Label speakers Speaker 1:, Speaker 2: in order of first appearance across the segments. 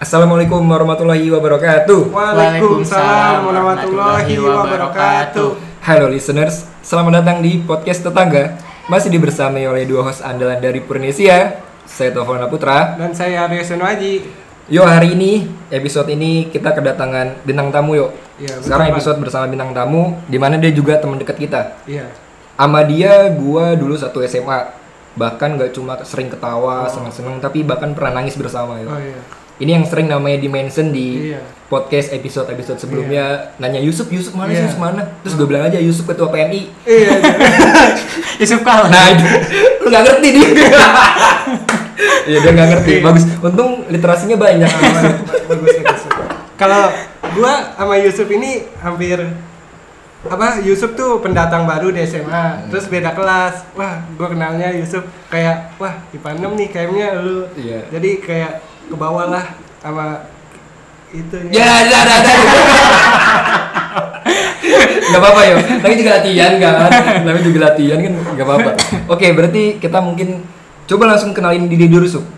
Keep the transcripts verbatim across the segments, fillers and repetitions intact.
Speaker 1: Assalamualaikum warahmatullahi wabarakatuh.
Speaker 2: Waalaikumsalam warahmatullahi wabarakatuh.
Speaker 1: Halo listeners, selamat datang di podcast Tetangga. Masih dibersamai oleh dua host andalan dari Purnesia. Saya Taufan Putra
Speaker 2: dan saya Arya Senwaji.
Speaker 1: Yo, hari ini episode ini kita kedatangan bintang tamu yo.
Speaker 2: Ya,
Speaker 1: Sekarang episode bersama bintang tamu, di mana dia juga teman dekat kita.
Speaker 2: Iya.
Speaker 1: Sama dia, gua dulu satu S M A. Bahkan gak cuma sering ketawa, oh. seneng-seneng, tapi bahkan pernah nangis bersama yo.
Speaker 2: Oh iya.
Speaker 1: Ini yang sering namanya di-mention di
Speaker 2: iya.
Speaker 1: podcast episode-episode sebelumnya. Iya. Nanya Yusuf, Yusuf mana
Speaker 2: iya.
Speaker 1: sih, Yusuf mana? Terus gue bilang aja Yusuf ketua P M I.
Speaker 2: Iya. Yusuf kalah.
Speaker 1: Nah, lu gak ngerti dia. Iya, dia gak ngerti. Bagus. Untung literasinya banyak.
Speaker 2: Bagus, bagus. Kalau gua sama Yusuf ini hampir apa? Yusuf tuh pendatang baru di S M A. Hmm. Terus beda kelas. Wah, gua kenalnya Yusuf kayak wah, I P A enam nih kayaknya lu.
Speaker 1: Iya.
Speaker 2: Jadi kayak ke bawah lah sama itu
Speaker 1: ya. Ya, ada, ada, ada. Gak apa-apa ya, tapi juga latihan kan, tapi juga latihan kan gak apa-apa. Oke, berarti kita mungkin coba langsung kenalin diri dulu, Sup.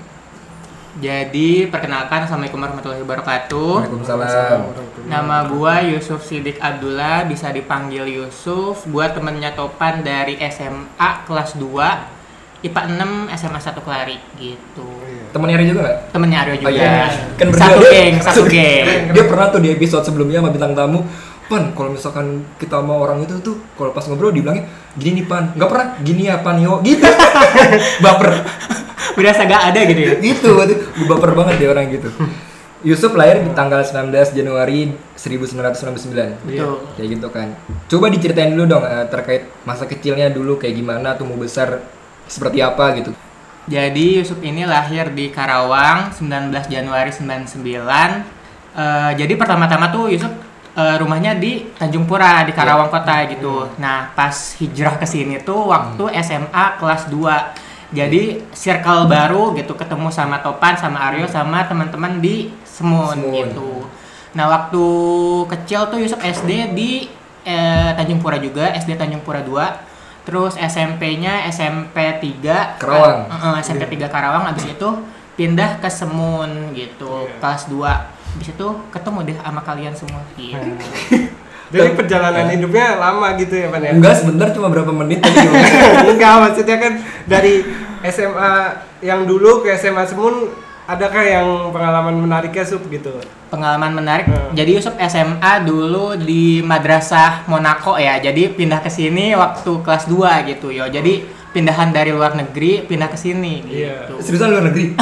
Speaker 3: Jadi, perkenalkan, Assalamualaikum warahmatullahi wabarakatuh.
Speaker 1: Waalaikumsalam.
Speaker 3: Nama gua Yusuf Sidik Abdullah, bisa dipanggil Yusuf. Gua temennya Topan dari S M A kelas dua, I P A enam, S M A satu Kelari gitu.
Speaker 1: Temennya Aryo juga nggak?
Speaker 3: Temennya Aryo juga.
Speaker 1: Oh, iya. Kan
Speaker 3: satu
Speaker 1: dia,
Speaker 3: geng, satu geng.
Speaker 1: Dia pernah tuh di episode sebelumnya sama bintang tamu, Pan, kalau misalkan kita sama orang itu tuh, kalau pas ngobrol dibilangnya gini nih Pan, nggak pernah gini ya Pan yo, gitu. Baper.
Speaker 3: Berasa gak ada gitu ya?
Speaker 1: Gitu, gue baper banget dia orang gitu. Yusuf lahir di tanggal sembilan belas Januari seribu sembilan ratus sembilan puluh sembilan.
Speaker 3: Betul.
Speaker 1: Kayak gitu kan. Coba diceritain dulu dong uh, terkait masa kecilnya dulu kayak gimana, tumbuh besar seperti apa gitu.
Speaker 3: Jadi Yusuf ini lahir di Karawang sembilan belas Januari sembilan puluh sembilan. Uh, jadi pertama-tama tuh Yusuf uh, rumahnya di Tanjung Pura di Karawang ya. Kota gitu. Hmm. Nah, pas hijrah ke sini tuh waktu hmm. S M A kelas dua. Jadi circle baru gitu, ketemu sama Topan, sama Aryo, sama teman-teman di Semun, Semun gitu. Nah, waktu kecil tuh Yusuf S D di eh, Tanjung Pura juga, S D Tanjung Pura dua. Terus S M P-nya S M P tiga
Speaker 1: Karawang.
Speaker 3: Uh, uh, S M P tiga Karawang, abis itu pindah ke Semun gitu, yeah. kelas dua. Abis itu ketemu deh sama kalian semua gitu.
Speaker 2: Jadi perjalanan hidupnya lama gitu ya, Pan ya?
Speaker 1: Enggak, sebentar, cuma berapa menit tadi.
Speaker 2: Enggak, maksudnya kan dari S M A yang dulu ke S M A Semun, adakah yang pengalaman menariknya, Sup, gitu?
Speaker 3: Pengalaman menarik. Hmm. Jadi Yusuf S M A dulu di Madrasah Monaco ya. Jadi pindah ke sini waktu kelas dua gitu yo. Jadi pindahan dari luar negeri pindah ke sini gitu.
Speaker 1: Seriusan luar negeri?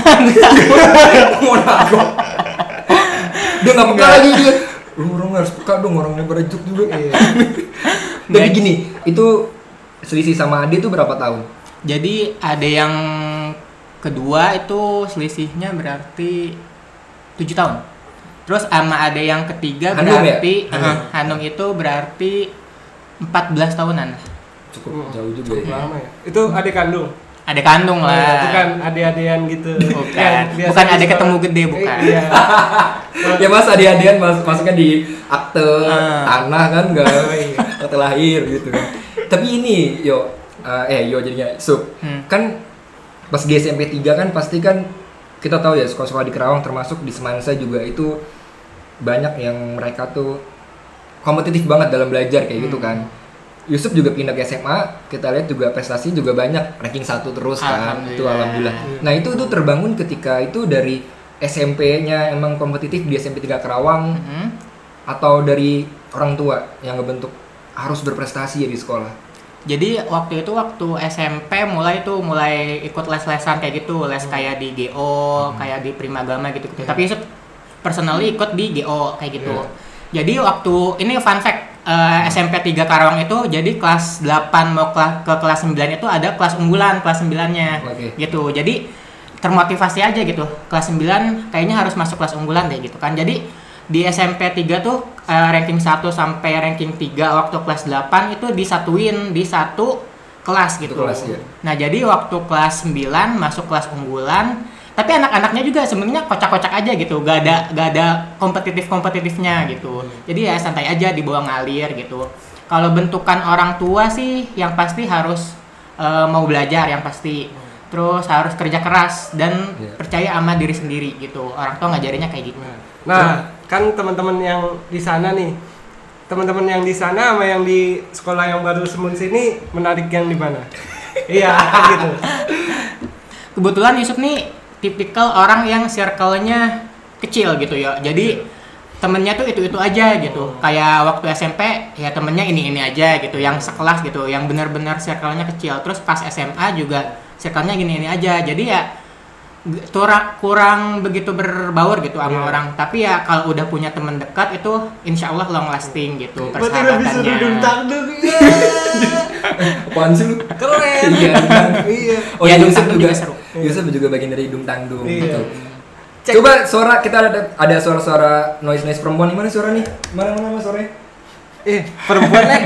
Speaker 1: Monaco. Dia enggak peka lagi dia. Lu orang harus peka dong, orangnya berajuk juga. Iya. Tapi gini, itu selisih sama Ade tuh berapa tahun?
Speaker 3: Jadi ada yang kedua itu selisihnya berarti tujuh tahun. Terus sama ada yang ketiga
Speaker 1: Hanum
Speaker 3: berarti
Speaker 1: ya?
Speaker 3: uh, Hanum itu berarti empat belas tahunan.
Speaker 1: Cukup
Speaker 2: hmm.
Speaker 1: jauh juga
Speaker 2: Cukup
Speaker 1: ya.
Speaker 2: lama ya. Itu adik kandung.
Speaker 3: Adik kandung lah.
Speaker 2: Oh, bukan adik-adian gitu.
Speaker 3: Bukan. Bukan adik ketemu gede, bukan.
Speaker 2: Iya.
Speaker 1: Ya Mas, adik-adian mas masuknya di akte uh. tanah kan enggak?
Speaker 2: Oh, iya.
Speaker 1: Akte lahir gitu kan. Tapi ini yo uh, eh yo jadinya Sup. Hmm. Kan pas di S M P tiga kan pasti kan kita tahu ya sekolah-sekolah di Kerawang termasuk di Semansa juga itu banyak yang mereka tuh kompetitif banget dalam belajar kayak hmm. gitu kan. Yusuf juga pindah ke S M A, kita lihat juga prestasi juga banyak, ranking satu terus kan. Itu alhamdulillah. Nah, itu tuh terbangun ketika itu dari S M P-nya emang kompetitif di S M P tiga Kerawang hmm. atau dari orang tua yang ngebentuk harus berprestasi ya di sekolah.
Speaker 3: Jadi waktu itu waktu S M P mulai tuh mulai ikut les-lesan kayak gitu, les hmm. kayak di G O, hmm. kayak di Primagama gitu gitu. Hmm. Tapi Yusuf personally ikut di G O kayak gitu. Hmm. Jadi waktu ini fun fact uh, S M P tiga Karawang itu jadi kelas delapan mau ke, ke kelas sembilan itu ada kelas unggulan kelas sembilan-nya. Okay. Gitu. Jadi termotivasi aja gitu. Kelas sembilan kayaknya harus masuk kelas unggulan deh gitu kan. Jadi di S M P tiga tuh uh, ranking satu sampai ranking tiga waktu kelas delapan itu disatuin di satu kelas gitu.
Speaker 1: Kelas, ya. Nah,
Speaker 3: jadi waktu kelas sembilan masuk kelas unggulan, tapi anak-anaknya juga sebenarnya kocak-kocak aja gitu. Gak ada gak ada kompetitif-kompetitifnya gitu. Jadi ya santai aja dibawa ngalir gitu. Kalau bentukan orang tua sih yang pasti harus uh, mau belajar yang pasti. terus harus kerja keras dan
Speaker 1: Yeah.
Speaker 3: percaya sama diri sendiri gitu. Orang tua ngajarinnya kayak gitu.
Speaker 2: Nah, kan teman-teman yang di sana nih, teman-teman yang di sana sama yang di sekolah yang baru Semun sini menarik yang di mana? Iya, kan gitu.
Speaker 3: Kebetulan Yusuf nih tipikal orang yang circle-nya kecil gitu ya. Jadi temennya tuh itu-itu aja gitu. Kayak waktu S M P ya temennya ini-ini aja gitu, yang sekelas gitu, yang benar-benar circle-nya kecil. Terus pas S M A juga circle-nya gini-ini aja. Jadi ya kurang kurang begitu berbaur gitu sama
Speaker 2: Yeah.
Speaker 3: orang. Tapi ya kalau udah punya teman dekat itu insya Allah long lasting gitu
Speaker 2: Berarti lebih seru
Speaker 3: persahabatannya.
Speaker 2: dungtang-dung.
Speaker 1: Apaan sih lu?
Speaker 2: Keren.
Speaker 1: Iya.
Speaker 2: Iya.
Speaker 1: Oh
Speaker 3: Ya,
Speaker 1: ya, Yusuf
Speaker 3: Dungtang
Speaker 1: juga
Speaker 3: juga seru.
Speaker 1: Yusuf juga bagian dari Dung Tangdung
Speaker 2: Iya.
Speaker 1: gitu.
Speaker 2: Cek.
Speaker 1: Coba suara kita ada ada suara-suara noise noise perempuan di mana suara nih? Mana mana mas suaranya?
Speaker 2: Eh, perempuan nih.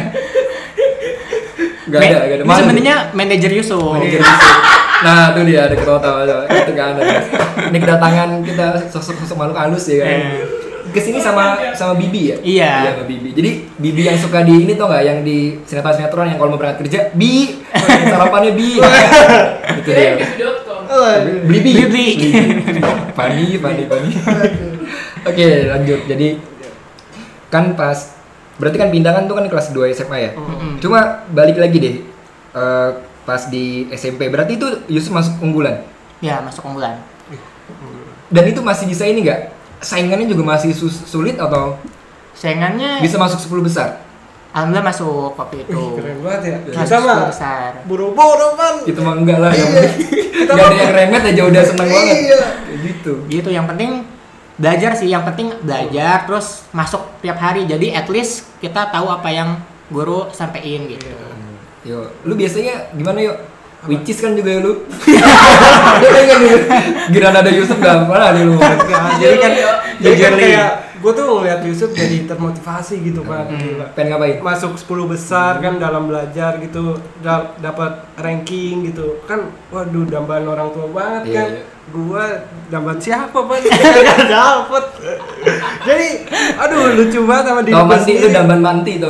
Speaker 1: Gak ada, gak ada.
Speaker 3: Ini
Speaker 1: Malu.
Speaker 3: sebenarnya manajer Yusuf.
Speaker 1: Manajer Yusuf. Nah, tuh dia ada ketawa-tawa itu kan. Ini kedatangan kita sosok-sosok makhluk halus ya kan.
Speaker 3: Eh.
Speaker 1: Kesini sama sama Bibi ya?
Speaker 3: Iya.
Speaker 1: Iya sama Bibi. Jadi Bibi yang suka di ini tau nggak? Yang di sinetron-sinetron yang kalau mau berangkat kerja, Bi sarapannya Bi. Itu dia. Beli Bi.
Speaker 3: Beli.
Speaker 1: Pani, pani, pani. Oke, lanjut. Jadi kan pas berarti kan pindahan tuh kan kelas dua S M A ya.
Speaker 3: Mm-mm.
Speaker 1: Cuma balik lagi deh. eh, pas di S M P berarti itu Yusuf masuk unggulan.
Speaker 3: Ya masuk unggulan.
Speaker 1: Dan itu masih bisa ini nggak? Saingannya juga masih sus- sulit atau
Speaker 3: Saingannya
Speaker 1: bisa masuk sepuluh besar?
Speaker 3: alhamdulillah masuk waktu itu.
Speaker 2: Wih, keren banget ya.
Speaker 3: Masuk
Speaker 2: Kita mah
Speaker 3: sepuluh besar.
Speaker 2: buru-buru, Pan.
Speaker 1: Itu mah enggak lah, yang
Speaker 2: Iya.
Speaker 1: penting nggak ada yang remet aja udah seneng banget.
Speaker 2: Iya.
Speaker 1: Kayak gitu.
Speaker 3: Gitu, yang penting belajar sih, yang penting belajar terus masuk tiap hari. Jadi at least kita tahu apa yang guru sampein gitu.
Speaker 1: Yo, lu biasanya gimana yuk? Which is kan juga ya lu. Dia kan giliran ada Yusuf enggak pernah nih lu.
Speaker 2: Nggak, jadi kan jadi kan
Speaker 3: Jujur, Li.
Speaker 2: kayak gue tuh ngeliat Yusuf jadi termotivasi gitu Pak.
Speaker 3: Hmm.
Speaker 2: Gila.
Speaker 1: Pengen ngapain?
Speaker 2: Masuk sepuluh besar kan dalam belajar gitu, da- dapat ranking gitu kan, waduh dambaan orang tua banget
Speaker 1: Iya,
Speaker 2: kan.
Speaker 1: iya.
Speaker 2: Gua dambaan siapa Pak? Gak dapet. Jadi aduh lucu banget sama diri
Speaker 1: Tau
Speaker 2: gua
Speaker 1: pasti itu
Speaker 2: sendiri.
Speaker 1: damban manti tuh.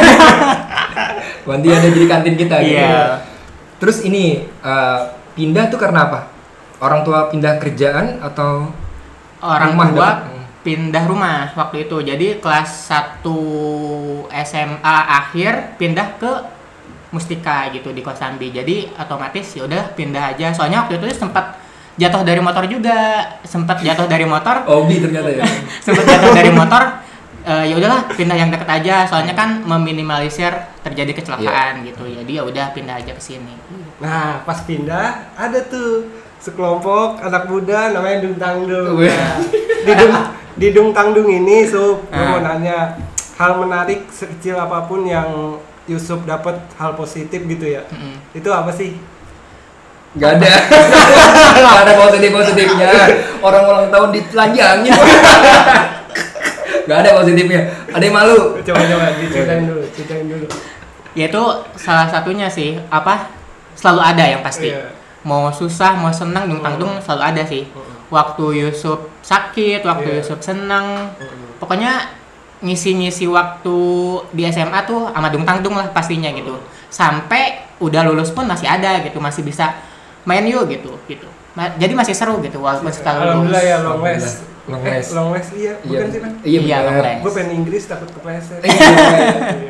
Speaker 1: Manti ada jadi kantin kita gitu.
Speaker 3: Iya.
Speaker 1: Terus ini eh, pindah tuh karena apa? Orang tua pindah kerjaan atau
Speaker 3: Orang
Speaker 1: rumah
Speaker 3: tua
Speaker 1: dapat?
Speaker 3: pindah rumah waktu itu. Jadi kelas satu S M A akhir pindah ke Mustika gitu di Kosambi. Jadi otomatis ya udah pindah aja. Soalnya waktu itu sempat jatuh dari motor juga. Sempat jatuh dari motor.
Speaker 1: hobi ternyata ya.
Speaker 3: Sempat jatuh dari motor. Eh, ya udahlah pindah yang deket aja. Soalnya kan meminimalisir terjadi kecelakaan gitu. Jadi ya udah pindah aja ke sini.
Speaker 2: Nah pas pindah ada tuh sekelompok anak muda namanya Dung Tangdung.
Speaker 1: Wih.
Speaker 2: Nah, di Dung di Dung Tangdung ini Sup, gue mau
Speaker 3: Ah.
Speaker 2: nanya hal menarik sekecil apapun yang Yusuf dapat hal positif gitu ya.
Speaker 3: Mm-mm.
Speaker 2: Itu apa sih?
Speaker 1: Gak ada. Gak ada positif-positifnya. Orang ulang tahun ditelanjangin. Gak ada positifnya. Ada yang malu.
Speaker 2: Coba-coba diceritain dulu, ceritain dulu.
Speaker 3: Ya itu salah satunya sih, apa selalu ada yang pasti.
Speaker 2: Iya.
Speaker 3: Mau susah mau senang Dung Tangdung selalu ada sih. Waktu Yusuf sakit, waktu
Speaker 2: Iya.
Speaker 3: Yusuf senang, pokoknya ngisi-ngisi waktu di S M A tuh sama Dung Tangdung lah pastinya gitu. Sampai udah lulus pun masih ada gitu, masih bisa main yuk gitu gitu. Ma- Jadi masih seru gitu walaupun setelah lulus.
Speaker 2: Alhamdulillah ya long les.
Speaker 1: Long
Speaker 2: Eh,
Speaker 1: les.
Speaker 2: long les iya, bukan sih kan?
Speaker 1: Iya,
Speaker 3: Iya,
Speaker 1: bener.
Speaker 3: long les.
Speaker 2: Gue pengen Inggris takut kepleset.
Speaker 1: Iya.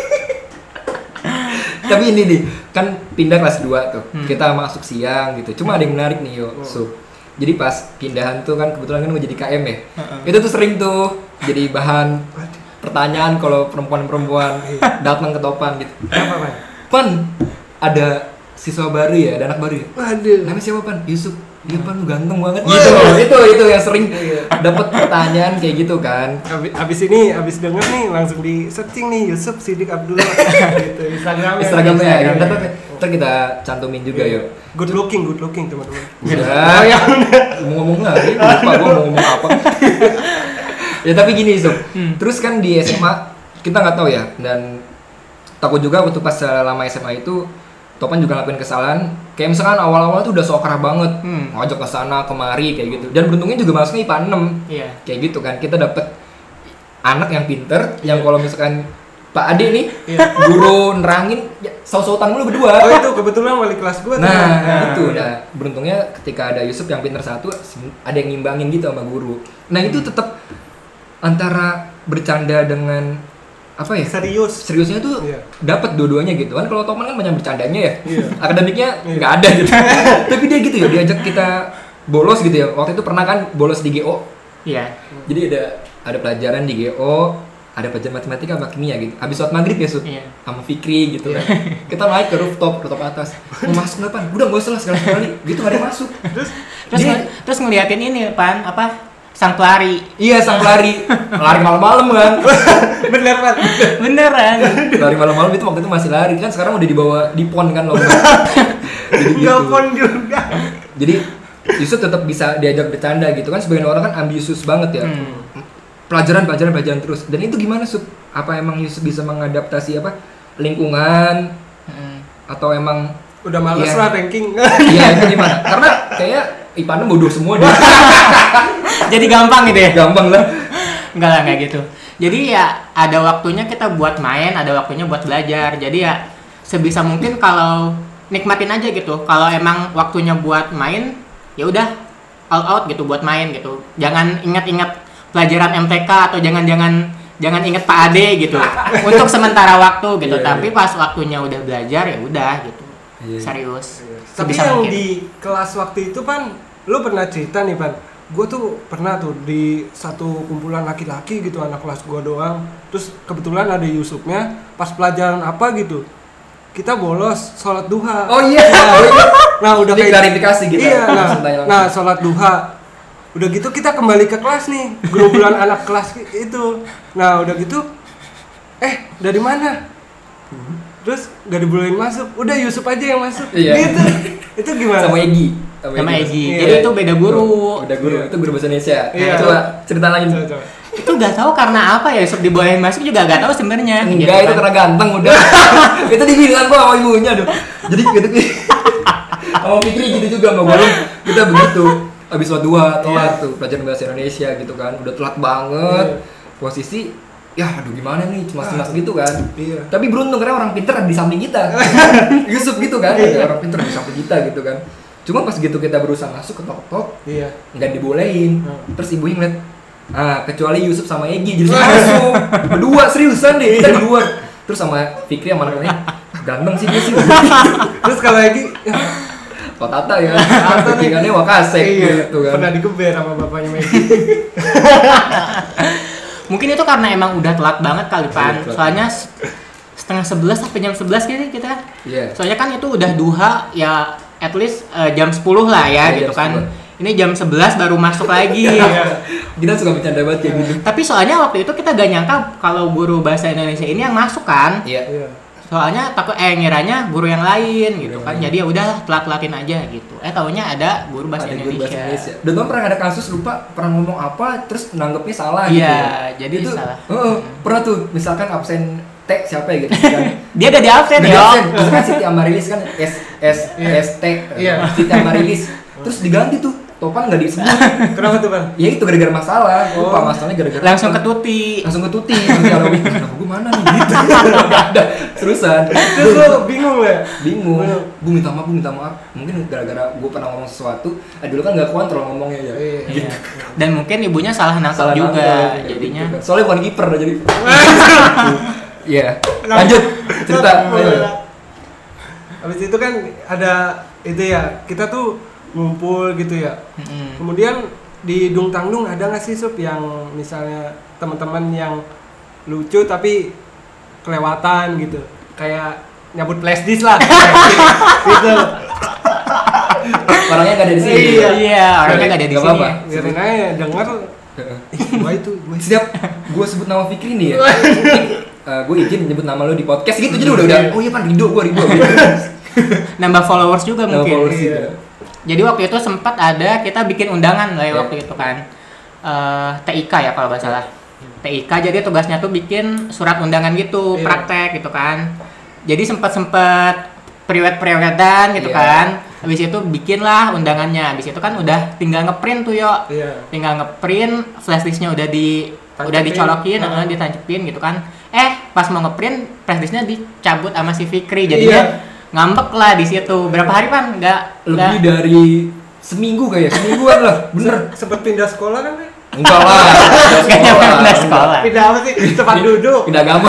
Speaker 1: Tapi ini nih, kan pindah kelas dua tuh.
Speaker 3: Hmm.
Speaker 1: Kita masuk siang gitu. Cuma ada yang menarik nih, yo. So, jadi pas pindahan tuh kan kebetulan kan gue jadi K M ya. Itu tuh sering tuh jadi bahan pertanyaan kalau perempuan-perempuan datang ke Topan gitu.
Speaker 2: Apa Pan?
Speaker 1: Pan, ada siswa baru ya, ada anak baru ya.
Speaker 2: Waduh.
Speaker 1: Namanya siapa Pan? Yusuf. Iya Pan, lu ganteng banget gitu. itu itu yang sering dapat pertanyaan kayak gitu kan.
Speaker 2: Abis, abis ini, abis denger nih langsung di searching nih Yusuf Sidik Abdullah gitu Instagramnya.
Speaker 1: Instagramnya ya,
Speaker 2: Instagramnya.
Speaker 1: ntar, ntar kita cantumin juga yuk.
Speaker 2: Good looking, good looking teman-teman.
Speaker 1: Udah, ya mau ngomong lagi, lupa gua mau ngomong apa. Ya tapi gini Sob, terus kan di S M A kita nggak tahu ya, dan takut juga waktu pas selama S M A itu Topan juga ngelakuin kesalahan. Kayak misalkan awal-awal tuh udah sokrah banget,
Speaker 3: Hmm.
Speaker 1: ngajak ke sana kemari kayak gitu. Dan beruntungnya juga masuknya I P A enam.
Speaker 3: Iya.
Speaker 1: Kayak gitu kan, kita dapet anak yang pinter, yang kalau misalkan Pak Ade nih,
Speaker 2: Iya.
Speaker 1: guru nerangin, ya, saut-sautan mulu berdua.
Speaker 2: Oh itu kebetulan wali kelas gue tuh.
Speaker 1: Nah,
Speaker 2: Nah,
Speaker 1: itu.
Speaker 2: iya.
Speaker 1: Nah, beruntungnya ketika ada Yusuf yang pinter satu, ada yang ngimbangin gitu sama guru. Nah, itu tetap antara bercanda dengan apa ya?
Speaker 2: Serius.
Speaker 1: Seriusnya tuh
Speaker 2: Iya.
Speaker 1: dapat dua-duanya gitu kan. Kalau Toman kan banyak bercandanya ya.
Speaker 2: Iya.
Speaker 1: Akademiknya
Speaker 2: Iya.
Speaker 1: nggak ada gitu. Tapi dia gitu ya, diajak kita bolos gitu ya. Waktu itu pernah kan bolos di G O.
Speaker 3: Iya.
Speaker 1: Jadi ada ada pelajaran di G O, ada pelajaran matematika sama kimia gitu. Habis sholat maghrib ya, Sud.
Speaker 3: Iya.
Speaker 1: Sama Fikri gitu kan. Kita naik ke rooftop, rooftop atas. Mau masuk depan, udah nggak usah lah sekali-sekali. Gitu nggak ada yang masuk.
Speaker 2: Terus
Speaker 3: Terus
Speaker 1: Dia-
Speaker 3: ngel- terus ngeliatin ini Pan, apa? Sang pelari.
Speaker 1: Iya, sang pelari. Lari malam-malam kan.
Speaker 2: bener Pak.
Speaker 3: Beneran.
Speaker 1: Lari malam-malam itu waktu itu masih lari kan, sekarang udah dibawa di pon kan lomba. Jadi gitu.
Speaker 2: Nelfon juga.
Speaker 1: Jadi Yusuf tetap bisa diajak bercanda gitu kan. Sebagian orang kan ambisius banget ya.
Speaker 3: Hmm.
Speaker 1: Pelajaran, pelajaran, pelajaran terus. Dan itu gimana, Sub? Apa emang Yusuf bisa mengadaptasi apa? Lingkungan
Speaker 3: Hmm.
Speaker 1: atau emang
Speaker 2: Udah males
Speaker 1: Iya.
Speaker 2: lah ranking.
Speaker 1: iya itu gimana? Karena kayak I P A-nya bodoh semua deh.
Speaker 3: Jadi gampang gitu ya?
Speaker 1: Gampang lah.
Speaker 3: Enggak lah, kayak gitu. Jadi ya ada waktunya kita buat main, ada waktunya buat belajar. Jadi ya sebisa mungkin kalau nikmatin aja gitu. Kalau emang waktunya buat main, ya udah all out gitu buat main gitu. Jangan ingat-ingat pelajaran M T K atau jangan-jangan jangan ingat Pak Ade gitu. Untuk sementara waktu gitu.
Speaker 1: Iya,
Speaker 3: Tapi
Speaker 1: iya.
Speaker 3: pas waktunya udah belajar ya udah gitu.
Speaker 1: Iya.
Speaker 3: Serius.
Speaker 2: Tapi
Speaker 3: Sebisa
Speaker 2: yang
Speaker 3: mungkin.
Speaker 2: di kelas waktu itu Pan, lu pernah cerita nih Pan. Gue tuh pernah tuh di satu kumpulan laki-laki gitu, anak kelas gue doang. Terus kebetulan ada Yusufnya, pas pelajaran apa gitu, kita bolos sholat duha.
Speaker 1: Oh iya.
Speaker 2: Nah, nah udah
Speaker 1: Ini klarifikasi gitu.
Speaker 2: Iya, nah,
Speaker 1: Langsung tanya langsung.
Speaker 2: nah sholat duha. Udah gitu kita kembali ke kelas nih, gerombolan anak kelas itu. Nah udah gitu, eh dari mana? Terus gak dibolehin masuk, udah Yusuf aja yang masuk.
Speaker 1: Iya.
Speaker 2: Gitu. Itu gimana?
Speaker 1: Sama Egi.
Speaker 3: Sama Egi.
Speaker 2: Iya.
Speaker 3: Jadi itu beda guru.
Speaker 1: Udah guru,
Speaker 2: Iya.
Speaker 1: itu guru bahasa Indonesia.
Speaker 2: Iya.
Speaker 1: Coba cerita lain.
Speaker 2: Coba, coba.
Speaker 3: Itu gak tahu karena apa ya, Yusuf dibolehin masuk juga gak tahu sebenarnya.
Speaker 1: Enggak,
Speaker 3: gitu
Speaker 1: itu
Speaker 3: kan.
Speaker 1: karena ganteng udah. Itu dibilang gua sama ibunya aduh. Jadi gitu sama Fikri gitu juga sama guru. Kita begitu. Habis sholat duha, telat tuh pelajaran bahasa Indonesia gitu kan. Udah telat banget. Posisi ya aduh gimana nih, cemas-cemas gitu kan.
Speaker 2: Iya.
Speaker 1: Tapi beruntung karena orang pinter ada di samping kita. Yusuf gitu kan, ada orang pinter di samping kita gitu kan. Cuma pas gitu kita berusaha masuk ke tok-tok,
Speaker 2: Iya.
Speaker 1: nggak dibolehin.
Speaker 2: Hmm.
Speaker 1: Terus ibunya ngeliat, ah kecuali Yusuf sama Egi jadi masuk. Berdua seriusan deh kita di luar. Terus sama Fikri sama anak lain, ah, ganteng sih dia sih.
Speaker 2: Terus kalau lagi
Speaker 1: Pak Tata ya, ketinggalannya Wakasek gitu kan.
Speaker 2: pernah digeber sama bapaknya Megi.
Speaker 3: Mungkin itu karena emang udah telat banget kali Pan.
Speaker 1: Iya, telat.
Speaker 3: Soalnya s- setengah sebelas sampai jam sebelas gitu kita.
Speaker 1: Iya.
Speaker 3: Soalnya kan itu udah duha ya at least eh, jam sepuluh lah ya
Speaker 1: Iya,
Speaker 3: gitu
Speaker 1: jam
Speaker 3: kan.
Speaker 1: sepuluh.
Speaker 3: Ini jam sebelas baru masuk lagi.
Speaker 1: Kita suka bercanda banget kayak gitu.
Speaker 3: Tapi soalnya waktu itu kita gak nyangka kalau guru bahasa Indonesia ini yang masuk kan.
Speaker 1: Iya.
Speaker 2: Iya.
Speaker 3: Soalnya takut eh ngiranya guru yang lain gitu
Speaker 1: Guru
Speaker 3: kan.
Speaker 1: yang
Speaker 3: Jadi ya udahlah telat-telatin aja gitu. Eh taunya ada guru bahasa
Speaker 1: Ada guru bahasa
Speaker 3: Indonesia.
Speaker 1: Indonesia. Dan Bang pernah ada kasus lupa pernah ngomong apa terus nanggepnya salah gitu.
Speaker 3: Iya,
Speaker 1: ya.
Speaker 3: jadi
Speaker 1: itu,
Speaker 3: salah.
Speaker 1: Heeh, pernah tuh misalkan absen T siapa ya gitu kan.
Speaker 3: Dia udah di absen
Speaker 1: Udah
Speaker 3: ya.
Speaker 1: absen, terus kan Siti Amarilis kan S S
Speaker 2: Iya.
Speaker 1: S T
Speaker 2: Iya.
Speaker 1: Siti Amarilis. Terus diganti tuh, Topan nggak disebut.
Speaker 2: Kenapa tuh Pan?
Speaker 1: Ya itu gara-gara masalah.
Speaker 2: Oh.
Speaker 1: Lupa masalahnya gara-gara
Speaker 3: Langsung
Speaker 1: apa.
Speaker 3: ke tuti.
Speaker 1: Langsung ke tuti. Nanti kalau nama gue mana nih gitu. Nggak ada. Terusan.
Speaker 2: Terus lu bingung ya?
Speaker 1: Bingung.
Speaker 2: Bingung.
Speaker 1: Bu minta maaf, bu minta maaf. Mungkin gara-gara gue pernah ngomong sesuatu. Ah, dulu kan nggak kontrol ngomongnya ya.
Speaker 2: Iya.
Speaker 3: Iya. Dan mungkin ibunya salah nangkap
Speaker 1: Salah
Speaker 3: juga
Speaker 1: nangkep,
Speaker 3: jadinya.
Speaker 1: gitu kan. Soalnya bukan kiper dah jadi. Iya. Lanjut cerita. Ayo.
Speaker 2: Habis itu kan ada itu ya, kita tuh ngumpul gitu ya.
Speaker 3: Mm-mm.
Speaker 2: Kemudian di Dung Tangdung ada nggak sih Sup yang misalnya teman-teman yang lucu tapi kelewatan gitu, kayak nyabut flash disk lah, gitu.
Speaker 1: Orangnya nggak ada di sini.
Speaker 2: Iya.
Speaker 3: Iya, orangnya nggak ada di
Speaker 1: Nggak
Speaker 3: sini.
Speaker 1: apa-apa.
Speaker 2: Biarin aja denger. Gua itu, gua itu.
Speaker 1: Setiap gue sebut nama Fikri nih ya, gue izin nyebut nama lo di podcast gitu, jadi udah udah. Oh iya Pan, Rido gue Rido.
Speaker 3: Nambah followers juga
Speaker 1: Nama
Speaker 3: mungkin.
Speaker 1: followers
Speaker 2: Iya.
Speaker 1: juga.
Speaker 3: Jadi waktu itu sempat ada kita bikin undangan lah ya
Speaker 1: Iya.
Speaker 3: waktu itu kan. Eh, T I K ya kalau nggak salah. T I K jadi tugasnya tuh bikin surat undangan gitu,
Speaker 2: Iya.
Speaker 3: praktek gitu kan. Jadi sempat-sempat priwet-priwetan gitu
Speaker 1: Iya.
Speaker 3: kan. Habis itu bikinlah undangannya. Habis itu kan udah tinggal ngeprint tuh yo.
Speaker 2: Iya.
Speaker 3: Tinggal ngeprint, flash disknya udah di
Speaker 2: Tancepin.
Speaker 3: udah dicolokin,
Speaker 2: Hmm.
Speaker 3: eh, ditancepin gitu kan. Eh pas mau ngeprint flash disknya dicabut sama si Fikri, jadinya iya. ngambek lah di situ. Berapa hari Pan? Nggak
Speaker 1: lebih gak... dari seminggu kayak semingguan lah, bener.
Speaker 2: Sempet pindah sekolah kan?
Speaker 1: Enggak lah,
Speaker 3: pindah, pindah sekolah.
Speaker 2: Pindah apa sih? Tempat duduk.
Speaker 1: Pindah agama.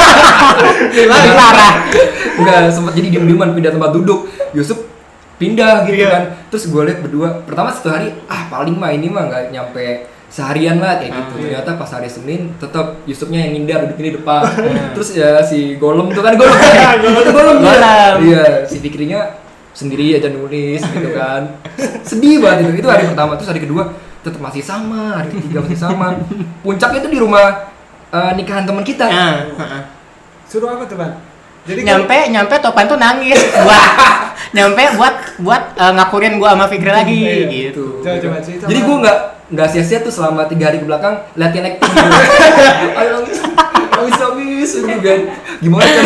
Speaker 3: Pindah parah.
Speaker 1: Enggak, sempat jadi diem-dieman pindah tempat duduk. Yusuf pindah gitu iya. kan. Terus gue lihat berdua, pertama satu hari, ah paling mah ini mah nggak nyampe seharian lah kayak gitu. Hmm, Ternyata pas hari Senin tetap Yusufnya yang ngindar duduk di depan. Terus ya si Golem tuh kan Golem. Golem tuh Golem. Iya, si Fikrinya sendiri aja nulis gitu kan. Sedih banget itu. Itu hari pertama. Terus hari kedua tetap masih sama, hari ketiga masih sama. Puncaknya itu di rumah uh, nikahan teman kita.
Speaker 3: Uh,
Speaker 2: Suruh apa tuh, Bang?
Speaker 3: Jadi nyampe kan, nyampe Topan tuh nangis buat nyampe buat buat uh, ngakurin gua sama Fikri lagi gitu.
Speaker 2: Coba coba cerita.
Speaker 1: Jadi gua nggak nggak sia-sia tuh selama tiga hari ke belakang latihan acting gitu. Ayo nangis, nangis nangis gitu kan. Gimana kan?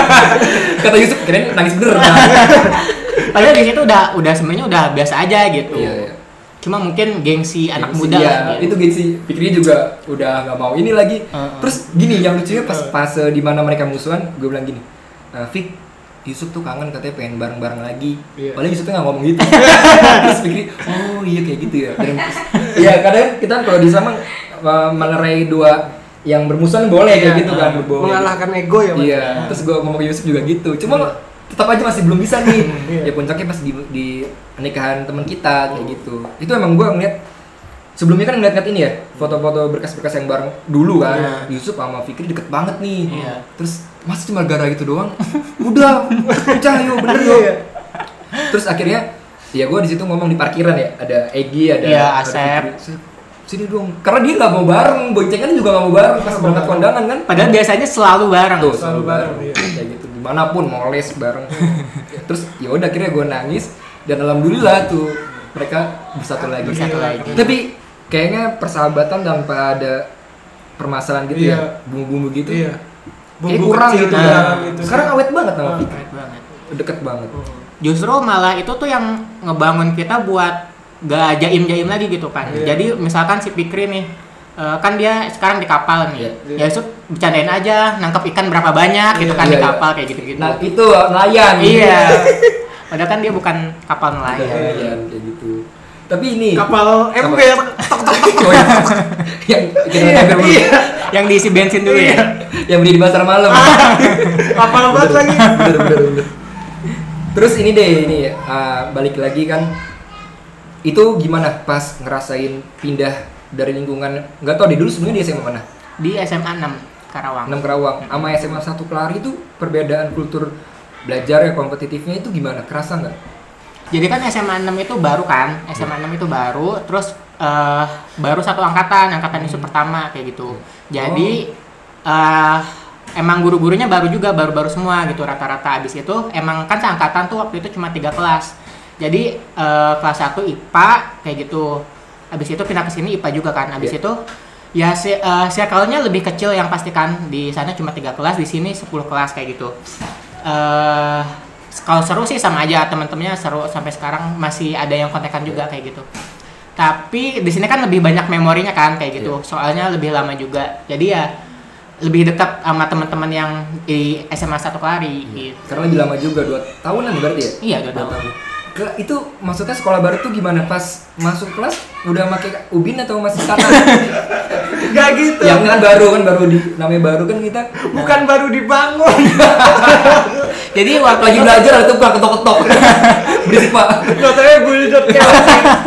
Speaker 1: Kata Yusuf keren nangis bener.
Speaker 3: Padahal di situ udah udah sebenarnya udah biasa aja gitu.
Speaker 1: Iya, iya.
Speaker 3: Cuma mungkin gengsi anak
Speaker 1: gengsi,
Speaker 3: muda
Speaker 1: iya,
Speaker 3: lah gitu.
Speaker 1: Itu gengsi Fikri juga udah nggak mau ini lagi. Uh-uh. Terus gini yang lucunya pas pas di mana mereka musuhan, gue bilang gini, nah, Fik, Yusuf tuh kangen katanya pengen bareng-bareng lagi. Yeah. Padahal Yusuf tuh nggak ngomong gitu. Terus Fikri, oh iya kayak gitu ya. Dan ya kadang kita kalau di sama uh, melerai dua yang bermusuhan boleh kayak yeah, gitu kan,
Speaker 2: uh, mengalahkan ego ya.
Speaker 1: Iya. Yeah. Terus gue ngomong ke Yusuf juga gitu. Cuma yeah. tetap aja masih belum bisa nih. Yeah. Ya puncaknya pas di, di pernikahan teman kita kayak gitu. Itu emang gue ngeliat sebelumnya kan ngeliat-ngeliat ini ya, foto-foto berkas-berkas yang bareng dulu kan. Yeah. Yusuf sama Fikri deket banget nih.
Speaker 3: Yeah.
Speaker 1: Terus masa cuma gara gitu doang? Udah, pecah yuk, bener yuk. Terus akhirnya ya gue di situ ngomong di parkiran ya, ada Egi, ada
Speaker 3: yeah, Asep.
Speaker 1: Sini dong, karena dia nggak mau bareng, boncengan juga nggak mau bareng pas berangkat kondangan kan.
Speaker 3: Padahal biasanya selalu bareng.
Speaker 1: Tuh, selalu bareng, iya. Kayak gitu, dimanapun mau les bareng. Terus ya udah akhirnya gue nangis dan alhamdulillah tuh mereka bersatu lagi.
Speaker 3: Bersatu lagi.
Speaker 1: Tapi kayaknya persahabatan tanpa ada permasalahan gitu iya. ya, bumbu-bumbu gitu.
Speaker 2: Iya.
Speaker 1: Kayak kurang gitu.
Speaker 2: Nah, gitu.
Speaker 1: Sekarang awet banget sama Fikri.
Speaker 3: Awet banget.
Speaker 1: Deket banget.
Speaker 3: Justru malah itu tuh yang ngebangun kita buat gak jaim-jaim lagi gitu kan. Yeah. Jadi misalkan si Fikri nih, uh, kan dia sekarang di kapal nih. Yeah. Ya Yusuf bercandain aja, nangkep ikan berapa banyak gitu yeah. kan yeah, di kapal yeah. kayak gitu-gitu.
Speaker 1: Nah itu nelayan.
Speaker 3: Iya. Padahal kan dia bukan kapal nelayan.
Speaker 1: Nelayan kayak gitu. Tapi ini
Speaker 2: kapal ember tok tok tok.
Speaker 1: Oh, yang yang kita ember dulu.
Speaker 3: Yang diisi bensin dulu ya.
Speaker 1: Yang beli di pasar malam.
Speaker 2: Kapal banget lagi.
Speaker 1: Bener bener bener. Terus ini deh ini uh, balik lagi kan. Itu gimana pas ngerasain pindah dari lingkungan, nggak tau deh dulu sebelumnya di S M A mana?
Speaker 3: Di S M A enam Karawang.
Speaker 1: enam Karawang. Sama S M A satu Kelari itu perbedaan kultur belajar ya kompetitifnya itu gimana? Kerasa nggak?
Speaker 3: Jadi kan S M A enam itu baru kan, S M A enam itu baru, terus uh, baru satu angkatan, angkatan isu pertama kayak gitu. Jadi oh. uh, emang guru-gurunya baru juga, baru-baru semua gitu rata-rata. Abis itu emang kan seangkatan tuh waktu itu cuma tiga kelas. Jadi uh, kelas satu I P A kayak gitu. Habis itu pindah ke sini I P A juga kan. Habis yeah. itu ya si, uh, circle-nya lebih kecil yang pasti kan. Di sana cuma tiga kelas, di sini sepuluh kelas kayak gitu. Uh, kalau seru sih sama aja, teman-temannya seru sampai sekarang masih ada yang kontekan juga kayak gitu. Tapi di sini kan lebih banyak memorinya kan kayak gitu. Yeah. Soalnya lebih lama juga. Jadi ya lebih dekat sama teman-teman yang di S M A satu Kelari
Speaker 1: yeah.
Speaker 3: gitu.
Speaker 1: Karena lebih lama juga dua tahunan berarti ya?
Speaker 3: Iya, dua tahun. tahun.
Speaker 1: Ke, itu maksudnya sekolah baru tuh gimana pas masuk kelas udah pakai ubin atau masih tanah?
Speaker 2: Gak gitu.
Speaker 1: Yang kan baru kan baru di namanya baru kan kita
Speaker 2: bukan nah. baru dibangun.
Speaker 3: Jadi waktu
Speaker 1: lagi belajar itu bukan ketok-ketok. Berisik Pak.
Speaker 2: Katanya buldog kayak.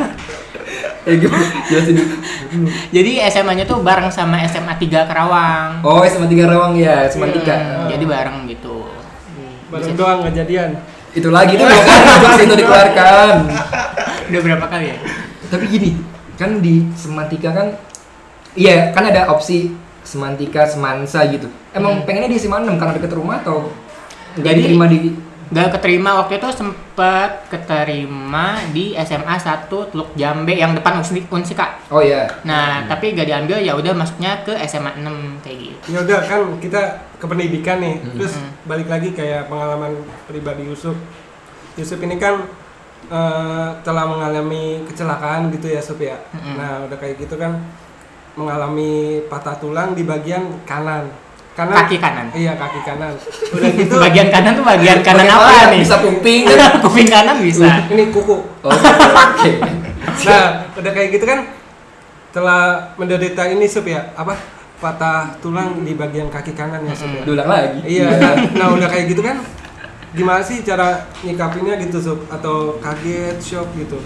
Speaker 1: Ya gimana? Jelasin.
Speaker 3: Jadi S M A-nya tuh bareng sama S M A tiga Karawang.
Speaker 1: Oh, S M A tiga Karawang ya, S M A tiga.
Speaker 3: Hmm, jadi bareng gitu.
Speaker 2: Bareng doang enggak jadian.
Speaker 1: Itu lagi tuh kan itu dikeluarkan.
Speaker 3: Udah berapa kali ya?
Speaker 1: Tapi gini, kan di semantika kan iya, kan ada opsi semantika, semansa gitu. Emang hmm. pengennya di S M A enam karena deket rumah atau enggak diterima di
Speaker 3: Gak keterima waktu itu sempet keterima di S M A satu Teluk Jambe yang depan Unsika.
Speaker 1: Oh iya.
Speaker 3: Nah, hmm. tapi gak diambil ya udah masuknya ke S M A enam kayak gitu.
Speaker 2: Ya udah kan kita ke pendidikan nih. Hmm. Terus
Speaker 3: hmm.
Speaker 2: balik lagi kayak pengalaman pribadi Yusuf. Yusuf ini kan uh, telah mengalami kecelakaan gitu ya, Sup ya. Hmm. Nah, udah kayak gitu kan mengalami patah tulang di bagian kanan. kanan.
Speaker 3: Kaki kanan.
Speaker 2: Iya, kaki kanan. Udah gitu.
Speaker 3: Bagian kanan tuh bagian kanan
Speaker 1: Bagaimana
Speaker 3: apa
Speaker 1: ya?
Speaker 3: nih?
Speaker 1: Bisa kuping kan?
Speaker 3: Kuping kanan bisa.
Speaker 2: Ini kuku.
Speaker 1: Oh, oke.
Speaker 2: Nah, udah kayak gitu kan telah menderita ini Sup ya, apa? Patah tulang di bagian kaki kanan ya Sup ya.
Speaker 1: Diulang lagi.
Speaker 2: Iya. Nah, udah kayak gitu kan gimana sih cara nyikapinnya gitu Sup, atau kaget, shock gitu?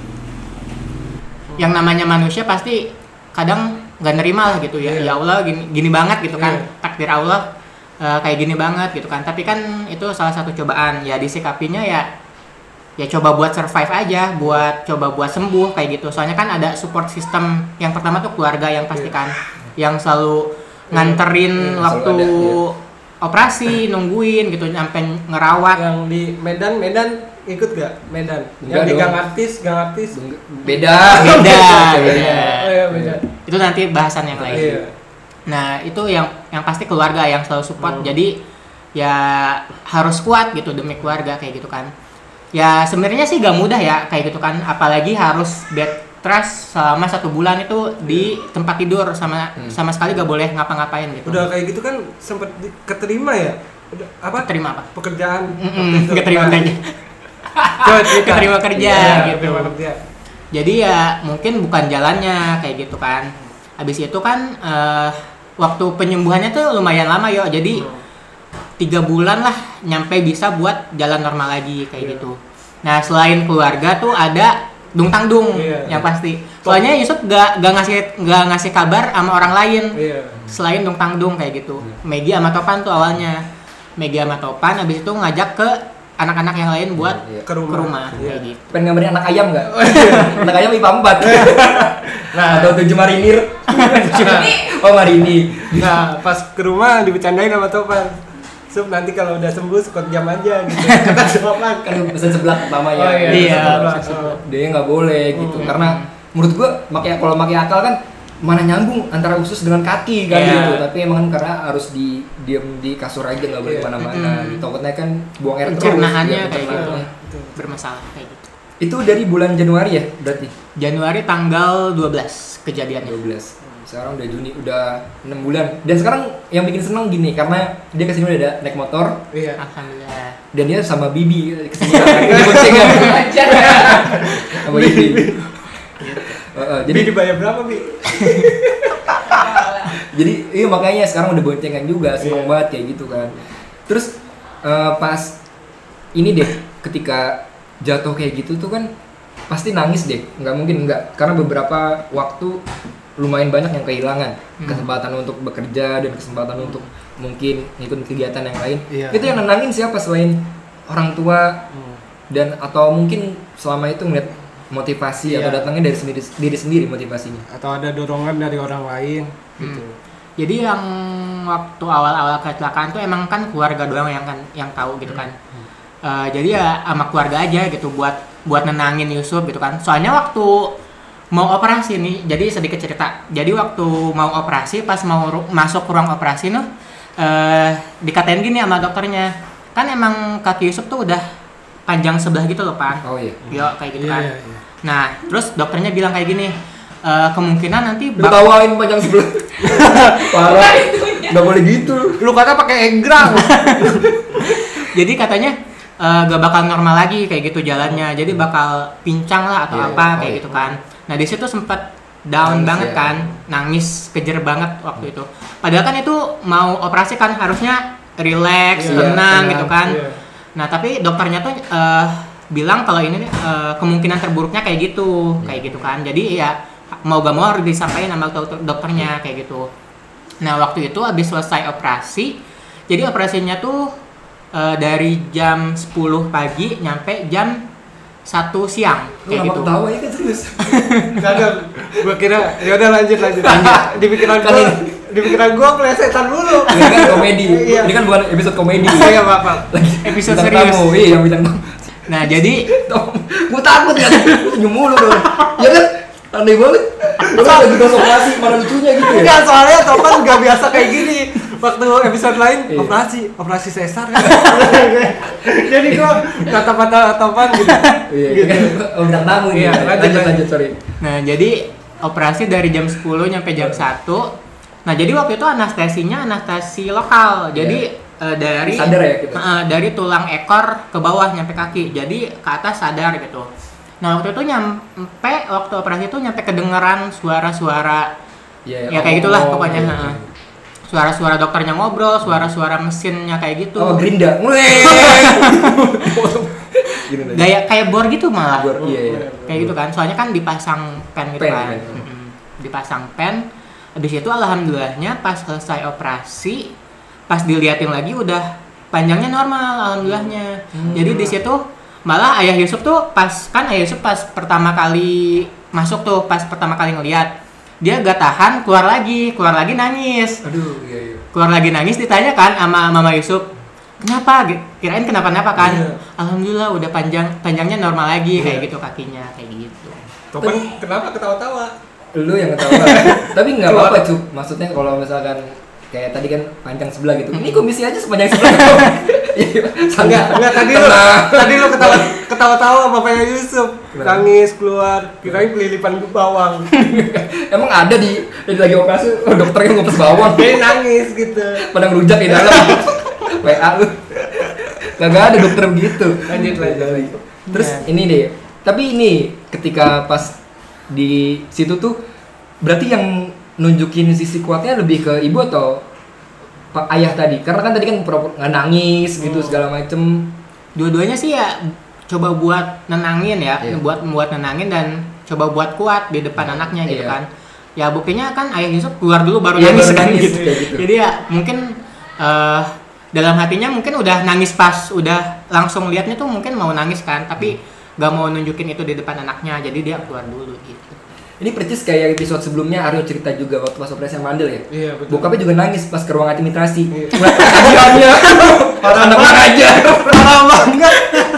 Speaker 3: Yang namanya manusia pasti kadang nggak nerima lah gitu ya.
Speaker 2: Iya.
Speaker 3: Ya Allah gini, gini banget gitu kan.
Speaker 2: Iya.
Speaker 3: Takdir Allah eh, kayak gini banget gitu kan. Tapi kan itu salah satu cobaan. Ya disikapinya ya ya coba buat survive aja, buat coba buat sembuh kayak gitu. Soalnya kan ada support system. Yang pertama tuh keluarga yang pastikan yang selalu nganterin
Speaker 1: Iya,
Speaker 3: waktu
Speaker 1: selalu ada, iya.
Speaker 3: operasi, nungguin gitu sampai ngerawat.
Speaker 2: Yang di Medan, Medan ikut gak? Medan.
Speaker 1: Enggak
Speaker 2: Yang di
Speaker 1: dong.
Speaker 2: Gang Artis, Gang Artis.
Speaker 1: Beda.
Speaker 3: Beda,
Speaker 1: Beda.
Speaker 3: beda.
Speaker 2: Oh iya, beda.
Speaker 3: Itu nanti bahasan yang lain.
Speaker 2: Iya.
Speaker 3: Nah itu yang yang pasti keluarga yang selalu support.
Speaker 2: Hmm.
Speaker 3: Jadi ya harus kuat gitu demi keluarga kayak gitu kan. Ya sebenarnya sih gak mudah ya kayak gitu kan. Apalagi harus bed rest selama satu bulan itu di tempat tidur sama
Speaker 1: Hmm.
Speaker 3: sama sekali gak boleh ngapa-ngapain gitu.
Speaker 2: Udah kayak gitu kan sempet di- keterima ya? Udah apa?
Speaker 3: Terima apa?
Speaker 2: Pekerjaan.
Speaker 3: Mm-mm,
Speaker 2: waktu itu.
Speaker 3: keterima
Speaker 2: Nah,
Speaker 3: kerja.
Speaker 2: coba cerita.
Speaker 3: Keterima kerja,
Speaker 2: Iya,
Speaker 3: gitu.
Speaker 2: keterima kerja.
Speaker 3: Jadi ya mungkin bukan jalannya kayak gitu kan. Habis itu kan eh, waktu penyembuhannya tuh lumayan lama yo. Jadi tiga bulan lah nyampe bisa buat jalan normal lagi kayak
Speaker 2: Iya.
Speaker 3: gitu. Nah selain keluarga tuh ada dung tangdung
Speaker 2: Iya.
Speaker 3: yang pasti. Soalnya Yusuf gak, gak ngasih gak ngasih kabar sama orang lain
Speaker 2: Iya.
Speaker 3: selain dung tangdung kayak gitu. Megi sama Topan tuh awalnya. Megi sama Topan habis itu ngajak ke anak-anak yang lain buat
Speaker 1: Iya.
Speaker 2: Ke rumah.
Speaker 3: ke rumah
Speaker 2: Iya.
Speaker 3: kayak gitu.
Speaker 1: Pengen gambarin anak ayam nggak? Anak ayam I P A empat. Nah, atau tujuh marinir. Oh, marini.
Speaker 2: Nah, pas ke rumah dibicarain sama Topan. Sup, nanti kalau udah sembuh sekot jam aja gitu. Kata Topan.
Speaker 1: Kan pesan sebelah pertama ya.
Speaker 2: Oh, iya.
Speaker 3: Iya.
Speaker 2: sebelah.
Speaker 3: sebelah.
Speaker 1: Dia nggak boleh gitu.
Speaker 2: Hmm.
Speaker 1: Karena menurut gua pakai kalau pakai akal kan mana nyambung antara usus dengan kaki kan
Speaker 3: Iya.
Speaker 1: gitu. Tapi emang kan karena harus di diam di kasur aja nggak boleh
Speaker 2: Iya.
Speaker 1: kemana-mana.
Speaker 3: Mm-mm.
Speaker 1: Gitu. Takutnya kan buang air terus.
Speaker 3: Pencernaannya
Speaker 1: Iya,
Speaker 3: kayak gitu.
Speaker 1: pencernaannya.
Speaker 3: Bermasalah kayak gitu.
Speaker 1: Itu dari bulan Januari ya berarti?
Speaker 3: Januari tanggal dua belas kejadiannya.
Speaker 1: dua belas. Sekarang udah Juni, udah enam bulan. Dan sekarang yang bikin seneng gini karena dia kesini udah ada naik motor
Speaker 2: Iya.
Speaker 3: Alhamdulillah.
Speaker 1: dan dia sama Bibi kesini dia boncengan sama Bibi. Heeh,
Speaker 2: Jadi
Speaker 1: jadi
Speaker 2: dibayar berapa, Bi?
Speaker 1: jadi iya makanya sekarang udah boncengan juga, seneng
Speaker 2: Iya.
Speaker 1: banget kayak gitu kan. Terus eh, pas ini deh ketika jatuh kayak gitu tuh kan pasti nangis deh, nggak mungkin nggak, karena beberapa waktu lumayan banyak yang kehilangan
Speaker 3: Hmm.
Speaker 1: kesempatan untuk bekerja dan kesempatan untuk mungkin ngikut kegiatan yang lain.
Speaker 2: Iya.
Speaker 1: Itu yang nenangin siapa selain orang tua dan atau mungkin selama itu ngeliat motivasi
Speaker 2: Iya.
Speaker 1: atau datangnya dari sendiri diri sendiri motivasinya.
Speaker 2: Atau ada dorongan dari orang lain gitu.
Speaker 3: Jadi yang waktu awal-awal kecelakaan tuh emang kan keluarga doang yang kan yang tahu gitu kan. Eh, jadi ya sama keluarga aja gitu buat buat nenangin Yusuf gitu kan. Soalnya waktu mau operasi nih, jadi sedikit cerita. Jadi waktu mau operasi, pas mau ru- masuk ruang operasi nih, eh dikatain gini sama dokternya, kan emang kaki Yusuf tuh udah panjang sebelah gitu loh Pan.
Speaker 1: Oh iya.
Speaker 3: Yo kayak gitu
Speaker 2: Iya,
Speaker 3: kan.
Speaker 2: iya, iya.
Speaker 3: Nah terus dokternya bilang kayak gini, "Eh, kemungkinan nanti
Speaker 1: Lu
Speaker 3: bak-
Speaker 1: tawain panjang sebelah. Parah. Enggak boleh gitu.
Speaker 2: Lu kata pakai egrang.
Speaker 3: jadi katanya eh, gak bakal normal lagi kayak gitu jalannya, jadi bakal pincang lah atau
Speaker 1: Iya,
Speaker 3: apa
Speaker 1: iya.
Speaker 3: kayak
Speaker 1: Oh,
Speaker 3: gitu
Speaker 1: iya.
Speaker 3: kan. Nah di situ sempet down
Speaker 1: Nangis
Speaker 3: banget
Speaker 1: ya.
Speaker 3: kan, nangis kejer banget waktu itu. Padahal kan itu mau operasi kan harusnya relax,
Speaker 2: Iya,
Speaker 3: tenang
Speaker 1: tenang,
Speaker 3: gitu kan.
Speaker 2: Iya.
Speaker 3: Nah tapi dokternya tuh eh, bilang kalau ini eh, kemungkinan terburuknya kayak gitu,
Speaker 1: Iya.
Speaker 3: kayak gitu kan. Jadi ya mau gak mau harus disampaikan sama dokter dokternya kayak gitu. Nah waktu itu habis selesai operasi, jadi operasinya tuh eh, dari jam sepuluh pagi nyampe jam satu siang
Speaker 1: Lu
Speaker 3: kayak
Speaker 1: ngapa
Speaker 3: gitu.
Speaker 1: ketawa ya kan serius?
Speaker 2: Kagak, gua kira ya udah lanjut lanjut. Di pikiran
Speaker 1: Kan
Speaker 2: gua, di pikiran gua plesetan dulu.
Speaker 1: Ini kan komedi.
Speaker 2: Iya.
Speaker 1: Ini kan bukan episode komedi.
Speaker 2: Iya, Bapak.
Speaker 1: Lagi
Speaker 3: Episode
Speaker 1: bintang
Speaker 3: serius.
Speaker 1: tamu. Iya, bintang tamu.
Speaker 3: Nah jadi
Speaker 1: Gue takut ya. Senyum mulu dong. Ya kan? Aneh banget. Lu kan lagi konsultasi, mana lucunya gitu ya?
Speaker 2: Enggak, soalnya Topan nggak biasa kayak gini. Waktu episode lain
Speaker 1: Iya.
Speaker 2: operasi, operasi sesar kan. Jadi gua kata-kata Topan gitu.
Speaker 1: Iya,
Speaker 2: Gitu.
Speaker 1: kan oh, bintang tamu
Speaker 2: Iya,
Speaker 1: ya.
Speaker 2: lanjut,
Speaker 1: Lanjut, lanjut, sorry.
Speaker 3: Nah, jadi operasi dari jam sepuluh nyampe jam satu. Nah jadi waktu itu anestesinya anestesi lokal, jadi yeah. uh, dari
Speaker 1: sadar ya kita.
Speaker 3: Uh, dari tulang ekor ke bawah nyampe kaki, jadi ke atas sadar gitu. Nah waktu itu nyampe waktu operasi itu nyampe kedengeran suara-suara, yeah, ya kayak gitulah oh, pokoknya. Yeah, yeah. Suara-suara dokternya ngobrol, suara-suara mesinnya kayak gitu.
Speaker 1: Oh gerinda,
Speaker 3: gaya kayak bor gitu malah.
Speaker 1: Bor, iya, iya.
Speaker 3: Kayak gitu kan, soalnya kan dipasang pen gitu
Speaker 1: pen,
Speaker 3: kan.
Speaker 1: pen.
Speaker 3: Mm-hmm. Dipasang pen. Habis itu alhamdulillahnya pas selesai operasi, pas diliatin lagi udah panjangnya normal alhamdulillahnya. Hmm. Jadi di situ malah ayah Yusuf tuh pas kan ayah Yusuf pas pertama kali masuk tuh pas pertama kali ngeliat dia gak tahan keluar lagi keluar lagi nangis.
Speaker 1: Aduh iya iya.
Speaker 3: Keluar lagi nangis ditanya kan sama mama Yusuf kenapa kirain kenapa-napa kan. Yeah. Alhamdulillah udah panjang panjangnya normal lagi yeah. Kayak gitu kakinya kayak gitu.
Speaker 2: Topan kenapa ketawa-tawa?
Speaker 1: Lu yang ketawa. Tapi nggak apa-apa Cuk. Maksudnya kalau misalkan kayak tadi kan panjang sebelah gitu. Ini komisi aja sepanjang sebelah.
Speaker 2: Enggak, enggak tadi lu tadi lu ketawa ketawa-tawa bapaknya Yusuf. Nangis keluar, kirain pelilipan bawang.
Speaker 1: Emang ada di, di lagi operasi oh, dokternya ngopes bawang.
Speaker 2: Dia nangis gitu.
Speaker 1: Padang rujak di dalam. W A lu. Kagak ada dokter begitu.
Speaker 2: Lanjut lanjut.
Speaker 1: Terus ini deh. Tapi ini ketika pas di situ tuh berarti yang nunjukin sisi kuatnya lebih ke ibu atau pak ayah tadi? Karena kan tadi kan pura-pura nangis gitu oh. Segala macem.
Speaker 3: Dua-duanya sih ya coba buat nenangin ya, yeah. buat buat nenangin dan coba buat kuat di depan yeah. Anaknya gitu yeah. Kan. Ya buktinya kan ayah Yusuf keluar dulu baru yeah, nangis baru kan nangis, gitu. gitu. Jadi ya mungkin uh, dalam hatinya mungkin udah nangis pas udah langsung liatnya tuh mungkin mau nangis kan, tapi hmm. gak mau nunjukin itu di depan anaknya, jadi dia keluar dulu gitu.
Speaker 1: Ini percis kayak episode sebelumnya Aryo cerita juga waktu pas operasi yang mandel ya.
Speaker 2: Iya betul.
Speaker 1: Bokapnya juga nangis pas ke ruang administrasi. Iya. Ngeliat kajiannya. Parah aja.
Speaker 2: Parah banget.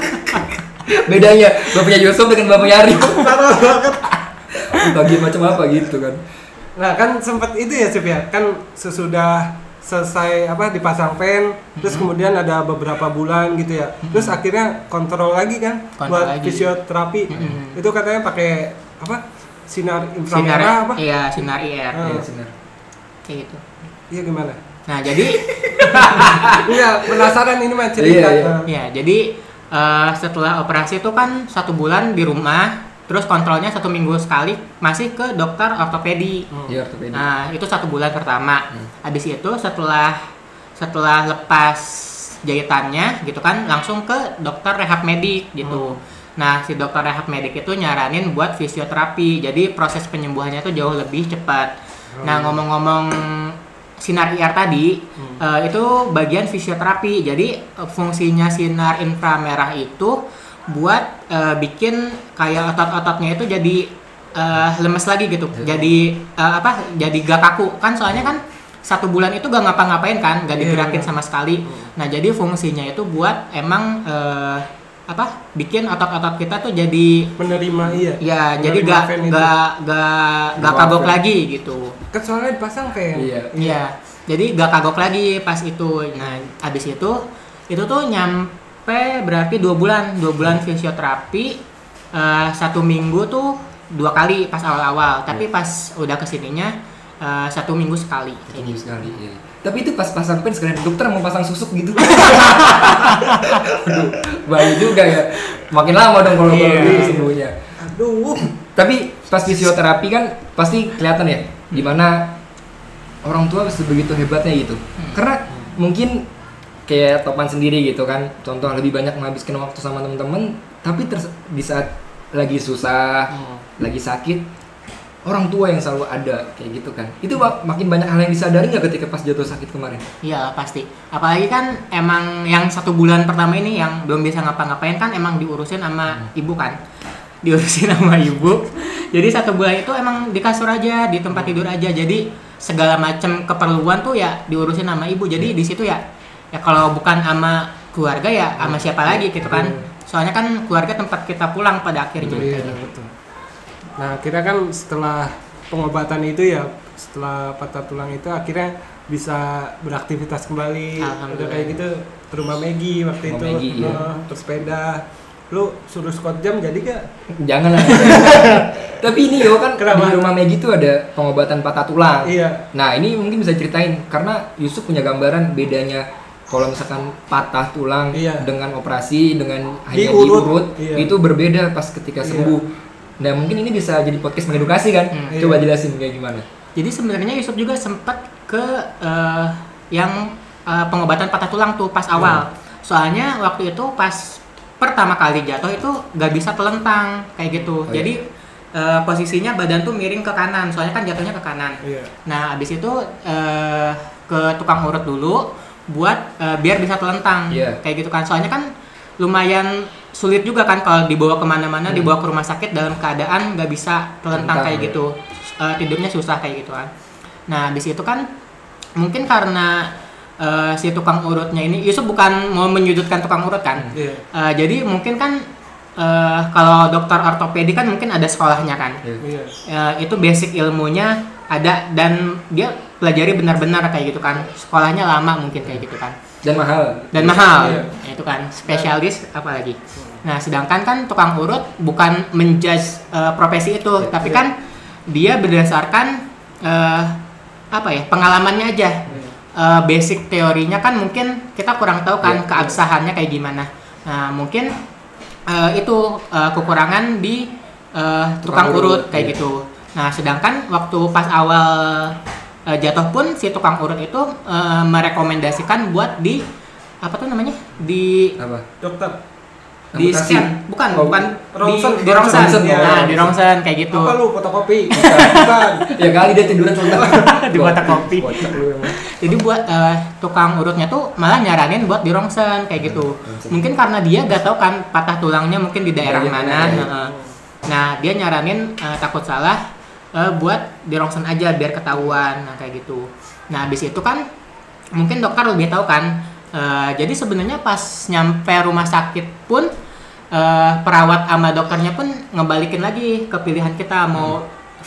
Speaker 1: Bedanya bapaknya Yusuf dengan bapaknya Aryo.
Speaker 2: Parah banget.
Speaker 1: Bagi macam apa gitu kan.
Speaker 2: Nah kan sempat itu ya Sip ya. Kan sesudah selesai apa dipasang pen, mm-hmm. Terus kemudian ada beberapa bulan gitu ya. Mm-hmm. Terus akhirnya kontrol lagi kan kontrol buat lagi. Fisioterapi. Mm-hmm. Itu katanya pakai apa? Sinar inframerah sinar, apa?
Speaker 3: Iya, sinar I R.
Speaker 2: Ah.
Speaker 1: Iya, sinar.
Speaker 3: Kayak gitu.
Speaker 2: Iya gimana?
Speaker 3: Nah, jadi
Speaker 2: iya, penasaran ini mah cerita.
Speaker 3: Iya, iya. Ya, jadi uh, setelah operasi itu kan satu bulan di rumah, terus kontrolnya satu minggu sekali masih ke dokter ortopedi.
Speaker 1: Hmm. Iya, ortopedi.
Speaker 3: Nah, itu satu bulan pertama. Hmm. Habis itu setelah setelah lepas jahitannya gitu kan langsung ke dokter rehab medik gitu. Hmm. Nah, si dokter rehab medik itu nyaranin buat fisioterapi. Jadi proses penyembuhannya itu jauh lebih cepat. Hmm. Nah, ngomong-ngomong sinar I R tadi, hmm. uh, itu bagian fisioterapi. Jadi uh, fungsinya sinar inframerah itu buat uh, bikin kayak otot-ototnya itu jadi uh, lemes lagi gitu. Hmm. Jadi uh, apa? Jadi gak kaku. Kan soalnya kan satu bulan itu gak ngapa-ngapain kan, gak digerakin yeah. Sama sekali. Hmm. Nah, jadi fungsinya itu buat emang uh, apa bikin otot-otot kita tuh jadi
Speaker 2: menerima iya
Speaker 3: ya jadi gak gak gak gak kagok lagi gitu
Speaker 2: kan soalnya dipasang pen
Speaker 3: iya iya jadi gak kagok lagi pas itu. Nah abis itu itu tuh nyampe berarti dua bulan dua bulan fisioterapi uh, satu minggu tuh dua kali pas awal-awal tapi pas udah kesininya uh, satu minggu sekali
Speaker 1: satu minggu sekali iya. Tapi itu pas pasang pen sekalian dokter mau pasang susuk gitu. Aduh, bahaya juga ya. Makin lama dong kalau
Speaker 3: yeah.
Speaker 1: Kalau sembuhnya.
Speaker 2: Aduh.
Speaker 1: Tapi pas fisioterapi kan pasti kelihatan ya gimana orang tua sebegitu hebatnya gitu. Hmm. Karena mungkin kayak Topan sendiri gitu kan. Contoh lebih banyak menghabiskan waktu sama teman-teman, tapi terse- di saat lagi susah, hmm. lagi sakit orang tua yang selalu ada kayak gitu kan. Itu mak- makin banyak hal yang disadari nggak ketika pas jatuh sakit kemarin?
Speaker 3: Iya pasti. Apalagi kan emang yang satu bulan pertama ini yang belum bisa ngapa-ngapain kan emang diurusin sama hmm. ibu kan. Diurusin sama ibu. Jadi satu bulan itu emang di kasur aja, di tempat tidur aja. Jadi segala macam keperluan tuh ya diurusin sama ibu. Jadi hmm. di situ ya ya kalau bukan sama keluarga ya sama siapa lagi gitu kan. Soalnya kan keluarga tempat kita pulang pada akhirnya.
Speaker 2: Iya, betul. Nah akhirnya kan setelah pengobatan itu ya setelah patah tulang itu akhirnya bisa beraktivitas kembali udah kayak gitu ke rumah Maggie waktu rumah itu
Speaker 1: Maggie, iya.
Speaker 2: Bersepeda lu suruh squat jam jadi gak?
Speaker 1: Jangan lah. Tapi ini yo kan
Speaker 2: Kenapa?
Speaker 1: di rumah Maggie tuh ada pengobatan patah tulang.
Speaker 2: Iya.
Speaker 1: Nah ini mungkin bisa ceritain karena Yusuf punya gambaran bedanya kalau misalkan patah tulang
Speaker 2: Iya.
Speaker 1: dengan operasi dengan hanya
Speaker 2: Diurut.
Speaker 1: diurut
Speaker 2: Iya.
Speaker 1: itu berbeda pas ketika
Speaker 2: Iya.
Speaker 1: sembuh. Nah mungkin ini bisa jadi podcast mengedukasi kan?
Speaker 3: Hmm.
Speaker 1: Coba
Speaker 2: Iya.
Speaker 1: jelasin kayak gimana?
Speaker 3: Jadi sebenarnya Yusuf juga sempat ke eh, yang eh, pengobatan patah tulang tuh pas awal. Soalnya waktu itu pas pertama kali jatuh itu gak bisa telentang kayak gitu.
Speaker 1: Oh, iya.
Speaker 3: Jadi eh, posisinya badan tuh miring ke kanan. Soalnya kan jatuhnya ke kanan.
Speaker 2: Iya.
Speaker 3: Nah abis itu eh, ke tukang urut dulu buat eh, biar bisa telentang
Speaker 1: Iya.
Speaker 3: kayak gitu kan. Soalnya kan lumayan sulit juga kan kalau dibawa kemana-mana,
Speaker 1: Hmm.
Speaker 3: dibawa ke rumah sakit dalam keadaan nggak bisa telentang
Speaker 1: Telentang,
Speaker 3: kayak
Speaker 1: ya.
Speaker 3: gitu. Eh, tidurnya susah kayak gitu kan. Nah habis itu kan mungkin karena eh, si tukang urutnya ini, Yusuf bukan mau menyudutkan tukang urut kan.
Speaker 2: Iya.
Speaker 3: Eh, jadi mungkin kan eh, kalau dokter ortopedi kan mungkin ada sekolahnya kan.
Speaker 2: Iya.
Speaker 3: Eh, itu basic ilmunya ada dan dia pelajari benar-benar kayak gitu kan. Sekolahnya lama mungkin kayak gitu kan.
Speaker 1: Dan mahal.
Speaker 3: Dan mahal.
Speaker 2: Iya.
Speaker 3: Ya, itu kan spesialis apalagi. Nah, sedangkan kan tukang urut bukan menjudge eh, profesi itu,
Speaker 1: Iya.
Speaker 3: tapi kan dia berdasarkan eh, apa ya? Pengalamannya aja. Eh, basic teorinya kan mungkin kita kurang tahu kan
Speaker 1: Iya.
Speaker 3: keabsahannya kayak gimana. Nah, mungkin eh, itu eh, kekurangan di eh, tukang,
Speaker 1: Tukang
Speaker 3: urut
Speaker 1: urut,
Speaker 3: kayak
Speaker 1: iya.
Speaker 3: gitu. Nah, sedangkan waktu pas awal eh, jatuh pun si tukang urut itu eh, merekomendasikan buat di apa tuh namanya? Di
Speaker 1: Apa?
Speaker 2: Dokter.
Speaker 3: di
Speaker 1: Amputasi.
Speaker 3: scan, bukan,
Speaker 1: Oh,
Speaker 3: bukan
Speaker 2: rongsen,
Speaker 3: di, di rongsen.
Speaker 1: rongsen,
Speaker 2: ya.
Speaker 3: Nah, di rongsen kayak gitu.
Speaker 2: Apa lu fotokopi? Bukan.
Speaker 1: Ya kali dia tiduran soalnya.
Speaker 3: Di kotak kopi.
Speaker 1: Kocak lu emang.
Speaker 3: Jadi buat eh, tukang urutnya tuh malah nyaranin buat di rongsen kayak gitu.
Speaker 1: Rongsen.
Speaker 3: Mungkin karena dia gak tahu kan patah tulangnya mungkin di daerah
Speaker 1: Bagian
Speaker 3: mana.
Speaker 1: mana, ya.
Speaker 3: Heeh. Nah, dia nyaranin eh, takut salah eh, buat di rongsen aja biar ketahuan, nah kayak gitu. Nah, habis itu kan mungkin dokter lebih tahu kan. Eh, jadi sebenarnya pas nyampe rumah sakit pun eh, perawat sama dokternya pun ngebalikin lagi ke pilihan kita mau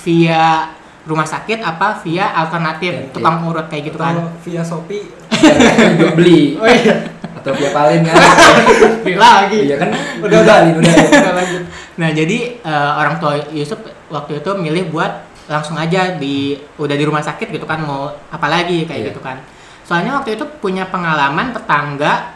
Speaker 3: via rumah sakit apa via alternatif
Speaker 1: Oke.
Speaker 3: tukang urut kayak gitu kan.
Speaker 2: Atau via Shopee.
Speaker 1: Juga beli.
Speaker 2: Oh iya.
Speaker 1: Atau via Palin kan.
Speaker 3: Beli lagi.
Speaker 1: Iya kan?
Speaker 2: Udah,
Speaker 1: udah udah. udah.
Speaker 2: Udah lanjut.
Speaker 3: Nah, jadi eh, orang tua Yusuf waktu itu milih buat langsung aja di udah di rumah sakit gitu kan mau apalagi kayak
Speaker 1: Iya.
Speaker 3: gitu kan. Soalnya waktu itu punya pengalaman tetangga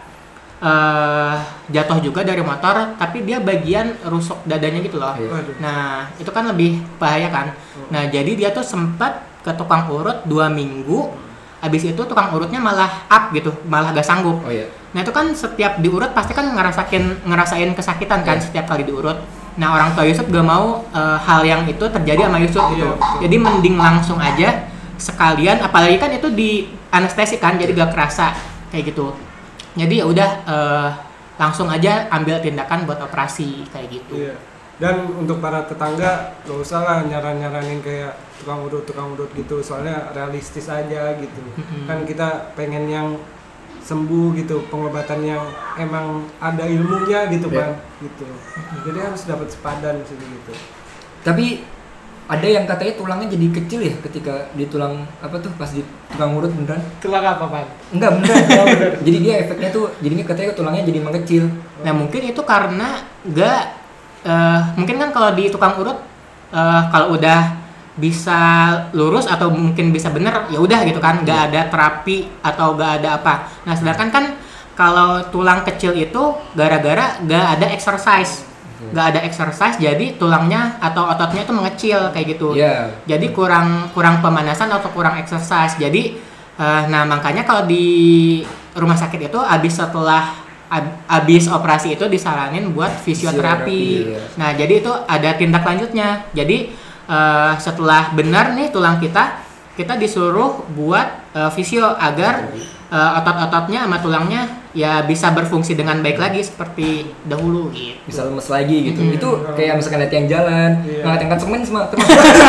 Speaker 3: eh, jatuh juga dari motor tapi dia bagian rusuk dadanya gitu loh.
Speaker 1: Iya.
Speaker 2: Waduh.
Speaker 3: Nah, itu kan lebih bahaya kan. Nah, jadi dia tuh sempat ke tukang urut dua minggu. Habis itu tukang urutnya malah up gitu, malah gak sanggup.
Speaker 1: Oh iya.
Speaker 3: Nah, itu kan setiap diurut pasti kan ngerasain ngerasain kesakitan kan
Speaker 1: Iya.
Speaker 3: setiap kali diurut. Nah, orang tua Yusuf gak mau eh, hal yang itu terjadi sama Yusuf gitu.
Speaker 2: Iya, betul.
Speaker 3: Jadi mending langsung aja sekalian, apalagi kan itu di anestesi kan, jadi gak kerasa kayak gitu. Jadi ya udah eh, langsung aja ambil tindakan buat operasi kayak gitu.
Speaker 2: Iya. Dan untuk para tetangga gak usah lah nyaran-nyaranin kayak tukang urut tukang urut gitu, soalnya realistis aja gitu.
Speaker 3: Mm-mm.
Speaker 2: Kan kita pengen yang sembuh gitu, pengobatan yang emang ada ilmunya gitu
Speaker 1: Iya.
Speaker 2: kan, gitu. Jadi harus dapat sepadan sih gitu.
Speaker 1: Tapi ada yang katanya tulangnya jadi kecil ya ketika di tulang apa tuh pas di tukang urut beneran?
Speaker 2: Tulang apa Pan?
Speaker 1: Enggak beneran. Jadi dia efeknya tuh jadinya katanya tulangnya jadi mengecil.
Speaker 3: Nah, mungkin itu karena gak eh, mungkin kan kalau di tukang urut eh, kalau udah bisa lurus atau mungkin bisa bener ya udah gitu kan, gak ada terapi atau gak ada apa. Nah, sedangkan kan kalau tulang kecil itu gara-gara gak ada exercise, gak ada exercise jadi tulangnya atau ototnya itu mengecil kayak gitu.
Speaker 1: Iya.
Speaker 3: Jadi kurang kurang pemanasan atau kurang exercise. Jadi eh, nah makanya kalau di rumah sakit itu abis setelah ab- abis operasi itu disaranin buat fisioterapi.
Speaker 1: Fisioterapi, iya.
Speaker 3: Nah, jadi itu ada tindak lanjutnya. Jadi eh, setelah benar nih tulang kita, kita disuruh buat eh, fisio agar eh, otot-ototnya sama tulangnya ya bisa berfungsi dengan baik lagi seperti dahulu gitu.
Speaker 1: Bisa lemes lagi gitu.
Speaker 3: Mm-hmm.
Speaker 1: Itu kayak misalkan lihat yang jalan,
Speaker 2: Iya.
Speaker 1: ngangkat-ngangkat semen semua terus.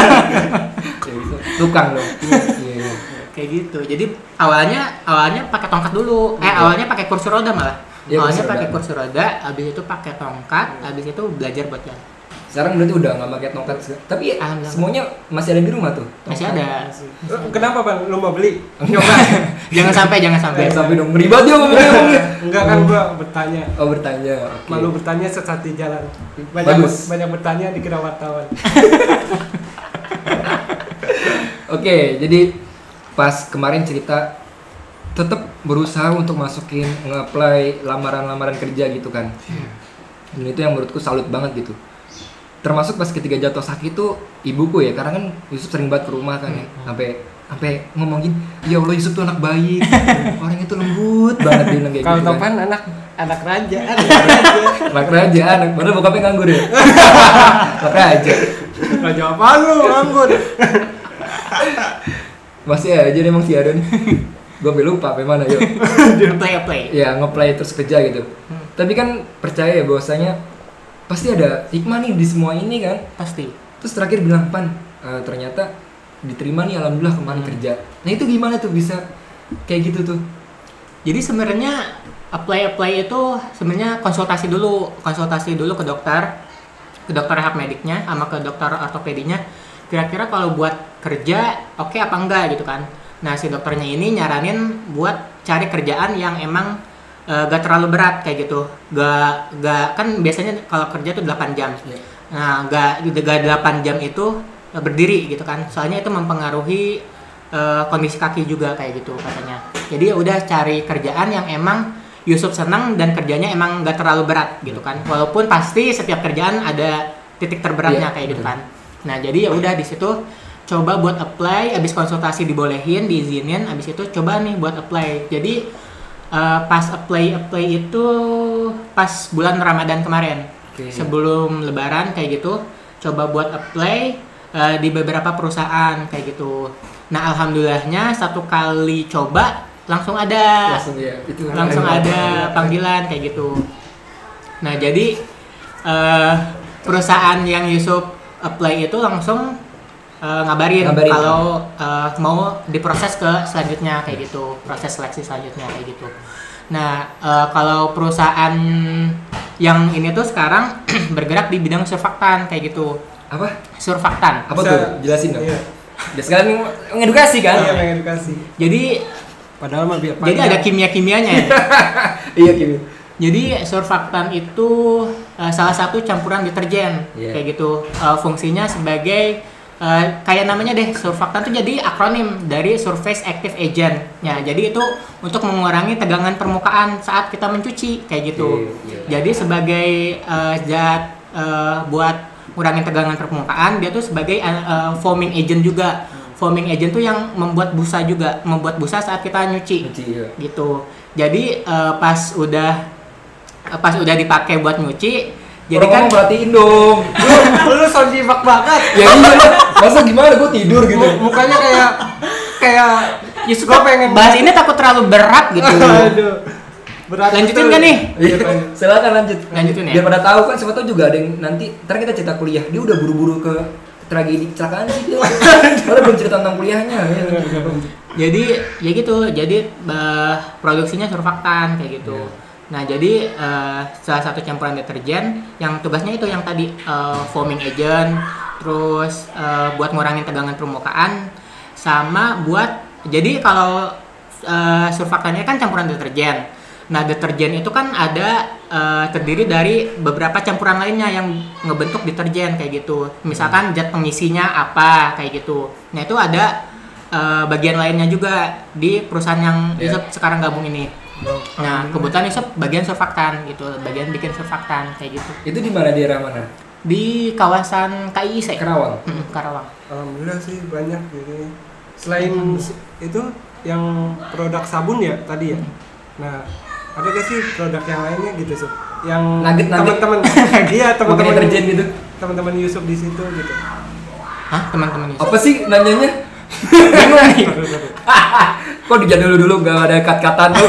Speaker 1: Ya gitu. Tukang dong. Iya. iya.
Speaker 3: Kayak gitu. Jadi awalnya awalnya pakai tongkat dulu. Eh
Speaker 1: Iya.
Speaker 3: awalnya pakai kursi roda malah.
Speaker 1: Iya,
Speaker 3: awalnya
Speaker 1: kursi
Speaker 3: pakai
Speaker 1: roda.
Speaker 3: kursi roda, habis itu pakai tongkat, habis itu belajar buat jalan.
Speaker 1: Sekarang berarti udah nggak pakai tongkat, tapi semuanya masih ada di rumah tuh.
Speaker 3: Masih ada.
Speaker 2: Kenapa bang? Lu mau beli?
Speaker 3: Nyoba. jangan sampai, jangan sampai.
Speaker 1: Jangan sampai dong. Ribet dia ngomongnya.
Speaker 2: Enggak kan gua bertanya.
Speaker 1: Oh bertanya. Okay.
Speaker 2: Malu bertanya sesat di jalan. Banyak
Speaker 1: Bagus.
Speaker 2: banyak bertanya dikira wartawan.
Speaker 1: Oke, okay, jadi pas kemarin cerita tetap berusaha untuk masukin nge-apply lamaran-lamaran kerja gitu kan. Dan itu yang menurutku salut banget gitu. Termasuk pas ketika jatuh sakit tuh ibuku ya, karena kan Yusuf sering banget ke rumah kan ya, sampai sampai ngomongin, ya Allah Yusuf tuh anak baik, orang itu lembut banget dia kayak gitu.
Speaker 2: Kalau
Speaker 1: Topan
Speaker 2: kan anak anak raja, anak raja,
Speaker 1: anak raja, anak padahal bokapnya nganggur ya, anak raja.
Speaker 2: Raja apa lu nganggur?
Speaker 1: Masih aja nih emang si Adon. Gue sampai lupa apa mana yuk.
Speaker 3: Play play.
Speaker 1: Ya nge-play terus kerja gitu. Hmm. Tapi kan percaya ya bahwasanya pasti ada hikmah nih di semua ini kan.
Speaker 3: Pasti.
Speaker 1: Terus terakhir bilang Pan, uh, ternyata diterima nih alhamdulillah kemarin hmm. kerja. Nah itu gimana tuh bisa kayak gitu tuh?
Speaker 3: Jadi sebenarnya apply apply itu sebenarnya konsultasi dulu, konsultasi dulu ke dokter, ke dokter rehab mediknya, sama ke dokter ortopedinya. Kira-kira kalau buat kerja oke okay apa enggak gitu kan? Nah si dokternya ini nyaranin buat cari kerjaan yang emang uh, gak terlalu berat kayak gitu, gak gak kan biasanya kalau kerja tuh delapan jam. Yeah. Nah gak gak delapan jam itu uh, berdiri gitu kan, soalnya itu mempengaruhi uh, kondisi kaki juga kayak gitu katanya. Jadi ya udah cari kerjaan yang emang Yusuf senang dan kerjanya emang gak terlalu berat gitu kan, walaupun pasti setiap kerjaan ada titik terberatnya yeah. kayak gitu kan. Nah jadi ya udah di situ coba buat apply, abis konsultasi dibolehin, diizinin, abis itu coba nih buat apply. Jadi uh, pas apply apply itu pas bulan Ramadan kemarin, okay. sebelum Lebaran kayak gitu, coba buat apply uh, di beberapa perusahaan kayak gitu. Nah alhamdulillahnya satu kali coba langsung ada,
Speaker 1: langsung, ya. Itu
Speaker 3: langsung ada panggilan kayak gitu. Nah jadi uh, perusahaan yang Yusuf apply itu langsung Uh, ngabarin, ngabarin kalau uh, mau diproses ke selanjutnya kayak gitu, proses seleksi selanjutnya kayak gitu. Nah uh, kalau perusahaan yang ini tuh sekarang bergerak di bidang surfaktan kayak gitu.
Speaker 1: Apa?
Speaker 3: Surfaktan.
Speaker 1: Apa tuh? Jelasin dong.
Speaker 2: Iya.
Speaker 1: Dia sekarang mengedukasi kan?
Speaker 2: Iya mengedukasi.
Speaker 3: Jadi
Speaker 2: padahal mah biar
Speaker 3: jadi ada kimia-kimianya ya.
Speaker 1: Iya kimia.
Speaker 3: Jadi surfaktan itu uh, salah satu campuran deterjen yeah. kayak gitu. Uh, fungsinya sebagai Uh, kayak namanya deh, surfaktan itu jadi akronim dari Surface Active Agent. Ya, jadi itu untuk mengurangi tegangan permukaan saat kita mencuci kayak gitu. Yeah, yeah. Jadi sebagai uh, zat uh, buat ngurangin tegangan permukaan, dia tuh sebagai uh, foaming agent juga. Foaming agent tuh yang membuat busa juga, membuat busa saat kita nyuci. Nyuci yeah. gitu. Jadi uh, pas udah uh, pas udah dipakai buat nyuci, jadi
Speaker 1: orang
Speaker 3: kan
Speaker 1: perhatiin dong.
Speaker 2: Lu lu so jimak banget.
Speaker 1: Ya iya. Masa gimana gue tidur gitu.
Speaker 2: Mukanya kayak kayak
Speaker 3: Yusuf gue pengen bahas ini takut terlalu berat gitu.
Speaker 2: Aduh. Berat.
Speaker 3: Lanjutin kan nih?
Speaker 1: Iya, silakan lanjut.
Speaker 3: Lanjutin ya.
Speaker 1: Biar pada tahu kan, siapa tahu juga ada yang nanti ntar kita cerita kuliah. Dia udah buru-buru ke tragedi kecelakaan sih dia. Padahal belum cerita tentang kuliahnya ya.
Speaker 3: Jadi ya gitu. Jadi bah, produksinya surfaktan kayak gitu. Yeah. Nah jadi uh, salah satu campuran deterjen yang tugasnya itu yang tadi uh, foaming agent, terus uh, buat ngurangin tegangan permukaan, sama buat jadi kalau uh, surfaktannya kan campuran deterjen. Nah deterjen itu kan ada uh, terdiri dari beberapa campuran lainnya yang ngebentuk deterjen kayak gitu. Misalkan zat pengisinya apa kayak gitu. Nah itu ada uh, bagian lainnya juga di perusahaan yang yeah. Yusuf sekarang gabung ini. Nah, kebetulan Yusuf bagian surfaktan gitu, bagian bikin surfaktan kayak gitu.
Speaker 1: Itu di mana, daerah mana?
Speaker 3: Di kawasan K I I C.
Speaker 1: Karawang.
Speaker 3: Hmm, Karawang.
Speaker 2: Alhamdulillah sih banyak gitu. Selain itu yang produk sabun ya tadi ya. Nah, ada gak sih produk yang lainnya gitu, Sob? Yang teman-teman iya, teman-teman
Speaker 1: deterjen gitu.
Speaker 2: Teman-teman Yusuf di situ gitu.
Speaker 3: Hah, teman-teman Yusuf?
Speaker 1: Apa sih nanyanya? Bingung nih. Kok dijadul dulu gak ada kat-katan tuh.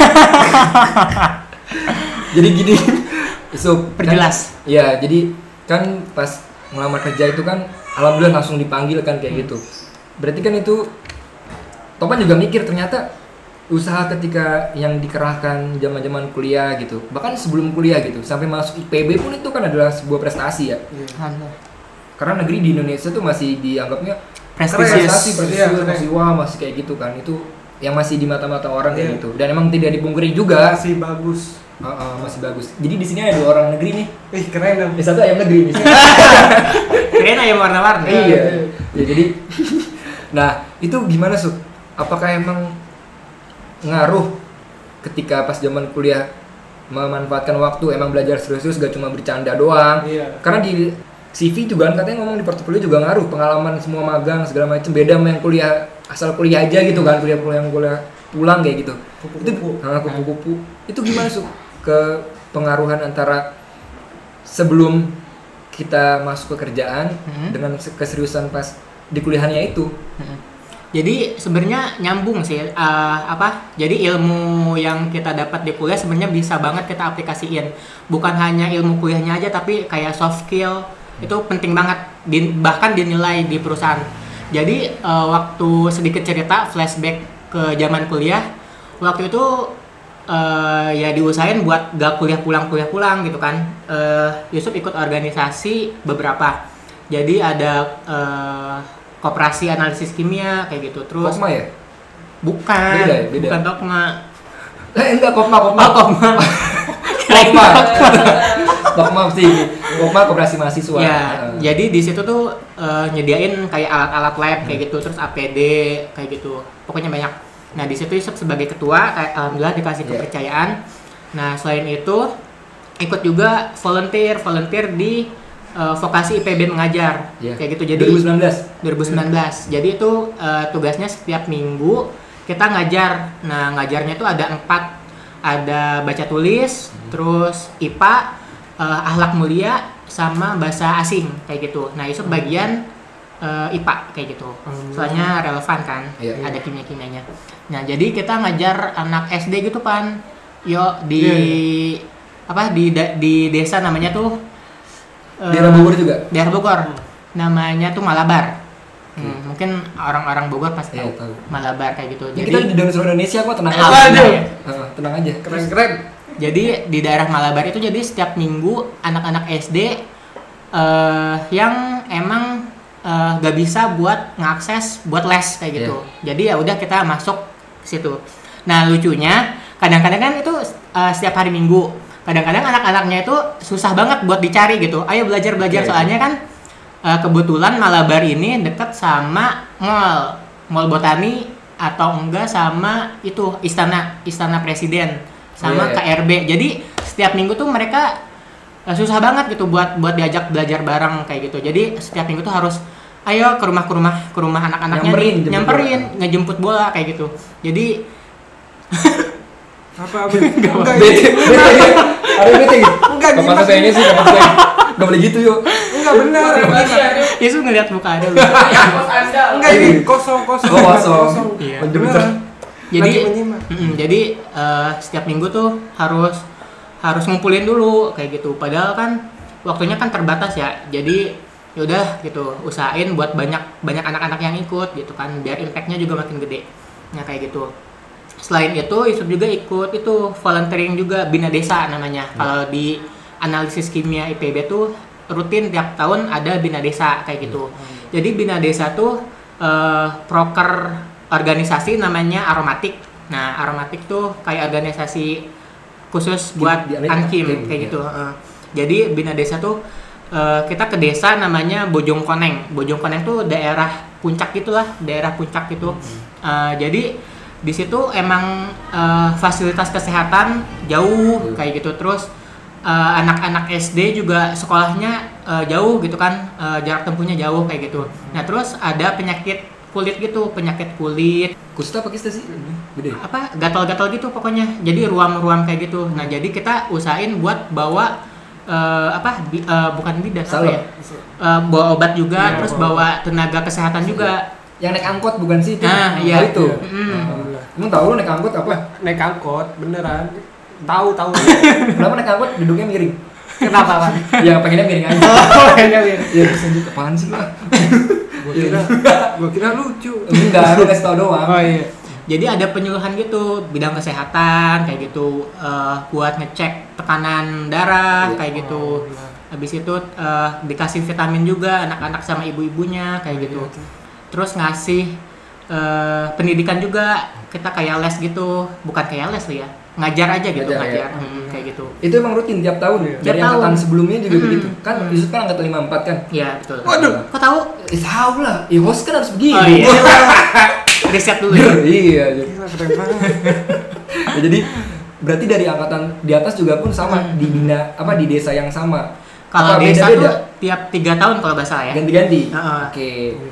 Speaker 1: Jadi gini, so
Speaker 3: perjelas.
Speaker 1: Kan, ya, jadi kan pas ngelamar kerja itu kan alhamdulillah langsung dipanggil kan kayak gitu. Berarti kan itu Topan juga mikir ternyata usaha ketika yang dikerahkan zaman-zaman kuliah gitu. Bahkan sebelum kuliah gitu, sampai masuk I P B pun itu kan adalah sebuah prestasi ya.
Speaker 3: Iya.
Speaker 1: karena negeri di Indonesia tuh masih dianggapnya
Speaker 3: Prestisius.
Speaker 1: prestasi, prestisius,
Speaker 2: Iya,
Speaker 1: masih wah masih kayak gitu kan, itu yang masih di mata-mata orang kayak
Speaker 2: Iya.
Speaker 1: gitu, dan emang tidak dipungkiri juga.
Speaker 2: Masih bagus.
Speaker 1: Uh, uh, masih bagus. Jadi di sini ada dua orang negeri nih.
Speaker 2: Ih keren dong.
Speaker 1: Yang satu ayam negeri nih.
Speaker 3: Kirain ayam warna-warni.
Speaker 1: Iya. Ya, jadi nah, itu gimana, Suk? Apakah emang ngaruh ketika pas zaman kuliah memanfaatkan waktu, emang belajar serius-serius gak cuma bercanda doang?
Speaker 2: Iya.
Speaker 1: Karena di C V juga kan katanya ngomong di portofolio juga ngaruh, pengalaman semua magang segala macam, beda sama yang kuliah asal kuliah aja gitu kan, kuliah kuliah yang kuliah pulang kayak gitu.
Speaker 2: Kupu-kupu.
Speaker 1: Itu nah, kupu-kupu. Itu gimana, Suk? Ke pengaruhan antara sebelum kita masuk ke kerjaan
Speaker 3: Hmm.
Speaker 1: dengan keseriusan pas di kuliahnya itu.
Speaker 3: Hmm. Jadi sebenarnya nyambung sih, uh, apa? Jadi ilmu yang kita dapat di kuliah sebenarnya bisa banget kita aplikasiin. Bukan hanya ilmu kuliahnya aja, tapi kayak soft skill itu penting banget, di, bahkan dinilai di perusahaan. Jadi uh, waktu sedikit cerita flashback ke zaman kuliah, waktu itu uh, ya diusahain buat gak kuliah pulang kuliah pulang gitu kan. Uh, Yusuf ikut organisasi beberapa. Jadi ada uh, koperasi analisis kimia kayak gitu. Terus
Speaker 1: Kopma ya?
Speaker 3: bukan,
Speaker 1: Beda ya? Beda.
Speaker 3: bukan Tokma.
Speaker 1: Eh enggak, Kopma, Kopma.
Speaker 3: Oh, Kopma.
Speaker 1: Kopma. Kopma sih. Kopma koperasi mahasiswa.
Speaker 3: Ya,
Speaker 1: Heeh.
Speaker 3: jadi di situ tuh uh, nyediain kayak alat-alat lab kayak gitu, terus A P D kayak gitu. Pokoknya banyak. Nah, di situ Yusuf sebagai ketua, kayak alhamdulillah dikasih
Speaker 1: Yeah.
Speaker 3: kepercayaan. Nah, selain itu ikut juga volunteer, volunteer di uh, vokasi I P B mengajar.
Speaker 1: Yeah.
Speaker 3: Kayak gitu. Jadi
Speaker 1: dua ribu sembilan belas.
Speaker 3: dua ribu sembilan belas. Jadi itu uh, tugasnya setiap minggu kita ngajar. Nah, ngajarnya itu ada empat. Ada baca tulis,
Speaker 1: Hmm.
Speaker 3: terus I P A, uh, akhlak mulia, sama bahasa asing kayak gitu. Nah, Yusuf bagian uh, I P A kayak gitu.
Speaker 2: Hmm.
Speaker 3: Soalnya relevan kan,
Speaker 1: Iya.
Speaker 3: ada kimia-kimianya. Nah, jadi kita ngajar anak S D gitu Pan. Yo di
Speaker 2: Iya, iya.
Speaker 3: apa di da- di desa namanya tuh uh,
Speaker 1: Daerah Bogor juga.
Speaker 3: Daerah Bogor. Namanya tuh Malabar. Hmm, mungkin orang-orang Bogor pasti
Speaker 1: Iya,
Speaker 3: tahu.
Speaker 1: tahu.
Speaker 3: Malabar kayak gitu.
Speaker 1: Ini
Speaker 3: Jadi
Speaker 1: kita di dalam seluruh Indonesia kok, tenang aja.
Speaker 3: Aduh.
Speaker 1: Heeh, tenang aja.
Speaker 2: Keren-keren.
Speaker 3: Jadi di daerah Malabar itu jadi setiap minggu anak-anak S D eh, yang emang eh, gak bisa buat ngakses buat les kayak gitu. Jadi ya udah kita masuk ke situ. Nah, lucunya kadang-kadang kan itu eh, setiap hari Minggu. Kadang-kadang anak-anaknya itu susah banget buat dicari gitu. Ayo belajar-belajar
Speaker 1: Oke.
Speaker 3: soalnya kan eh, kebetulan Malabar ini dekat sama mall, Mall Botani atau enggak sama itu istana istana presiden sama
Speaker 1: Iya, iya.
Speaker 3: K R B. Jadi setiap minggu tuh mereka uh, susah banget gitu buat buat diajak belajar bareng kayak gitu. Jadi setiap minggu tuh harus ayo ke rumah ke rumah ke rumah anak-anaknya
Speaker 1: Nyamperin,
Speaker 3: nih,
Speaker 1: jemput
Speaker 3: nyamperin
Speaker 1: bola.
Speaker 3: ngejemput bola kayak gitu. Jadi
Speaker 2: Apa apa? Enggak
Speaker 1: Bete,
Speaker 2: ini.
Speaker 1: bete. Ada bete gitu.
Speaker 2: Enggak
Speaker 1: Apa
Speaker 2: gimana?
Speaker 1: sayangnya sih, apa saya? Enggak boleh gitu, yuk.
Speaker 2: Enggak benar.
Speaker 3: Yesus ngelihat muka ada lu.
Speaker 2: Enggak ini kosong kosong.
Speaker 1: Oh, kosong.
Speaker 3: Iya.
Speaker 2: Beneran.
Speaker 3: Jadi
Speaker 2: Lagi menyimak.
Speaker 3: mm-mm, jadi uh, setiap minggu tuh harus harus ngumpulin dulu kayak gitu. Padahal kan waktunya kan terbatas ya. Jadi yaudah gitu usahain buat banyak banyak anak-anak yang ikut gitu kan biar impactnya juga makin gede. Nah kayak gitu. Selain itu Yusuf juga ikut itu volunteering juga Bina Desa namanya.
Speaker 1: Hmm.
Speaker 3: Kalau di analisis kimia I P B tuh rutin tiap tahun ada Bina Desa kayak gitu.
Speaker 1: Hmm.
Speaker 3: Jadi Bina Desa tuh uh, proker organisasi namanya Aromatik. Nah, Aromatik tuh kayak organisasi khusus buat
Speaker 1: Di- di-
Speaker 3: Ankim
Speaker 1: Ankim,
Speaker 3: kayak
Speaker 1: ya.
Speaker 3: gitu. Uh, jadi Bina Desa tuh uh, kita ke desa namanya Bojongkoneng. Bojongkoneng tuh daerah puncak gitulah, daerah puncak gitu. Uh, jadi di situ emang uh, fasilitas kesehatan jauh
Speaker 1: Hmm.
Speaker 3: kayak gitu. Terus uh, anak-anak S D juga sekolahnya uh, jauh gitu kan, uh, jarak tempuhnya jauh kayak gitu. Nah terus ada penyakit kulit gitu, penyakit kulit
Speaker 1: Kusta pakai sih? Gede.
Speaker 3: apa gatal-gatal gitu pokoknya. Jadi ruam-ruam kayak gitu. Nah jadi kita usahain buat bawa uh, apa bi- uh, bukan bidas apa
Speaker 1: Salep.
Speaker 3: ya, Uh, bawa obat juga,
Speaker 2: Iya,
Speaker 3: terus
Speaker 2: bawa
Speaker 3: bawa tenaga kesehatan juga.
Speaker 1: Yang naik angkot bukan sih itu?
Speaker 3: Nah,
Speaker 1: Oh,
Speaker 3: iya.
Speaker 1: itu.
Speaker 3: Mm.
Speaker 2: Alhamdulillah.
Speaker 1: Emang tahu lu naik angkot apa?
Speaker 2: Naik angkot beneran. Tahu tahu.
Speaker 1: Kenapa naik angkot duduknya miring?
Speaker 3: Kenapa Pak?
Speaker 1: Ya pengennya miring aja.
Speaker 3: Oh, kayaknya Win.
Speaker 1: Ya terus lanjut apaan sih lah?
Speaker 2: Gua kira gua kira lucu.
Speaker 1: Enggak, lu kasih tau doang.
Speaker 2: Oh iya.
Speaker 3: Jadi ada penyuluhan gitu bidang kesehatan kayak gitu, eh, buat ngecek tekanan darah
Speaker 1: Iya.
Speaker 3: kayak gitu. habis itu uh, dikasih vitamin juga anak-anak sama ibu-ibunya kayak gitu. Terus ngasih uh, pendidikan juga, kita kayak les gitu, bukan kayak les ya, ngajar aja gitu,
Speaker 1: ngajar,
Speaker 3: ngajar,
Speaker 1: ya.
Speaker 3: hmm, kayak gitu.
Speaker 1: Itu emang rutin tiap tahun ya? Dari
Speaker 3: Tiap
Speaker 1: angkatan
Speaker 3: tahun.
Speaker 1: sebelumnya juga
Speaker 3: Hmm.
Speaker 1: begitu. Kan
Speaker 3: Hmm.
Speaker 1: Yusuf kan angkatan lima puluh empat kan?
Speaker 3: Iya betul.
Speaker 2: Waduh.
Speaker 3: Kok tahu?
Speaker 1: Eh, tahu lah. Ya host kan harus begini.
Speaker 3: Oh iya. Riset dulu ya.
Speaker 1: Iya. jadi-
Speaker 2: Gila, keren banget.
Speaker 1: Ya, jadi berarti dari angkatan di atas juga pun sama
Speaker 3: Hmm.
Speaker 1: dibina apa di desa yang sama.
Speaker 3: Kalau
Speaker 1: Apa
Speaker 3: desa
Speaker 1: beda-beda?
Speaker 3: tuh tiap tiga tahun kalau nggak salah ya.
Speaker 1: Ganti-ganti.
Speaker 3: Heeh.
Speaker 1: Oke.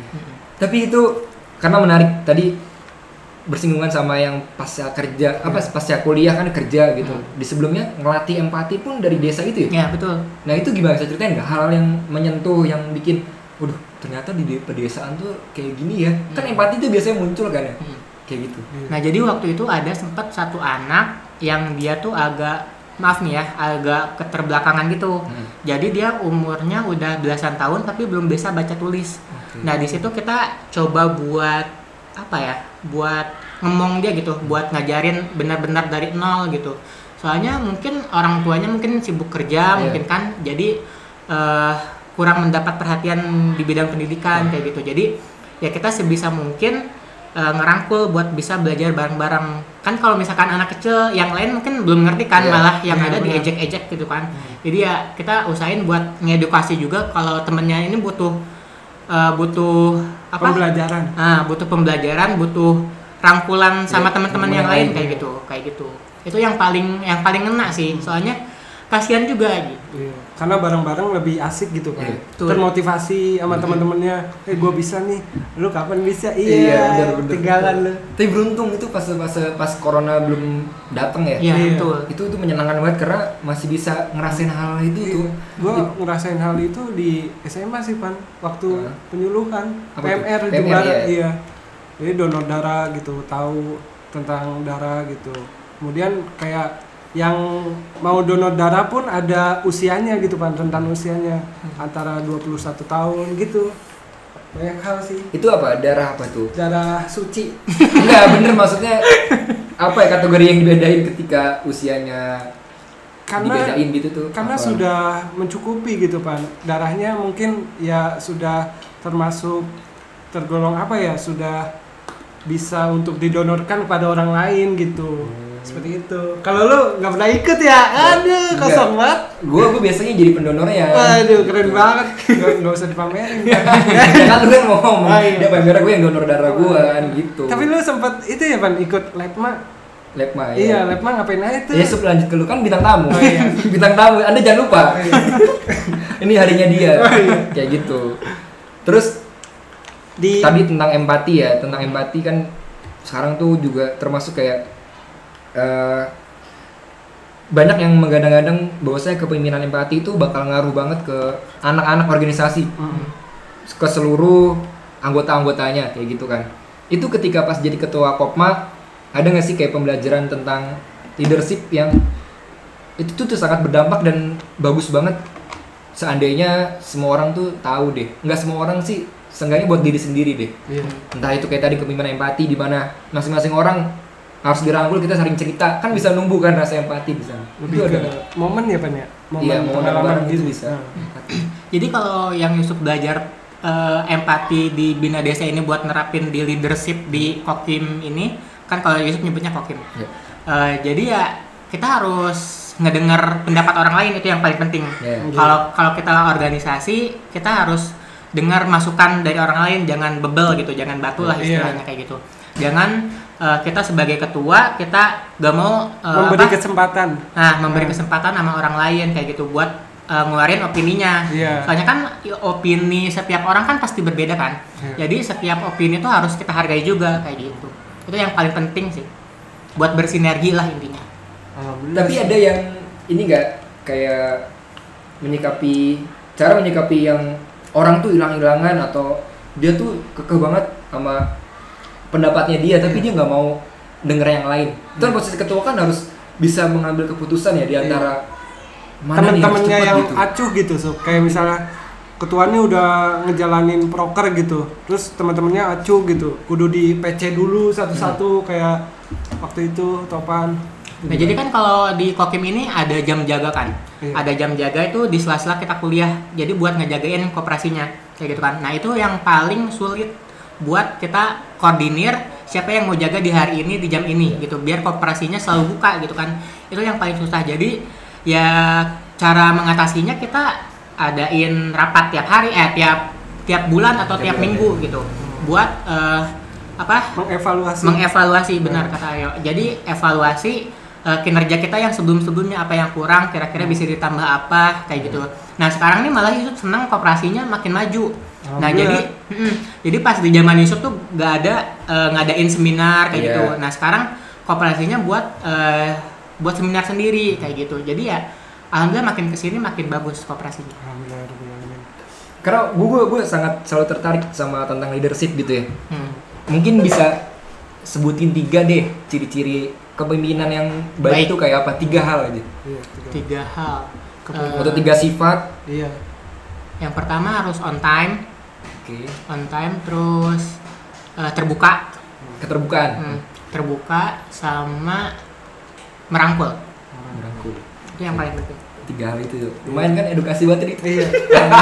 Speaker 1: Tapi itu karena menarik tadi bersinggungan sama yang pasca kerja apa pasca kuliah kan kerja gitu.
Speaker 3: Hmm.
Speaker 1: Di sebelumnya ngelatih empati pun dari desa itu ya.
Speaker 3: Ya betul.
Speaker 1: Nah itu gimana bisa ceritain nggak hal yang menyentuh yang bikin, waduh ternyata di de- pedesaan tuh kayak gini ya. Kan
Speaker 3: Hmm.
Speaker 1: empati itu biasanya muncul kan ya,
Speaker 3: Hmm.
Speaker 1: kayak gitu.
Speaker 3: Nah jadi waktu itu ada sempat satu anak yang dia tuh agak maaf nih ya agak keterbelakangan gitu.
Speaker 1: Hmm.
Speaker 3: Jadi dia umurnya udah belasan tahun tapi belum bisa baca tulis.
Speaker 1: Oke.
Speaker 3: Nah di situ kita coba buat apa ya, buat ngomong dia gitu, buat ngajarin benar-benar dari nol gitu. Soalnya mungkin orang tuanya mungkin sibuk kerja,
Speaker 1: Iya.
Speaker 3: mungkin kan, jadi eh, kurang mendapat perhatian di bidang pendidikan kayak gitu. Jadi ya kita sebisa mungkin eh, ngerangkul buat bisa belajar bareng-bareng. Kan kalau misalkan anak kecil yang lain mungkin belum ngerti kan,
Speaker 1: Iya.
Speaker 3: malah yang
Speaker 2: Iya,
Speaker 3: ada
Speaker 2: benar.
Speaker 3: diejek-ejek gitu kan. Jadi ya kita usahain buat ngedukasi juga kalau temennya ini butuh eh, butuh apa?
Speaker 2: Pembelajaran.
Speaker 3: Nah, butuh pembelajaran, butuh rangkulan sama
Speaker 1: Ya,
Speaker 3: teman-teman
Speaker 1: teman
Speaker 3: yang
Speaker 1: yang
Speaker 3: lain
Speaker 1: lain,
Speaker 3: kayak
Speaker 1: ya.
Speaker 3: gitu, kayak gitu. Itu yang paling yang paling ngena sih, soalnya kasihan juga gitu.
Speaker 2: Iya. Karena bareng-bareng lebih asik gitu kan.
Speaker 1: Iya.
Speaker 3: Betul.
Speaker 2: Termotivasi sama
Speaker 1: Hmm.
Speaker 2: teman-temannya. Eh gue bisa nih. Lu kapan bisa?
Speaker 1: Iya,
Speaker 2: Iya.
Speaker 1: benar-benar.
Speaker 2: Tinggalan lu.
Speaker 1: Tapi beruntung itu pas pas pas corona belum datang ya.
Speaker 3: Iya,
Speaker 2: Iya.
Speaker 3: betul.
Speaker 1: Itu tuh menyenangkan banget karena masih bisa ngerasain hal itu tuh.
Speaker 2: Gue ngerasain hal itu di S M A sih Pan. Waktu
Speaker 1: Hah?
Speaker 2: penyuluhan
Speaker 1: Apa
Speaker 2: P M R
Speaker 1: tuh?
Speaker 2: di
Speaker 1: P M R,
Speaker 2: Jember.
Speaker 1: iya.
Speaker 2: Iya. Jadi donor darah gitu, tahu tentang darah gitu. Kemudian kayak yang mau donor darah pun ada usianya gitu Pan, rentan usianya antara dua puluh satu tahun gitu. Banyak hal sih.
Speaker 1: Itu apa? Darah apa tuh?
Speaker 2: Darah suci.
Speaker 1: Enggak, bener maksudnya apa ya kategori yang dibedain ketika usianya
Speaker 2: Karena
Speaker 1: dibedain gitu tuh?
Speaker 2: karena
Speaker 1: apa?
Speaker 2: sudah mencukupi gitu Pan. Darahnya mungkin ya sudah termasuk tergolong apa ya, sudah bisa untuk didonorkan kepada orang lain gitu. Seperti itu. Kalau lu nggak pernah ikut ya? Aduh,
Speaker 1: Enggak.
Speaker 2: kosong banget.
Speaker 1: Gua gua biasanya jadi pendonornya.
Speaker 2: Aduh, keren banget. Nggak nggak usah dipamerin.
Speaker 1: Ya kan lu kan mau ngomong,
Speaker 2: Oh, iya.
Speaker 1: dia pamer gue yang donor darah gua kan gitu.
Speaker 2: Tapi lu sempat itu ya Pan, ikut Lepma?
Speaker 1: Lepma ya.
Speaker 2: Iya, Lepma ngapain aja tuh?
Speaker 1: Ya, Sup, lanjut ke lu kan bintang tamu.
Speaker 2: Oh, iya.
Speaker 1: Bintang tamu, Anda jangan lupa.
Speaker 2: Oh, iya.
Speaker 1: Ini harinya dia.
Speaker 2: Oh, iya.
Speaker 1: Kayak gitu. Terus
Speaker 2: Di
Speaker 1: tadi tentang empati ya, tentang empati kan sekarang tuh juga termasuk kayak eh, banyak yang menggadang-gadang bahwasanya kepemimpinan empati itu bakal ngaruh banget ke anak-anak organisasi,
Speaker 2: Mm.
Speaker 1: ke seluruh anggota-anggotanya kayak gitu kan. Itu ketika pas jadi ketua Kopma ada nggak sih kayak pembelajaran tentang leadership yang itu tuh, tuh sangat berdampak dan bagus banget. Seandainya semua orang tuh tahu deh, nggak semua orang sih, seenggaknya buat diri sendiri deh.
Speaker 2: Iya.
Speaker 1: Entah itu kayak tadi kepemimpinan empati di mana masing-masing orang harus dirangkul, kita sering cerita kan bisa numbuhkan rasa empati di sana.
Speaker 2: Lebih
Speaker 1: Itu
Speaker 2: ke
Speaker 1: ada.
Speaker 2: momen ya Pan ya? Momen
Speaker 1: Iya, momen
Speaker 2: pengalaman
Speaker 1: bareng
Speaker 2: gitu
Speaker 1: itu bisa.
Speaker 2: Nah.
Speaker 3: Jadi kalau yang Yusuf belajar eh, empati di Bina Desa ini buat nerapin di leadership di Kokim ini, kan kalau Yusuf nyebutnya Kokim.
Speaker 1: Ya.
Speaker 3: Eh, jadi ya kita harus ngedengar pendapat orang lain, itu yang paling penting.
Speaker 1: Ya.
Speaker 3: Kalau kalau kita organisasi, kita harus dengar masukan dari orang lain, jangan bebel gitu, jangan batu lah
Speaker 2: Iya.
Speaker 3: istilahnya kayak gitu. Jangan eh, kita sebagai ketua kita gak mau eh,
Speaker 2: Memberi
Speaker 3: apa?
Speaker 2: kesempatan.
Speaker 3: Nah, memberi kesempatan sama orang lain kayak gitu buat uh, ngeluarin opininya.
Speaker 2: Iya.
Speaker 3: Soalnya kan i- opini setiap orang kan pasti berbeda kan.
Speaker 2: Iya.
Speaker 3: Jadi setiap opini itu harus kita hargai juga kayak gitu. Itu yang paling penting sih. Buat bersinergi lah intinya.
Speaker 2: Alhamdulillah.
Speaker 1: Tapi ada yang ini nggak kayak menyikapi cara menyikapi yang orang tuh hilang-hilangan atau dia tuh kekeh banget sama pendapatnya dia, tapi dia nggak mau denger yang lain. Itu kan posisi ketua kan harus bisa mengambil keputusan ya di antara mana nih harus
Speaker 2: temen-temennya
Speaker 1: cepat
Speaker 2: yang
Speaker 1: gitu.
Speaker 2: acuh gitu, so. Kayak misalnya ketuanya udah ngejalanin proker gitu, terus teman-temannya acuh gitu, kudu di P C dulu satu-satu kayak waktu itu Topan.
Speaker 3: Nah jadi kan kalau di Kokim ini ada jam jaga kan,
Speaker 2: Iya.
Speaker 3: ada jam jaga itu di sela-sela kita kuliah. Jadi buat ngejagain koperasinya kayak gitu kan. Nah itu yang paling sulit buat kita koordinir siapa yang mau jaga di hari ini di jam ini gitu. Biar koperasinya selalu buka gitu kan. Itu yang paling susah. Jadi ya cara mengatasinya kita adain rapat tiap hari, eh tiap tiap bulan atau tiap, tiap minggu ya. Gitu. Buat uh, apa?
Speaker 2: Mengevaluasi.
Speaker 3: Mengevaluasi benar kata Ayo. Jadi evaluasi Uh, kinerja kita yang sebelum-sebelumnya apa yang kurang, kira-kira bisa ditambah apa kayak gitu. Nah sekarang nih malah Yusuf senang koperasinya makin maju. Nah jadi, mm, jadi pas di zaman Yusuf tuh nggak ada uh, ngadain seminar kayak yeah. gitu. Nah sekarang koperasinya buat uh, buat seminar sendiri kayak gitu. Jadi ya alhamdulillah makin kesini makin bagus koperasinya.
Speaker 2: Alhamdulillah.
Speaker 1: Karena gue gue gue sangat selalu tertarik sama tentang leadership gitu ya.
Speaker 3: Hmm.
Speaker 1: Mungkin bisa sebutin tiga deh ciri-ciri kepemimpinan yang baik, baik itu kayak apa? Tiga hal aja.
Speaker 2: Iya, tiga.
Speaker 3: tiga hal.
Speaker 1: Uh, Atau tiga sifat.
Speaker 2: Iya.
Speaker 3: Yang pertama harus on time.
Speaker 1: Oke. Okay.
Speaker 3: On time terus uh, terbuka.
Speaker 1: Keterbukaan.
Speaker 3: Hmm, terbuka sama merangkul.
Speaker 1: Merangkul.
Speaker 3: Itu yang paling penting.
Speaker 1: Tiga hal itu. Lumayan kan edukasi banget itu.
Speaker 2: Iya.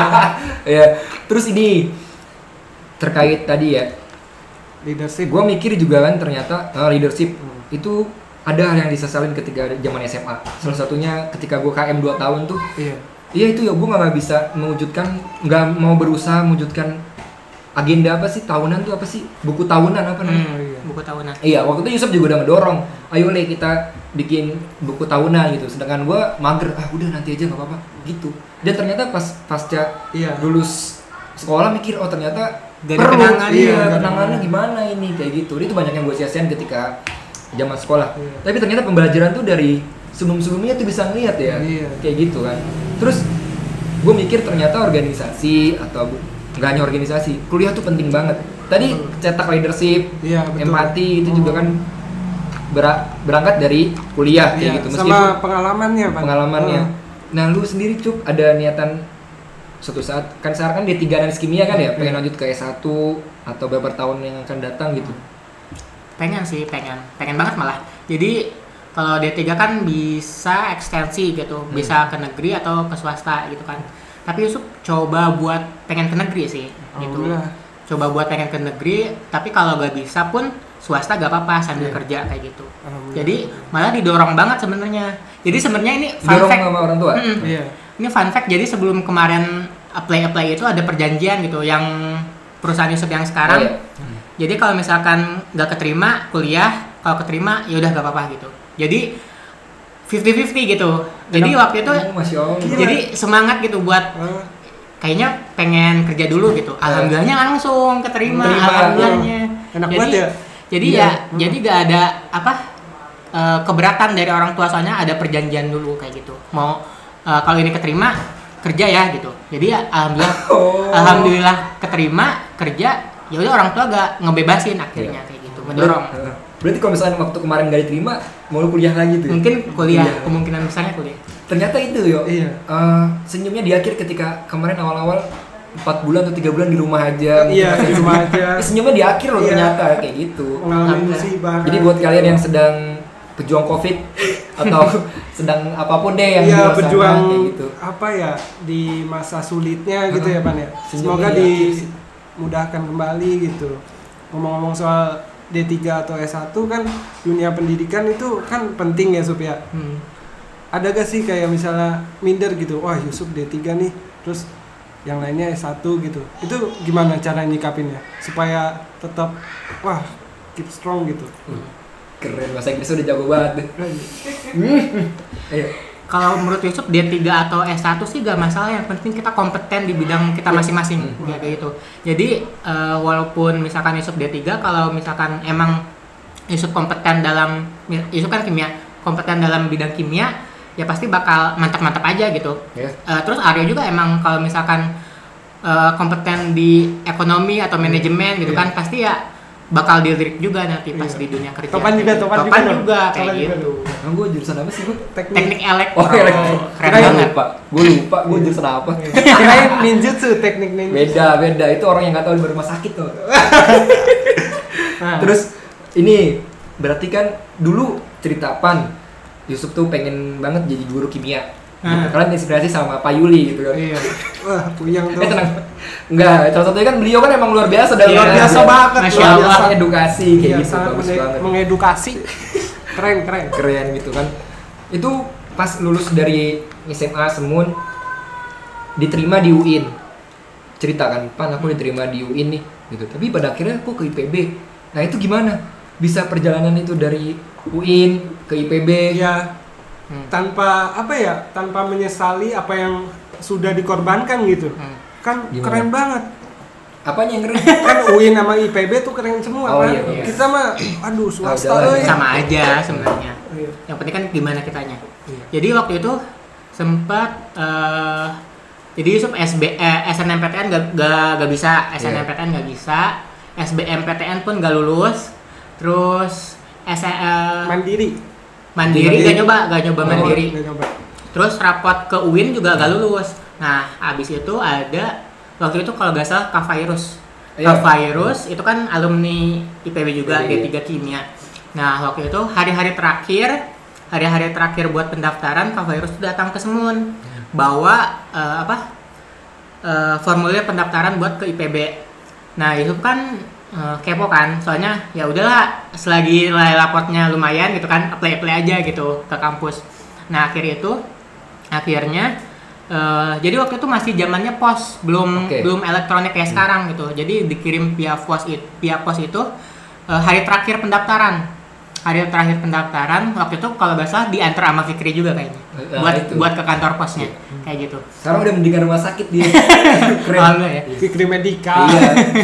Speaker 1: Ya. Terus ini terkait tadi ya.
Speaker 2: Leadership.
Speaker 1: Gue mikir juga kan ternyata uh, leadership hmm. itu ada hal yang disesalin ketika zaman S M A. Salah satunya ketika gue K M dua tahun tuh.
Speaker 2: Iya.
Speaker 1: Iya itu ya gue nggak bisa mewujudkan, nggak mau berusaha mewujudkan agenda apa sih tahunan tuh apa sih buku tahunan apa namanya?
Speaker 3: Hmm, iya. Buku tahunan.
Speaker 1: Iya waktu itu Yusuf juga udah ngedorong, ayo Le kita bikin buku tahunan gitu. Sedangkan gue mager, ah udah nanti aja nggak apa-apa gitu. Dan ternyata pas pasca
Speaker 2: iya.
Speaker 1: lulus sekolah mikir oh ternyata
Speaker 3: dari
Speaker 1: perlu,
Speaker 3: kenangan
Speaker 1: iya,
Speaker 3: iya,
Speaker 1: kenangannya gimana ini kayak gitu. Itu banyak yang gue sia-siain ketika zaman sekolah.
Speaker 2: Iya.
Speaker 1: Tapi ternyata pembelajaran tuh dari sebelum-sebelumnya tuh bisa ngeliat ya,
Speaker 2: iya.
Speaker 1: kayak gitu kan. Terus gue mikir ternyata organisasi atau nggak hanya organisasi, kuliah tuh penting banget. Tadi cetak leadership,
Speaker 2: iya, betul.
Speaker 1: empati itu
Speaker 2: oh.
Speaker 1: juga kan ber- berangkat dari kuliah kayak
Speaker 2: iya,
Speaker 1: gitu.
Speaker 2: Meskipun sama pengalamannya, Pak.
Speaker 1: Pengalamannya.
Speaker 2: Oh.
Speaker 1: Nah lu sendiri Cup ada niatan suatu saat kan sekarang kan D tiga analis kimia kan ya, pengen lanjut ke S satu atau beberapa tahun yang akan datang gitu.
Speaker 3: Pengen sih, pengen. Pengen banget malah. Jadi kalau D tiga kan bisa ekstensi gitu, hmm. bisa ke negeri atau ke swasta gitu kan. Tapi Yusuf coba buat pengen ke negeri sih gitu.
Speaker 2: Oh,
Speaker 3: coba buat pengen ke negeri, tapi kalau gak bisa pun swasta gak apa-apa sambil yeah. kerja kayak gitu. Jadi malah didorong banget sebenarnya. Jadi sebenarnya ini fun
Speaker 1: dorong
Speaker 3: fact
Speaker 1: sama orang tua.
Speaker 3: Mm-hmm. Yeah. Ini fun fact. Jadi sebelum kemarin apply-apply itu ada perjanjian gitu yang perusahaan Yusuf yang sekarang. Oh, yeah. hmm. Jadi kalau misalkan nggak keterima kuliah, kalau keterima ya udah nggak apa-apa gitu. Jadi fifty fifty gitu. Jadi Enak. waktu itu
Speaker 1: oh,
Speaker 3: jadi semangat gitu buat uh. kayaknya pengen kerja dulu gitu. Alhamdulillahnya langsung keterima. Terima, alhamdulillahnya.
Speaker 2: Enak
Speaker 3: jadi,
Speaker 2: banget ya.
Speaker 3: Jadi iya. ya, hmm. jadi nggak ada apa uh, keberatan dari orang tua, soalnya ada perjanjian dulu kayak gitu. Mau uh, kalau ini keterima kerja ya gitu. Jadi ya alhamdulillah oh. alhamdulillah keterima kerja. Ya udah orang tua gak ngebebasin akhirnya yeah. kayak gitu, mendorong.
Speaker 1: Berarti kalau misalnya waktu kemarin gak diterima, mau kuliah lagi tuh?
Speaker 3: Mungkin kuliah, kuliah. Kemungkinan besarnya kuliah.
Speaker 1: Ternyata itu yo, iya. uh, senyumnya di akhir ketika kemarin awal-awal empat bulan atau tiga bulan di rumah aja.
Speaker 2: Iya, di rumah aja.
Speaker 1: Senyumnya di akhir loh iya. ternyata kayak gitu.
Speaker 2: Musibah.
Speaker 1: Jadi buat kalian yang sedang pejuang COVID atau sedang apapun deh yang
Speaker 2: ya, berjuang
Speaker 1: kayak gitu.
Speaker 2: Apa ya di masa sulitnya gitu uh-huh. ya Pan ya. Semoga di mudahkan kembali gitu. Ngomong-ngomong soal D tiga atau S satu kan dunia pendidikan itu kan penting ya Sup ya. Hmm. Ada gak sih kayak misalnya minder gitu, wah Yusuf D tiga nih, terus yang lainnya S satu gitu. Itu gimana cara nyikapinnya supaya tetap wah keep strong gitu.
Speaker 1: Hmm. Keren, bahasa Inggrisnya udah jago banget. Ayo.
Speaker 3: Kalau menurut Yusuf D tiga atau S satu sih gak masalah, yang penting kita kompeten di bidang kita masing-masing hmm. kayak gitu. Jadi uh, walaupun misalkan Yusuf D tiga, kalau misalkan emang Yusuf kompeten dalam, Yusuf kan kimia, kompeten dalam bidang kimia, ya pasti bakal mantap-mantap aja gitu. Yeah. Uh, terus Aryo juga emang kalau misalkan uh, kompeten di ekonomi atau manajemen gitu yeah. kan, pasti ya bakal dilirik juga nanti pas yeah. di dunia kerja.
Speaker 2: Topan juga, topan,
Speaker 3: topan
Speaker 2: juga,
Speaker 3: juga kayak
Speaker 2: topan
Speaker 3: gitu.
Speaker 1: Nah, gue jurusan apa sih gue?
Speaker 3: Teknik, teknik elektro.
Speaker 1: Oh, elektro.
Speaker 3: Keren
Speaker 1: Kira
Speaker 3: banget
Speaker 1: lupa. Gue lupa, gue jurusan apa?
Speaker 2: Kirain ninjutsu, teknik ninjutsu.
Speaker 1: Beda, beda. Itu orang yang nggak tahu di rumah sakit tuh. Nah. Terus ini berarti kan dulu cerita Pan Yusuf tuh pengen banget jadi guru kimia.
Speaker 3: Hmm.
Speaker 1: Gitu. Kalian inspirasi sama Pak Yuli gitu kan.
Speaker 2: Iya. Wah, puyeng tuh.
Speaker 1: Eh tenang. Enggak, salah satunya kan beliau kan emang luar biasa dalam
Speaker 3: Iya,
Speaker 2: Luar biasa banget,
Speaker 3: Masya
Speaker 2: luar
Speaker 3: Allah.
Speaker 2: biasa.
Speaker 1: edukasi kayak
Speaker 2: Iya,
Speaker 1: gitu,
Speaker 2: sangat
Speaker 1: bagus
Speaker 2: menge-
Speaker 1: banget.
Speaker 2: mengedukasi. Keren, keren.
Speaker 1: Keren gitu kan. Itu pas lulus dari S M A Semun diterima di U I N. Cerita kan, Pan aku diterima di U I N nih gitu. Tapi pada akhirnya aku ke I P B. Nah, itu gimana? Bisa perjalanan itu dari U I N ke I P B.
Speaker 2: Iya.
Speaker 3: Hmm.
Speaker 2: Tanpa apa ya? Tanpa menyesali apa yang sudah dikorbankan gitu.
Speaker 3: Hmm.
Speaker 2: Kan
Speaker 1: Gimana?
Speaker 2: keren banget.
Speaker 1: Apanya yang keren?
Speaker 2: Kan U I N sama I P B tuh keren semua
Speaker 1: Oh,
Speaker 2: kan.
Speaker 1: iya, iya.
Speaker 2: Kita mah aduh swasta
Speaker 1: jalan
Speaker 2: euy.
Speaker 1: ya.
Speaker 3: Sama aja sebenarnya.
Speaker 2: Iya.
Speaker 3: Yang penting kan gimana kitanya.
Speaker 2: Iya.
Speaker 3: Jadi waktu itu sempat eh jadi Yusuf S B eh, S N M P T N gak, gak, gak bisa, S N M P T N gak bisa, S B M P T N pun gak lulus, terus S eh,
Speaker 2: Mandiri.
Speaker 3: mandiri
Speaker 1: Mandiri.
Speaker 3: gak nyoba, gak nyoba
Speaker 2: Oh,
Speaker 3: mandiri.
Speaker 2: nggak nyoba.
Speaker 3: Terus rapot ke U I N juga gak lulus. Nah, abis itu ada waktu itu kalau gak salah Kavirus.
Speaker 1: Iya.
Speaker 3: Kavirus itu kan alumni I P B juga,
Speaker 1: Iya.
Speaker 3: D tiga Kimia. Nah, waktu itu hari-hari terakhir, hari-hari terakhir buat pendaftaran, Kavirus itu datang ke Semun, bawa eh, apa eh, formulir pendaftaran buat ke I P B. Nah, itu kan eh, kepo kan, soalnya ya udahlah, selagi nilai rapotnya lumayan gitu kan, apply-apply aja gitu ke kampus. Nah, akhir itu akhirnya eh, jadi waktu itu masih zamannya pos, belum
Speaker 1: Oke.
Speaker 3: belum elektronik kayak sekarang gitu. Jadi dikirim via pos itu, via pos itu eh, hari terakhir pendaftaran. Hari terakhir pendaftaran waktu itu kalau nggak salah diantar sama Fikri juga kayaknya.
Speaker 1: Nah,
Speaker 3: buat
Speaker 1: itu.
Speaker 3: buat ke kantor posnya. Kayak gitu.
Speaker 1: Sekarang udah mendingan rumah sakit dia. Keren.
Speaker 3: Oh, enggak ya.
Speaker 2: Fikri Medika.
Speaker 1: Iya.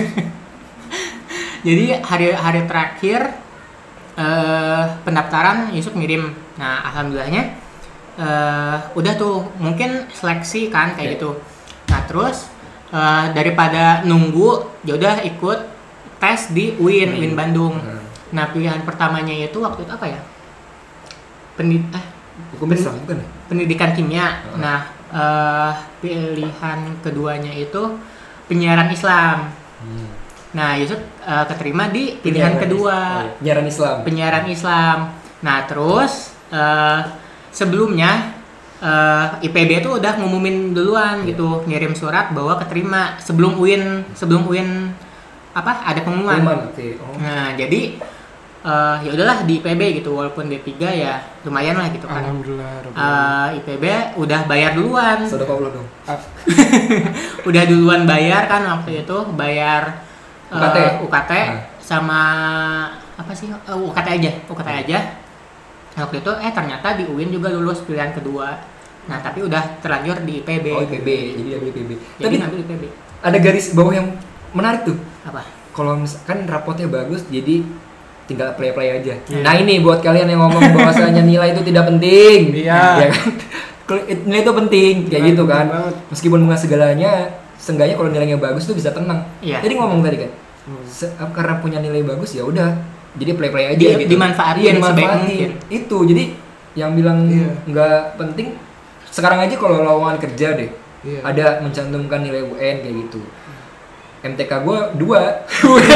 Speaker 3: Jadi hari hari terakhir eh, pendaftaran Yusuf ngirim. Nah, alhamdulillahnya eh, udah tuh mungkin seleksi kan kayak
Speaker 1: Oke.
Speaker 3: gitu. Nah, terus eh, daripada nunggu ya udah ikut tes di U I N, U I N Bandung.
Speaker 1: Hmm.
Speaker 3: Nah, pilihan pertamanya itu waktu itu apa ya? Pendid eh,
Speaker 1: Hukum Islam bukan ya?
Speaker 3: pendidikan kimia.
Speaker 1: Hmm.
Speaker 3: Nah, eh, pilihan keduanya itu penyiaran Islam.
Speaker 1: Hmm.
Speaker 3: Nah, Yusuf eh, keterima di pilihan
Speaker 1: Penyiaran
Speaker 3: kedua,
Speaker 1: Islam. Oh, iya. Penyiaran Islam.
Speaker 3: penyiaran Islam. Nah, terus eh, sebelumnya eh, I P B itu udah ngumumin duluan gitu, ngirim surat bahwa keterima sebelum U I N, sebelum U I N apa ada pengumuman.
Speaker 1: Iman, oke. Oh.
Speaker 3: Nah, jadi eh, ya udahlah di I P B gitu, walaupun D tiga ya lumayan lah gitu kan.
Speaker 2: Alhamdulillah. Rabbil alamin.
Speaker 3: Eh, I P B udah bayar duluan.
Speaker 1: Sedekah dong.
Speaker 3: Udah duluan bayar kan waktu itu, bayar
Speaker 1: U K T.
Speaker 3: eh, U K T
Speaker 1: Nah.
Speaker 3: sama apa sih? Eh, U K T aja, U K T aja. Waktu itu eh ternyata di U I N juga lulus pilihan kedua. Nah, tapi udah terlanjur di I P B.
Speaker 1: Oh, I P B. Jadi ambil I P B.
Speaker 3: Jadi
Speaker 1: Tapi
Speaker 3: ngambil I P B.
Speaker 1: ada garis bawah yang menarik tuh.
Speaker 3: Apa?
Speaker 1: Kalau misalkan rapotnya bagus, jadi tinggal apply-apply aja.
Speaker 3: Iya.
Speaker 1: Nah, ini buat kalian yang ngomong bahwasanya nilai itu tidak penting.
Speaker 2: Iya.
Speaker 1: Ya kan? Kalau it- nilai itu penting, kayak
Speaker 2: Nah,
Speaker 1: gitu kan.
Speaker 2: penting banget.
Speaker 1: Meskipun bukan segalanya, seenggaknya kalau nilainya bagus tuh bisa tenang.
Speaker 3: Iya.
Speaker 1: Jadi ngomong tadi kan,
Speaker 2: Hmm.
Speaker 1: se- karena punya nilai bagus ya udah, jadi play-play aja
Speaker 3: Di-
Speaker 1: gitu.
Speaker 3: dimanfaatin
Speaker 1: Iya,
Speaker 3: sebaik
Speaker 1: dimanfaatin.
Speaker 3: mungkin.
Speaker 1: Itu jadi yang bilang
Speaker 2: Iya.
Speaker 1: nggak penting. Sekarang aja kalau lowongan kerja deh,
Speaker 2: Iya.
Speaker 1: ada mencantumkan nilai U N kayak gitu. M T K gue dua.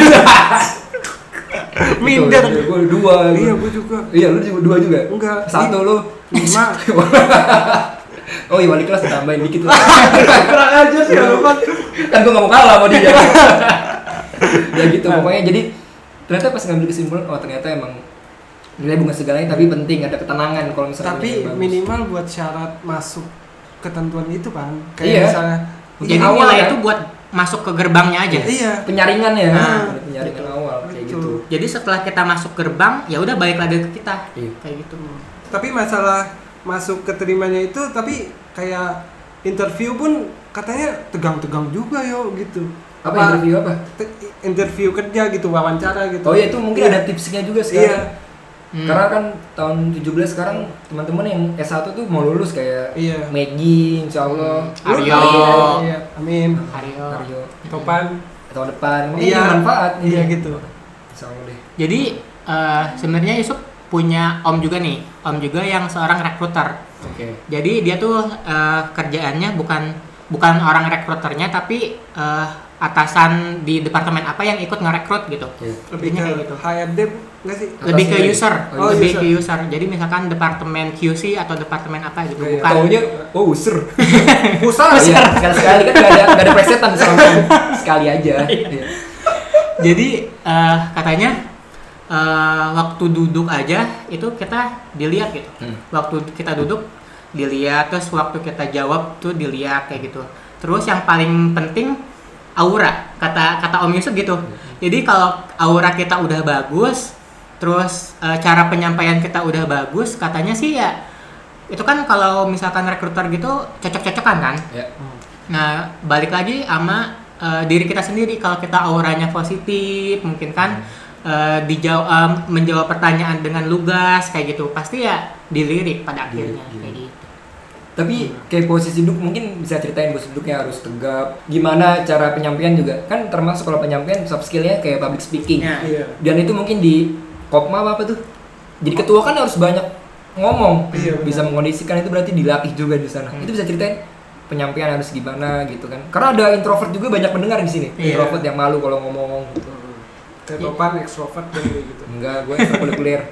Speaker 2: Minder.
Speaker 1: Gue dua.
Speaker 2: Iya,
Speaker 1: gua-
Speaker 2: gue juga.
Speaker 1: Iya, lu juga dua juga.
Speaker 2: Enggak.
Speaker 1: Satu lu.
Speaker 2: Lima.
Speaker 1: Oh iya, wali kelas tambahin dikit lah.
Speaker 2: Kurang aja sih, lupa.
Speaker 1: Kan gue gak mau kalah sama dia. Ya gitu, pokoknya jadi ternyata pas ngambil kesimpulan, oh ternyata emang nilai bukan segalanya, tapi penting ada ketenangan kalau misalnya
Speaker 2: Tapi
Speaker 1: nilai bagus.
Speaker 2: minimal buat syarat masuk ketentuan itu kan. Kayak
Speaker 1: Iya.
Speaker 2: misalnya
Speaker 3: Jadi
Speaker 1: Awal
Speaker 3: nilai
Speaker 1: kan?
Speaker 3: itu buat masuk ke gerbangnya aja.
Speaker 2: iya.
Speaker 1: penyaringan ya,
Speaker 3: Nah,
Speaker 1: ada penyaringan awal kayak
Speaker 2: betul.
Speaker 1: gitu.
Speaker 3: Jadi setelah kita masuk gerbang, ya udah balik lagi ke kita.
Speaker 1: Iya.
Speaker 3: Kayak gitu.
Speaker 2: Tapi masalah masuk keterimanya itu tapi kayak interview pun katanya tegang-tegang juga yo gitu.
Speaker 1: Apa, interview apa?
Speaker 2: te- interview kerja gitu, wawancara gitu.
Speaker 1: Oh iya, itu mungkin
Speaker 2: Iya.
Speaker 1: ada tipsnya juga sekarang.
Speaker 2: Iya.
Speaker 3: Hmm.
Speaker 1: Karena kan tahun tujuh belas sekarang teman-teman yang S satu tuh mau lulus kayak
Speaker 2: Iya.
Speaker 1: Maggie, insya Allah.
Speaker 3: Hmm. Aryo.
Speaker 2: Iya, amin.
Speaker 3: Aryo.
Speaker 1: Aryo.
Speaker 2: Topan.
Speaker 1: Tahun depan. Ini
Speaker 2: Iya.
Speaker 1: manfaat.
Speaker 2: Iya gitu.
Speaker 1: Insya Allah deh.
Speaker 3: Jadi eh, sebenarnya Yusuf punya om juga nih, om juga yang seorang rekruter.
Speaker 1: Oke.
Speaker 3: Jadi dia tuh eh, kerjaannya bukan bukan orang rekruternya, tapi eh, atasan di departemen apa yang ikut ngerekrut gitu.
Speaker 1: Iya.
Speaker 2: Lebih ke
Speaker 3: Kayak gitu.
Speaker 2: H R D nggak sih?
Speaker 3: Lebih ke
Speaker 1: Atasnya
Speaker 3: user,
Speaker 1: lagi.
Speaker 2: Oh,
Speaker 3: lebih
Speaker 2: user.
Speaker 3: ke user. Jadi misalkan departemen Q C atau departemen apa gitu,
Speaker 2: Iya, iya.
Speaker 3: bukan.
Speaker 1: Taunya oh user.
Speaker 2: Pusat.
Speaker 1: Iya, sekali-sekali kan nggak ada nggak ada presetan soalnya. Sekali aja. Iya.
Speaker 3: Jadi eh, katanya eh, waktu duduk aja itu kita dilihat gitu.
Speaker 1: Hmm.
Speaker 3: Waktu kita duduk dilihat, terus waktu kita jawab tuh dilihat kayak gitu. Terus yang paling penting aura, kata kata Om Yusuf gitu. Jadi kalau aura kita udah bagus, terus eh, cara penyampaian kita udah bagus, katanya sih ya itu kan kalau misalkan rekruter gitu cocok-cocokan kan.
Speaker 1: Ya.
Speaker 3: Nah, balik lagi sama uh, diri kita sendiri. Kalau kita auranya positif, mungkin kan uh, dijawab um, menjawab pertanyaan dengan lugas kayak gitu, pasti ya dilirik pada akhirnya
Speaker 1: Iya.
Speaker 3: kayak gitu.
Speaker 1: Tapi kayak posisi duduk mungkin bisa ceritain posisi duduknya harus tegap. Gimana cara penyampaian juga kan termasuk kalau penyampaian soft skillnya kayak public speaking.
Speaker 3: Ya.
Speaker 2: Iya.
Speaker 1: Dan itu mungkin di Kopma apa tuh? Jadi ketua kan harus banyak ngomong,
Speaker 2: Iya, benar.
Speaker 1: bisa mengkondisikan itu berarti dilatih juga di sana.
Speaker 3: Hmm.
Speaker 1: Itu bisa ceritain penyampaian harus gimana gitu kan? Karena ada introvert juga banyak pendengar di sini.
Speaker 3: Iya.
Speaker 1: Introvert yang malu kalau ngomong gitu.
Speaker 2: Teropan, ekstrovert dan kayak gitu.
Speaker 1: Enggak, gue ekstrakurikuler.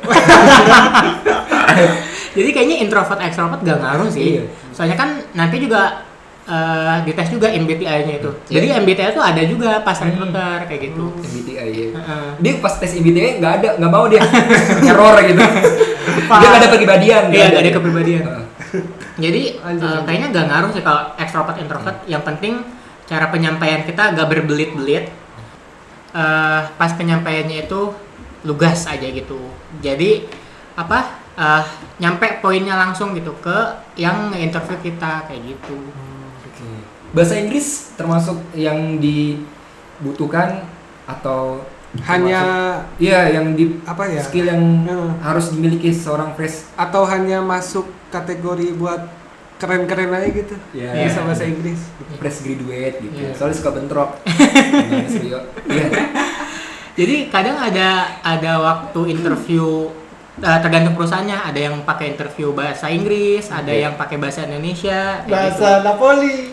Speaker 3: Jadi kayaknya introvert extrovert gak ngaruh sih.
Speaker 1: Iya.
Speaker 3: Soalnya kan nanti juga uh, dites juga M B T I-nya itu.
Speaker 1: Iya.
Speaker 3: Jadi M B T I itu ada juga pas rekruter kayak gitu.
Speaker 1: M B T I ya.
Speaker 3: Heeh.
Speaker 1: Dia pas tes M B T I nggak ada, nggak mau dia error gitu. Dia nggak ada kepribadian.
Speaker 3: Iya, nggak ada kepribadian.
Speaker 1: Heeh.
Speaker 3: Jadi
Speaker 2: Lanjut,
Speaker 3: eh,
Speaker 2: lanjut.
Speaker 3: kayaknya gak ngaruh sih kalau extrovert introvert. Yang penting cara penyampaian kita gak berbelit-belit. Eh, pas penyampaiannya itu lugas aja gitu. Jadi apa? eh, nyampe poinnya langsung gitu ke yang nge-interview kita kayak gitu.
Speaker 1: Oke. Bahasa Inggris termasuk yang dibutuhkan atau
Speaker 2: Hanya
Speaker 1: termasuk- iya yang di
Speaker 2: apa ya?
Speaker 1: skill yang
Speaker 2: Hmm.
Speaker 1: harus dimiliki seorang fresh.
Speaker 2: Atau hanya masuk kategori buat keren-keren aja gitu.
Speaker 1: Iya.
Speaker 2: Bisa bahasa Inggris.
Speaker 1: Fresh graduate gitu.
Speaker 3: Iya.
Speaker 1: Soalnya suka bentrok. Gimana sih, Rio? Iya.
Speaker 3: Jadi kadang ada ada waktu interview eh, tergantung perusahaannya. Ada yang pakai interview bahasa Inggris, ada
Speaker 1: Oke.
Speaker 3: yang pakai bahasa Indonesia. kayak gitu.
Speaker 2: Bahasa Napoli.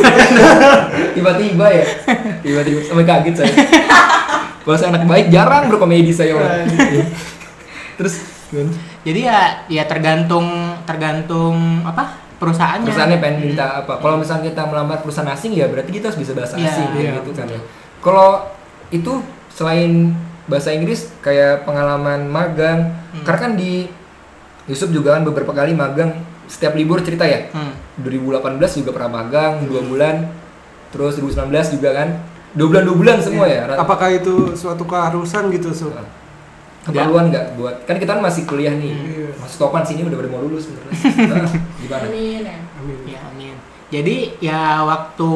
Speaker 1: Tiba-tiba ya. Tiba-tiba sampai kaget saya. Bahasa anak baik jarang berkomedi saya. Bang. Terus gimana?
Speaker 3: Jadi ya ya tergantung tergantung apa perusahaannya.
Speaker 1: perusahaannya pengen minta apa? Kalau misalnya kita melamar perusahaan asing ya berarti kita harus bisa bahasa
Speaker 3: Iya,
Speaker 1: asing kayak
Speaker 2: iya.
Speaker 1: gitu kan ya. Kalau itu selain bahasa Inggris kayak pengalaman magang,
Speaker 3: Hmm.
Speaker 1: karena kan di Yusuf juga kan beberapa kali magang setiap libur cerita ya.
Speaker 3: Hmm.
Speaker 1: dua ribu delapan belas juga pernah magang dua bulan, terus dua ribu sembilan belas juga kan dua bulan dua bulan semua ya.
Speaker 2: Apakah itu suatu keharusan gitu, Su?
Speaker 1: Keperluan nggak buat kan kita kan masih kuliah nih,
Speaker 2: Iya.
Speaker 1: masuk topan sini udah udah mau lulus sebenarnya. Nah, gimana?
Speaker 2: Amin.
Speaker 3: Ya amin. Jadi ya waktu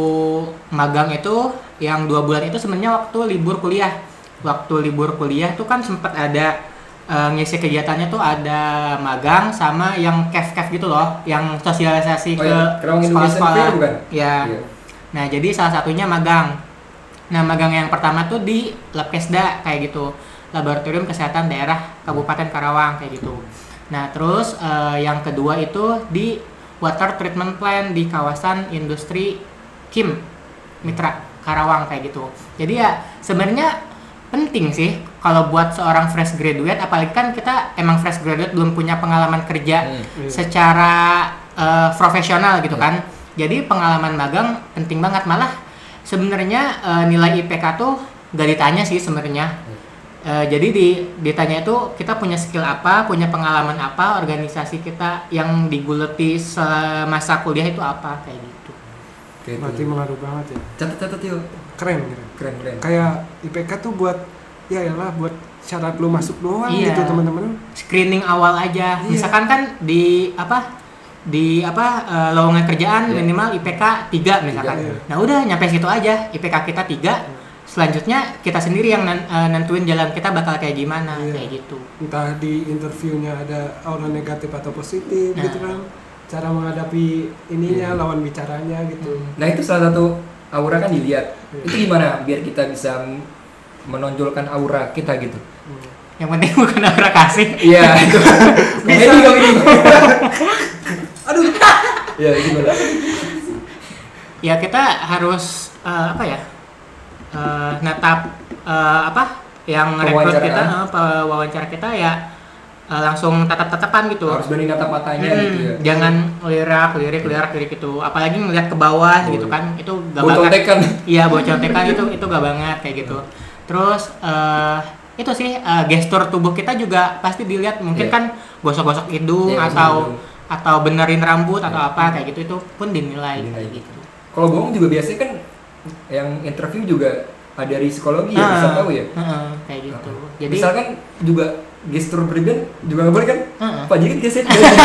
Speaker 3: magang itu yang dua bulan itu sebenarnya waktu libur kuliah. Waktu libur kuliah tuh kan sempat ada eh, ngisi kegiatannya tuh ada magang sama yang kef-kef gitu loh, yang sosialisasi
Speaker 1: Oh
Speaker 3: ke
Speaker 1: ya, Kerawang Indonesian
Speaker 3: sekolah-sekolah.
Speaker 1: Fair bukan?
Speaker 3: Ya.
Speaker 1: Iya.
Speaker 3: Nah, jadi salah satunya magang. Nah, magang yang pertama tuh di Labkesda kayak gitu. Laboratorium Kesehatan Daerah Kabupaten Karawang kayak gitu. Nah, terus eh, yang kedua itu di Water Treatment Plant di kawasan industri Kim Mitra Karawang kayak gitu. Jadi ya sebenarnya penting sih kalau buat seorang fresh graduate, apalagi kan kita emang fresh graduate belum punya pengalaman kerja
Speaker 1: Hmm.
Speaker 2: Iya.
Speaker 3: secara eh, profesional gitu
Speaker 1: Hmm.
Speaker 3: kan. Jadi pengalaman magang penting banget, malah sebenarnya eh, nilai I P K tuh gak ditanya sih sebenarnya. Eh, jadi di ditanya itu kita punya skill apa, punya pengalaman apa, organisasi kita yang diguleti semasa kuliah itu apa kayak gitu.
Speaker 1: Kayak
Speaker 2: Berarti
Speaker 1: itu.
Speaker 2: mengaruh banget ya.
Speaker 1: Catat-catat yuk.
Speaker 2: Keren, keren.
Speaker 1: Keren keren.
Speaker 2: Kayak I P K tuh buat ya lah buat syarat lu masuk doang
Speaker 3: Iya.
Speaker 2: gitu, teman-teman.
Speaker 3: Screening awal aja.
Speaker 2: Iya.
Speaker 3: Misalkan kan di apa di apa eh, lowongan kerjaan
Speaker 1: Iya.
Speaker 3: minimal I P K tiga misalkan.
Speaker 2: Iya.
Speaker 3: Nah, udah nyampe situ aja, I P K kita tiga. Selanjutnya kita sendiri yang nen- eh, nentuin jalan kita bakal kayak gimana
Speaker 2: Iya.
Speaker 3: kayak gitu.
Speaker 2: Entah di interviewnya ada aura negatif atau positif
Speaker 3: Nah.
Speaker 2: gitu kan. Cara menghadapi ininya,
Speaker 1: Iya.
Speaker 2: lawan bicaranya gitu.
Speaker 1: Nah itu salah satu aura kan dilihat.
Speaker 2: Iya.
Speaker 1: Itu gimana biar kita bisa m- menonjolkan aura kita gitu?
Speaker 2: Hmm.
Speaker 3: Yang penting bukan aura kasih.
Speaker 1: Iya itu.
Speaker 2: Bisa.
Speaker 1: Komedi komedi. Aduh. Ya gimana?
Speaker 3: Ya kita harus eh, apa ya? uh, natap uh, apa yang rekrut kita, uh, pewawancara kita ya uh, langsung tatap-tatapan gitu.
Speaker 1: Harus berani natap matanya
Speaker 3: hmm,
Speaker 1: gitu ya.
Speaker 3: Jangan lirak, lirik, lirak, lirik gitu. Apalagi ngeliat ke bawah oh, gitu kan, itu gak
Speaker 1: banget. Contekan.
Speaker 3: Iya, bawa contekan itu itu gak banget kayak gitu. Terus uh, itu sih uh, gestur tubuh kita juga pasti dilihat, mungkin yeah. kan gosok-gosok hidung yeah, atau hidung. atau benerin rambut yeah. atau apa kayak gitu, itu pun dinilai, dinilai. Kayak gitu.
Speaker 1: Kalau bohong juga biasanya kan yang interview juga ada dari psikologi ya, uh, bisa tahu ya.
Speaker 3: Uh, uh, kayak gitu. Uh, Jadi
Speaker 1: misalkan juga gestur berlebihan juga nggak boleh kan? Uh-uh. Pak Jikit geser.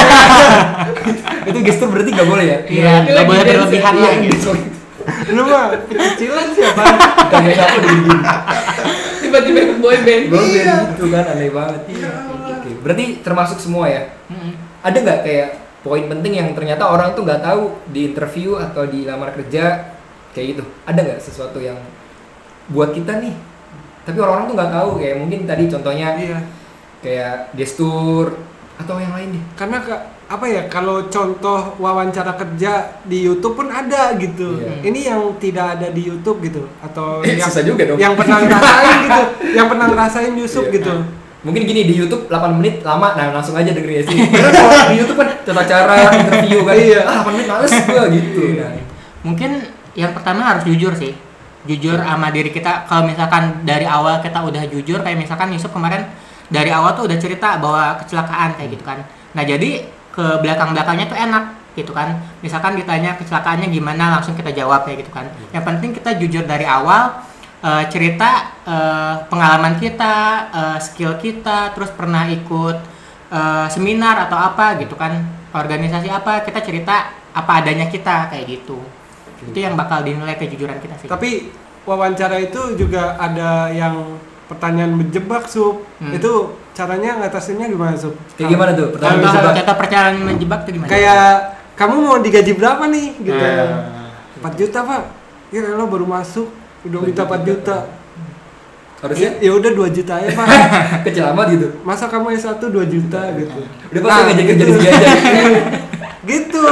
Speaker 1: Itu gestur berarti nggak boleh ya?
Speaker 3: Iya, nggak boleh berlebihan lah gitu.
Speaker 2: Lu mah kecilan siapa?
Speaker 1: Kayak siapa di
Speaker 4: tiba-tiba ikut boy band.
Speaker 1: Boy band gitu kan, aneh banget. Iya. Oke, berarti termasuk semua ya? Mm-hmm. Ada nggak kayak poin penting yang ternyata orang tuh nggak tahu di interview atau di lamar kerja kayak gitu? Ada nggak sesuatu yang buat kita nih, tapi orang-orang tuh nggak tahu, kayak mungkin tadi contohnya iya. kayak gestur atau yang lain deh.
Speaker 2: Karena ke, apa ya, kalau contoh wawancara kerja di YouTube pun ada gitu. Iya. Ini yang tidak ada di YouTube gitu, atau
Speaker 1: eh,
Speaker 2: yang,
Speaker 1: susah juga dong.
Speaker 2: yang pernah ngerasain gitu, yang pernah ngerasain Yusuf iya. gitu.
Speaker 1: Mungkin gini, di YouTube delapan menit lama, nah langsung aja dengerin ya sih. Karena kalau di YouTube kan tata cara interview kan, iya. ah delapan menit males gua gitu. Nah.
Speaker 3: Mungkin yang pertama harus jujur sih. Jujur sama diri kita. Kalau misalkan dari awal kita udah jujur, kayak misalkan Yusuf kemarin dari awal tuh udah cerita bahwa kecelakaan kayak gitu kan. Nah jadi ke belakang-belakangnya tuh enak gitu kan. Misalkan ditanya kecelakaannya gimana, langsung kita jawab kayak gitu kan. Yang penting kita jujur dari awal, uh, cerita uh, pengalaman kita, uh, skill kita, terus pernah ikut uh, seminar atau apa gitu kan, organisasi apa, kita cerita apa adanya kita kayak gitu. Itu yang bakal dinilai kejujuran kita sih.
Speaker 2: Tapi wawancara itu juga ada yang pertanyaan menjebak, Sup. Hmm. Itu caranya ngatasinnya gimana, Sup?
Speaker 1: Kayak gimana tuh? Pertanyaan
Speaker 3: contoh,
Speaker 1: menjebak.
Speaker 3: Contoh pertanyaan menjebak tuh gimana?
Speaker 2: Kayak kamu mau digaji berapa nih? Gitu.
Speaker 1: Eh.
Speaker 2: empat juta, Pak. Ya lo baru masuk udah minta empat juta.
Speaker 1: Harusnya
Speaker 2: ya udah dua juta ya, Pak.
Speaker 1: Kecil amat gitu.
Speaker 2: Masa kamu S satu dua juta gitu.
Speaker 1: Udah pasti nah, ngajak kerja di sini aja.
Speaker 2: Gitu.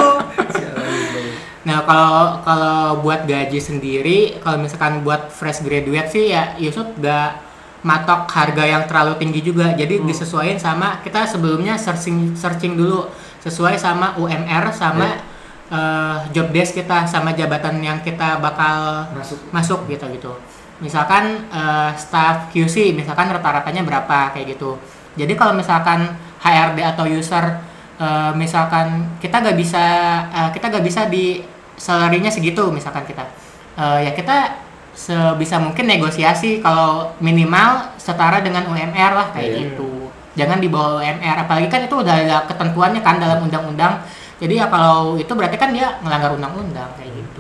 Speaker 3: Nah kalau kalau buat gaji sendiri, kalau misalkan buat fresh graduate sih ya Yusuf gak matok harga yang terlalu tinggi juga. Jadi hmm. disesuaikan sama, kita sebelumnya searching searching dulu sesuai sama U M R sama yeah. uh, job desk kita, sama jabatan yang kita bakal
Speaker 1: masuk
Speaker 3: masuk gitu gitu. Misalkan uh, staff Q C misalkan rata-ratanya berapa kayak gitu. Jadi kalau misalkan H R D atau user uh, misalkan kita gak bisa uh, kita gak bisa di salary-nya segitu misalkan kita, uh, ya kita sebisa mungkin negosiasi kalau minimal setara dengan U M R lah kayak yeah. gitu. Jangan di bawah U M R, apalagi kan itu udah ada ketentuannya kan dalam undang-undang. Jadi ya kalau itu berarti kan dia melanggar undang-undang kayak gitu.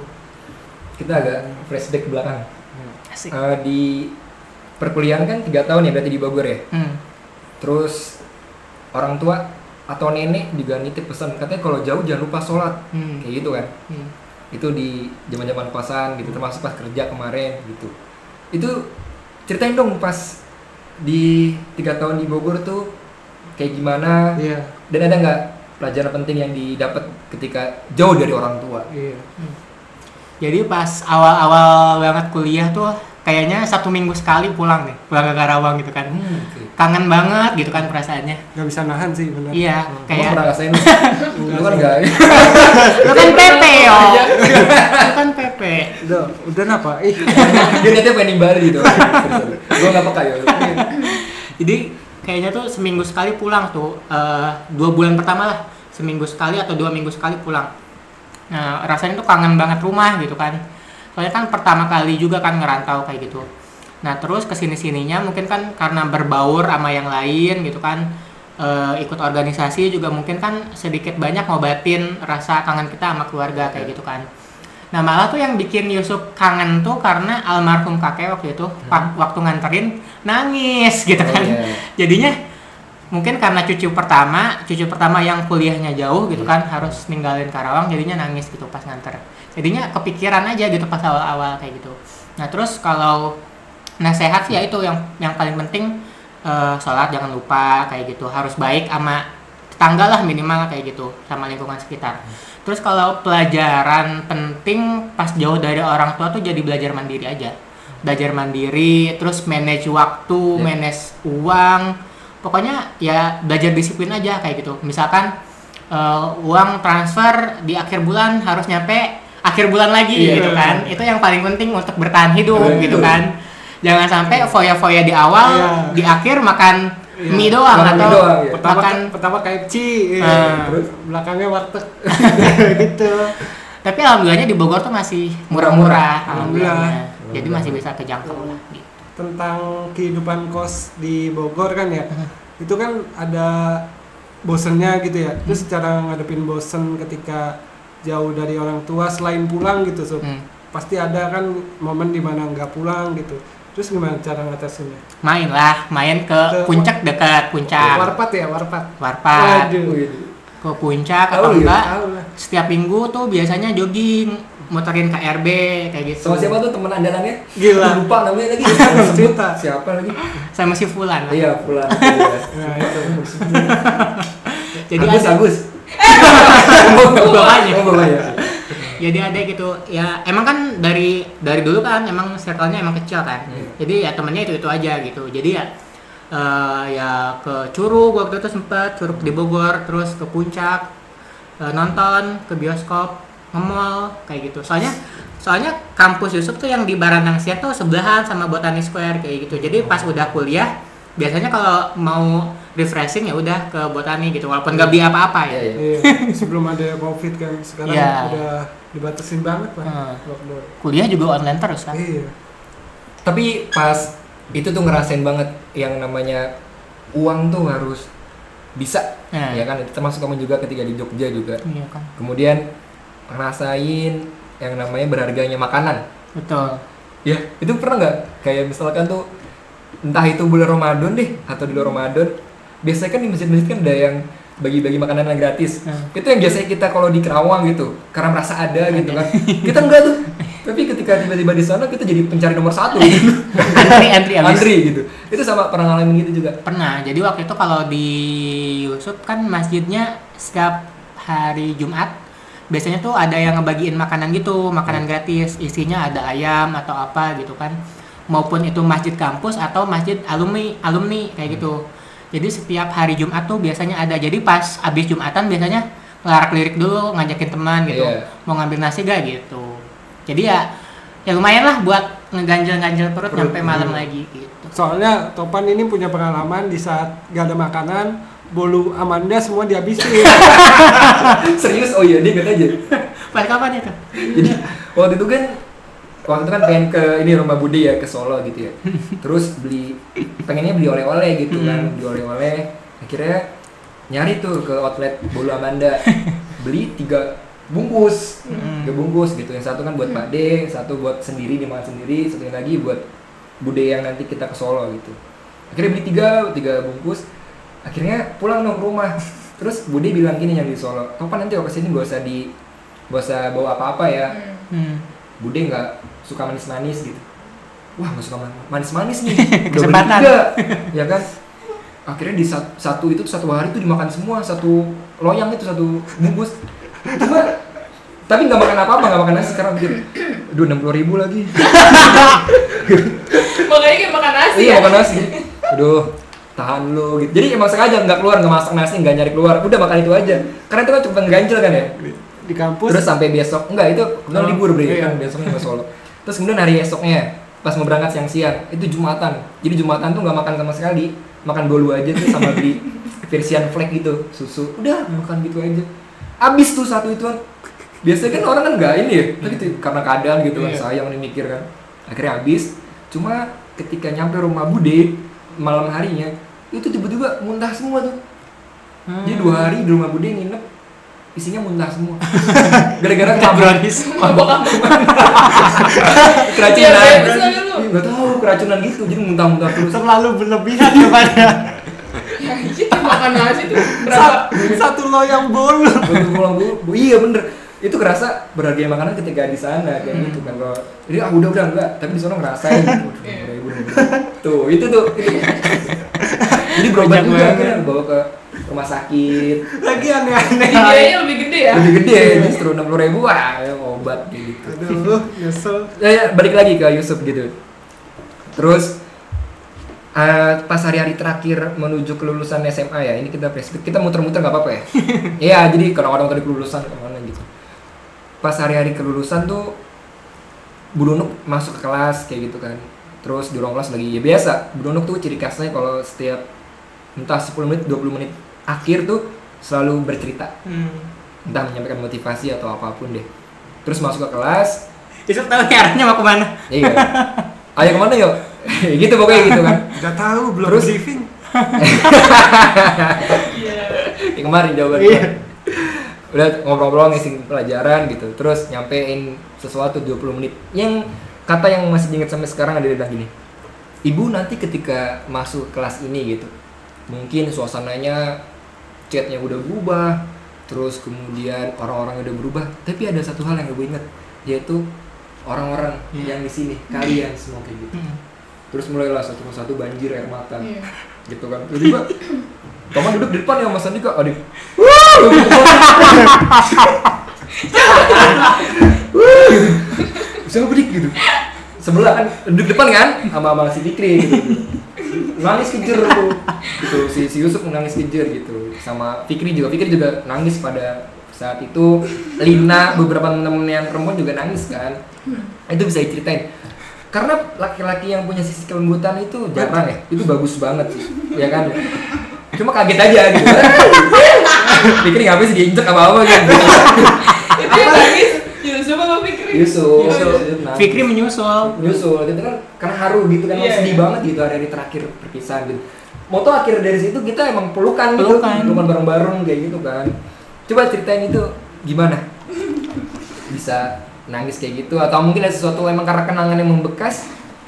Speaker 1: Kita agak flashback ke belakang.
Speaker 3: Asik.
Speaker 1: Uh, di perkuliahan kan tiga tahun ya berarti di Bogor ya. Hmm. Terus orang tua atau nenek juga nitip pesan, katanya kalau jauh jangan lupa sholat, hmm. kayak gitu kan. Hmm. Itu di zaman-zaman kosan gitu, termasuk pas kerja kemarin gitu. Itu ceritain dong pas di tiga tahun di Bogor tuh kayak gimana, yeah. dan ada nggak pelajaran penting yang didapat ketika jauh dari orang tua?
Speaker 2: Yeah.
Speaker 3: Hmm. Jadi pas awal-awal banget kuliah tuh kayaknya satu minggu sekali pulang nih, pulang ke Karawang gitu kan. Hmm, okay. Kangen banget gitu kan perasaannya.
Speaker 2: Gak bisa nahan sih benar.
Speaker 3: Iya,
Speaker 1: oh,
Speaker 3: kayak.
Speaker 1: Lu pernah rasain? Lu kan enggak.
Speaker 3: Lu kan P P yo. Lu kan P P.
Speaker 2: Udah, udah apa? Ih.
Speaker 1: Dia nanti pengen balik gitu. Gua enggak peka ya.
Speaker 3: Jadi kayaknya tuh seminggu sekali pulang tuh. Uh, dua bulan pertama lah, seminggu sekali atau dua minggu sekali pulang. Nah, rasanya tuh kangen banget rumah gitu kan. Soalnya kan pertama kali juga kan ngerantau kayak gitu. Nah terus kesini-sininya mungkin kan karena berbaur sama yang lain gitu kan, e, ikut organisasi juga mungkin kan sedikit banyak ngobatin rasa kangen kita sama keluarga kayak gitu kan. Nah malah tuh yang bikin Yusuf kangen tuh karena almarhum kakek waktu itu hmm. waktu nganterin nangis gitu kan. Oh, yeah. Jadinya mungkin karena cucu pertama, cucu pertama yang kuliahnya jauh gitu kan, harus ninggalin Karawang, jadinya nangis gitu pas nganter. Jadinya kepikiran aja gitu pas awal-awal kayak gitu. Nah terus kalau nasihat sih ya itu yang yang paling penting, uh, sholat jangan lupa kayak gitu, harus baik sama tetangga lah minimal kayak gitu, sama lingkungan sekitar. Terus kalau pelajaran penting pas jauh dari orang tua tuh jadi belajar mandiri aja. belajar mandiri, terus manage waktu,
Speaker 1: Yeah.
Speaker 3: manage uang, pokoknya ya belajar disiplin aja kayak gitu. Misalkan uh, uang transfer di akhir bulan harus nyampe akhir bulan lagi
Speaker 1: Yeah.
Speaker 3: gitu kan, itu yang paling penting untuk bertahan hidup
Speaker 1: Yeah.
Speaker 3: gitu kan. Jangan sampai foya-foya di awal,
Speaker 2: Yeah.
Speaker 3: di akhir makan
Speaker 2: Yeah.
Speaker 3: mie doang
Speaker 1: Makan mie
Speaker 3: atau
Speaker 1: doang, ya.
Speaker 2: Pertama
Speaker 3: makan.
Speaker 2: pertama K F C, iya.
Speaker 3: Ah.
Speaker 2: Terus belakangnya warteg. Gitu.
Speaker 3: Tapi alhamdulillahnya di Bogor tuh masih murah-murah,
Speaker 2: Alhamdulillah.
Speaker 3: alhamdulillah. Jadi masih bisa terjangkau lah. Gitu.
Speaker 2: Tentang kehidupan kos di Bogor kan ya. Itu kan ada bosennya gitu ya. Terus cara ngadepin bosen ketika jauh dari orang tua selain pulang gitu, Sob.
Speaker 3: Hmm.
Speaker 2: Pasti ada kan momen dimana nggak pulang gitu. Terus gimana cara ngatasinnya?
Speaker 3: Main lah, main ke
Speaker 2: Ke-
Speaker 3: puncak dekat puncak.
Speaker 2: Warpat ya, warpat.
Speaker 3: Warpat.
Speaker 2: Waduh.
Speaker 3: Ke puncak
Speaker 1: Tahu
Speaker 3: atau
Speaker 1: ya?
Speaker 3: enggak?
Speaker 2: Tahu lah.
Speaker 3: Setiap minggu tuh biasanya jogging, muterin K R B kayak gitu.
Speaker 1: Sama siapa tuh teman andalannya?
Speaker 2: Gila.
Speaker 1: Aku lupa namanya lagi. Sebut
Speaker 2: Cerita.
Speaker 1: siapa lagi?
Speaker 3: Sama si Fulan lah.
Speaker 1: Iya, pulang. Iya.
Speaker 2: Nah, itu.
Speaker 3: Jadi
Speaker 1: Agus,
Speaker 3: ada
Speaker 1: Agus.
Speaker 3: bapaknya.
Speaker 1: Oh, bapaknya.
Speaker 3: Jadi ada gitu. Ya emang kan dari dari dulu kan emang circle-nya emang kecil kan.
Speaker 1: Hmm.
Speaker 3: Jadi ya temennya itu-itu aja gitu. Jadi ya eh, ya ke Curug waktu itu sempet Curug di Bogor, terus ke puncak, eh, nonton, ke bioskop, nge-mall kayak gitu. Soalnya soalnya kampus Yusuf tuh yang di Baranang Siang tuh sebelahan sama Botani Square kayak gitu. Jadi pas udah kuliah biasanya kalau mau refreshing ya udah ke Botani gitu, walaupun nggak beli apa-apa ya.
Speaker 1: Iya, iya.
Speaker 2: Iya, sebelum ada Covid kan sekarang
Speaker 3: Iya.
Speaker 2: udah dibatasin banget Pak.
Speaker 3: Hmm.
Speaker 2: Lockdown.
Speaker 3: Kuliah juga online terus kan.
Speaker 2: Iya.
Speaker 1: Tapi pas itu tuh ngerasain banget yang namanya uang tuh harus bisa,
Speaker 3: Nah.
Speaker 1: ya kan? Itu termasuk kamu juga ketika di Jogja juga.
Speaker 3: Iya kan.
Speaker 1: Kemudian ngerasain yang namanya berharganya makanan.
Speaker 3: Betul.
Speaker 1: Ya, itu pernah nggak? Kayak misalkan tuh entah itu bulan Ramadan deh atau di luar Ramadan, biasanya kan di masjid-masjid kan ada yang bagi-bagi makanan yang gratis.
Speaker 3: Hmm.
Speaker 1: Itu yang biasanya kita kalau di Kerawang gitu, karena merasa ada gitu kan. Kita enggak tuh. Tapi ketika tiba-tiba di sana kita jadi pencari nomor satu gitu.
Speaker 3: Antri antri abis.
Speaker 1: Antri gitu. Itu sama pernah ngalamin gitu juga.
Speaker 3: Pernah. Jadi waktu itu kalau di Yusuf kan masjidnya setiap hari Jumat biasanya tuh ada yang ngebagiin makanan gitu, makanan gratis. Isinya ada ayam atau apa gitu kan. Maupun itu masjid kampus atau masjid alumni, alumni kayak gitu. Jadi setiap hari Jumat tuh biasanya ada. Jadi pas abis Jumatan biasanya ngelarak lirik dulu, ngajakin teman gitu.
Speaker 1: Iya.
Speaker 3: Mau ngambil nasi gak gitu. Jadi ya ya lumayan lah buat ngeganjel-ganjel perut,
Speaker 2: Perut,
Speaker 3: sampai malam
Speaker 2: iya.
Speaker 3: lagi gitu.
Speaker 2: Soalnya Topan ini punya pengalaman di saat gak ada makanan, bolu Amanda semua dihabisin.
Speaker 1: Serius? Oh iya, dia ingat aja.
Speaker 3: Pas kapan itu?
Speaker 1: Jadi waktu itu kan waktu itu kan pengen ke ini rumah Bude ya, ke Solo gitu ya. Terus beli pengennya beli oleh-oleh gitu kan, beli oleh-oleh. Akhirnya nyari tuh ke outlet bolu Amanda. Beli tiga bungkus,
Speaker 3: Hmm.
Speaker 1: tiga bungkus gitu. Yang satu kan buat Pak De, satu buat sendiri dimakan sendiri, satu lagi buat Bude yang nanti kita ke Solo gitu. Akhirnya beli tiga, tiga bungkus. Akhirnya pulang dong ke rumah. Terus Bude bilang gini yang di Solo, Topan nanti kalau kesini gak usah di, gak usah bawa apa-apa ya.
Speaker 3: Hmm.
Speaker 1: Bude nggak suka manis-manis gitu. Wah nggak suka manis-manis nih. Udah beli
Speaker 3: Kesempatan.
Speaker 1: tiga, ya kan? Akhirnya di sat- satu itu satu hari tuh dimakan semua, satu loyang itu satu bungkus. Cuma tapi nggak makan apa-apa, nggak makan nasi. Sekarang mikir, aduh enam puluh ribu lagi.
Speaker 4: Makanya kayak makan nasi
Speaker 1: Iya
Speaker 4: ya.
Speaker 1: makan nasi. Aduh tahan lu gitu. Jadi emang sengaja nggak keluar, nggak masak nasi, nggak nyari keluar. Udah makan itu aja. Karena itu kan cuma ganjel kan ya.
Speaker 2: Di kampus.
Speaker 1: Terus sampai besok, enggak itu kebetulan
Speaker 2: Oh,
Speaker 1: libur bre,
Speaker 2: iya.
Speaker 1: kan besoknya ke Solo. Terus kemudian hari esoknya pas mau berangkat siang-siang itu Jumatan. Jadi Jumatan tuh nggak makan sama sekali, makan bolu aja tuh sama beli Persian flag gitu, susu. Udah makan gitu aja. Abis tuh satu itu kan. Biasanya kan orang kan nggak ini ya, tapi tuh karena keadaan gitu kan
Speaker 2: Iya.
Speaker 1: sayang nih mikir kan. Akhirnya habis. Cuma ketika nyampe rumah Bude malam harinya itu tiba-tiba muntah semua tuh. Jadi dua hari di rumah Bude nginep isinya muntah semua. Gara-gara
Speaker 3: Cabronis.
Speaker 4: Mabok-mabok.
Speaker 1: keracunan.
Speaker 4: Diabetes kali lu.
Speaker 1: Ih, nggak tahu keracunan gitu, jadi muntah-muntah terus.
Speaker 2: terlalu berlebihan kepada
Speaker 4: Anjir, makan nasi tuh berapa?
Speaker 2: Sa- satu loyang bolu.
Speaker 1: Waktu pulang bu, bu, iya bener. Itu kerasa berharga makanan ketika di sana kayak gitu kan. Kalau jadi ah udah udah enggak, tapi di sana ngerasain. Waduh,
Speaker 4: Iya.
Speaker 1: ribu, ribu. Tuh, itu tuh. Itu. Jadi berobat
Speaker 3: Banyak
Speaker 1: juga
Speaker 3: banget.
Speaker 1: akhirnya bawa ke rumah sakit.
Speaker 2: Lagi aneh-aneh.
Speaker 4: Biayanya lebih gede ya.
Speaker 1: Lebih gede justru enam puluh ribu wah ya, obat kayak gitu.
Speaker 2: Aduh, nyesel.
Speaker 1: Ya, ya, balik lagi ke Yusuf gitu. Terus uh, pas hari-hari terakhir menuju kelulusan S M A ya, ini kita flashback, kita muter-muter nggak apa-apa ya. Iya, jadi kalau orang tadi kelulusan kemana gitu. Pas hari-hari kelulusan tuh Bu Nunuk masuk ke kelas kayak gitu kan. Terus di ruang kelas lagi ya biasa. Bu Nunuk tuh ciri khasnya kalau setiap entah sepuluh menit, dua puluh menit akhir tuh selalu bercerita. Hmm. Entah menyampaikan motivasi atau apapun deh. Terus masuk ke kelas.
Speaker 3: Isep tahu nih arahnya mau kemana?
Speaker 1: Iya. Ayo kemana yuk? Gitu pokoknya gitu kan.
Speaker 2: Gak tahu, belum
Speaker 1: Terus
Speaker 2: briefing.
Speaker 1: Ya, kemarin jawabannya. Iya. Udah ngobrol-ngobrol ngisi pelajaran gitu. Terus nyampein sesuatu dua puluh menit. Yang kata yang masih diingat sampai sekarang ada bilang gini. Ibu nanti ketika masuk kelas ini gitu. Mungkin suasananya chatnya udah berubah. Terus kemudian orang-orang udah berubah. Tapi ada satu hal yang ibu ingat, yaitu orang-orang yeah. yang di sini, kalian semua kayak gitu. Mm. Terus mulailah satu persatu banjir air mata, yeah. gitu kan. Tiba-tiba, Toma duduk di depan ya Mas Andika, adik. Wuh, gitu. Siapa bedik gitu. Sebelah kan duduk depan kan, sama sama si Fikri gitu. Nangis kejer tuh, gitu. Si, si Yusuf nangis kejer gitu. Sama Fikri juga, Fikri juga nangis pada saat itu. Lina, beberapa temen yang perempuan juga nangis kan. Itu bisa diceritain. Karena laki-laki yang punya sisi kelembutan itu jarang ya. Itu bagus banget sih, ya kan. Cuma kaget aja gitu. Fikri ngapain sih diinjek apa-apa gitu.
Speaker 4: Itu yang nangis Yusuf apa Fikri?
Speaker 1: Yusuf.
Speaker 3: Fikri menyusul.
Speaker 1: Menyusul, itu kan karena haru gitu kan, yeah, sedih yeah. banget gitu hari-hari terakhir perpisahan gitu. Moto akhir dari situ kita emang pelukan, pelukan. gitu, pelukan bareng-bareng kayak gitu kan. Coba ceritain itu gimana? Bisa nangis kayak gitu atau mungkin ada sesuatu emang karena kenangan yang membekas?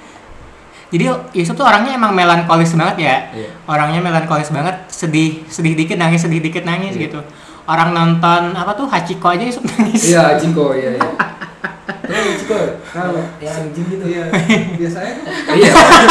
Speaker 3: Jadi Yusuf tuh orangnya emang melankolis banget ya.
Speaker 1: Yeah.
Speaker 3: Orangnya melankolis banget, sedih sedih dikit nangis, sedih dikit nangis yeah. gitu. Orang nonton apa tuh Hachiko aja Yusuf nangis.
Speaker 1: Iya, Hachiko, iya iya. Terus Hachiko, kalau yang anjing gitu
Speaker 2: ya. Biasanya
Speaker 1: iya.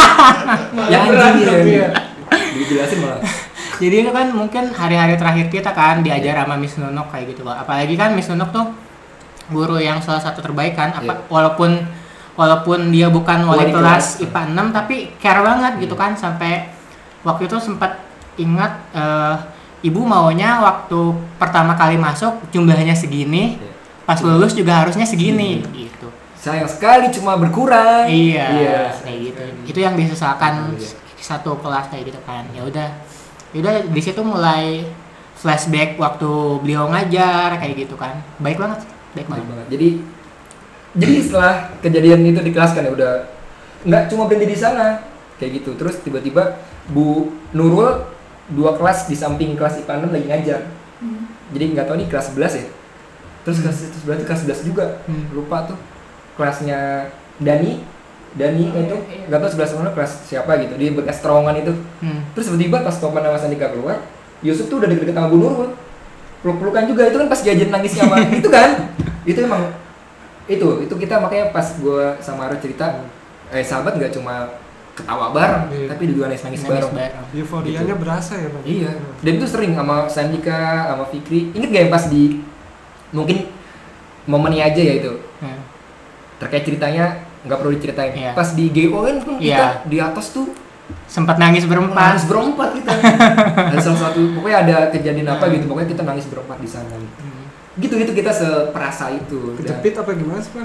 Speaker 1: Yang anjing gitu ya. Dijelasin malah.
Speaker 3: Jadi itu kan mungkin hari-hari terakhir kita kan diajar sama Miss Nunuk kayak gitu loh. Apalagi kan Miss Nunuk tuh guru yang salah satu terbaik kan. Apa yeah. walaupun walaupun dia bukan wali kelas I P A enam tapi care banget hmm. gitu kan, sampai waktu itu sempat ingat uh, ibu maunya waktu pertama kali masuk jumlahnya segini, yeah. pas lulus juga harusnya segini hmm. gitu.
Speaker 1: Sayang sekali cuma berkurang.
Speaker 3: Iya, iya kayak gitu. Itu yang disesalkan yeah. satu kelas kayak gitu kan. Ya udah. Ya udah di situ mulai flashback waktu beliau ngajar kayak gitu kan. Baik banget, baik banget.
Speaker 1: banget. Jadi jadi setelah kejadian itu di kelas kan ya udah nggak cuma berhenti di sana kayak gitu. Terus tiba-tiba Bu Nurul dua kelas di samping kelas I P A enam lagi ngajar. Hmm. Jadi nggak tahu nih kelas sebelas ya. Terus kelas itu berarti kelas sebelas juga. Hmm. Lupa tuh. Kelasnya Dani, Dani oh, itu nggak iya. tahu sebelah mana kelas siapa gitu. Di bekas terowongan itu. Hmm. Terus tiba-tiba pas Topan sama Sandika keluar, Yusuf tuh udah deket-deket sama Bu Nurul. Peluk-pelukan juga itu kan pas jajan nangisnya sama itu kan. Itu emang itu itu kita makanya pas gue sama Ara cerita eh sahabat nggak cuma ketawa bareng iya. tapi juga nangis-nangis bareng.
Speaker 2: Euforianya gitu. Berasa ya Bang.
Speaker 1: Iya. Dan itu sering sama Sandika, sama Fikri. Ingat gak yang pas di mungkin momennya aja ya itu. Hmm. Terkait ceritanya nggak perlu diceritain. Yeah. Pas di G O kan kita yeah. di atas tuh
Speaker 3: sempat nangis berempat.
Speaker 1: Nangis berempat kita. Ada salah satu pokoknya ada kejadian apa gitu. Pokoknya kita nangis berempat di sana. Gitu. Gitu-gitu kita seperasa itu.
Speaker 2: Kejepit apa gimana sih Bang?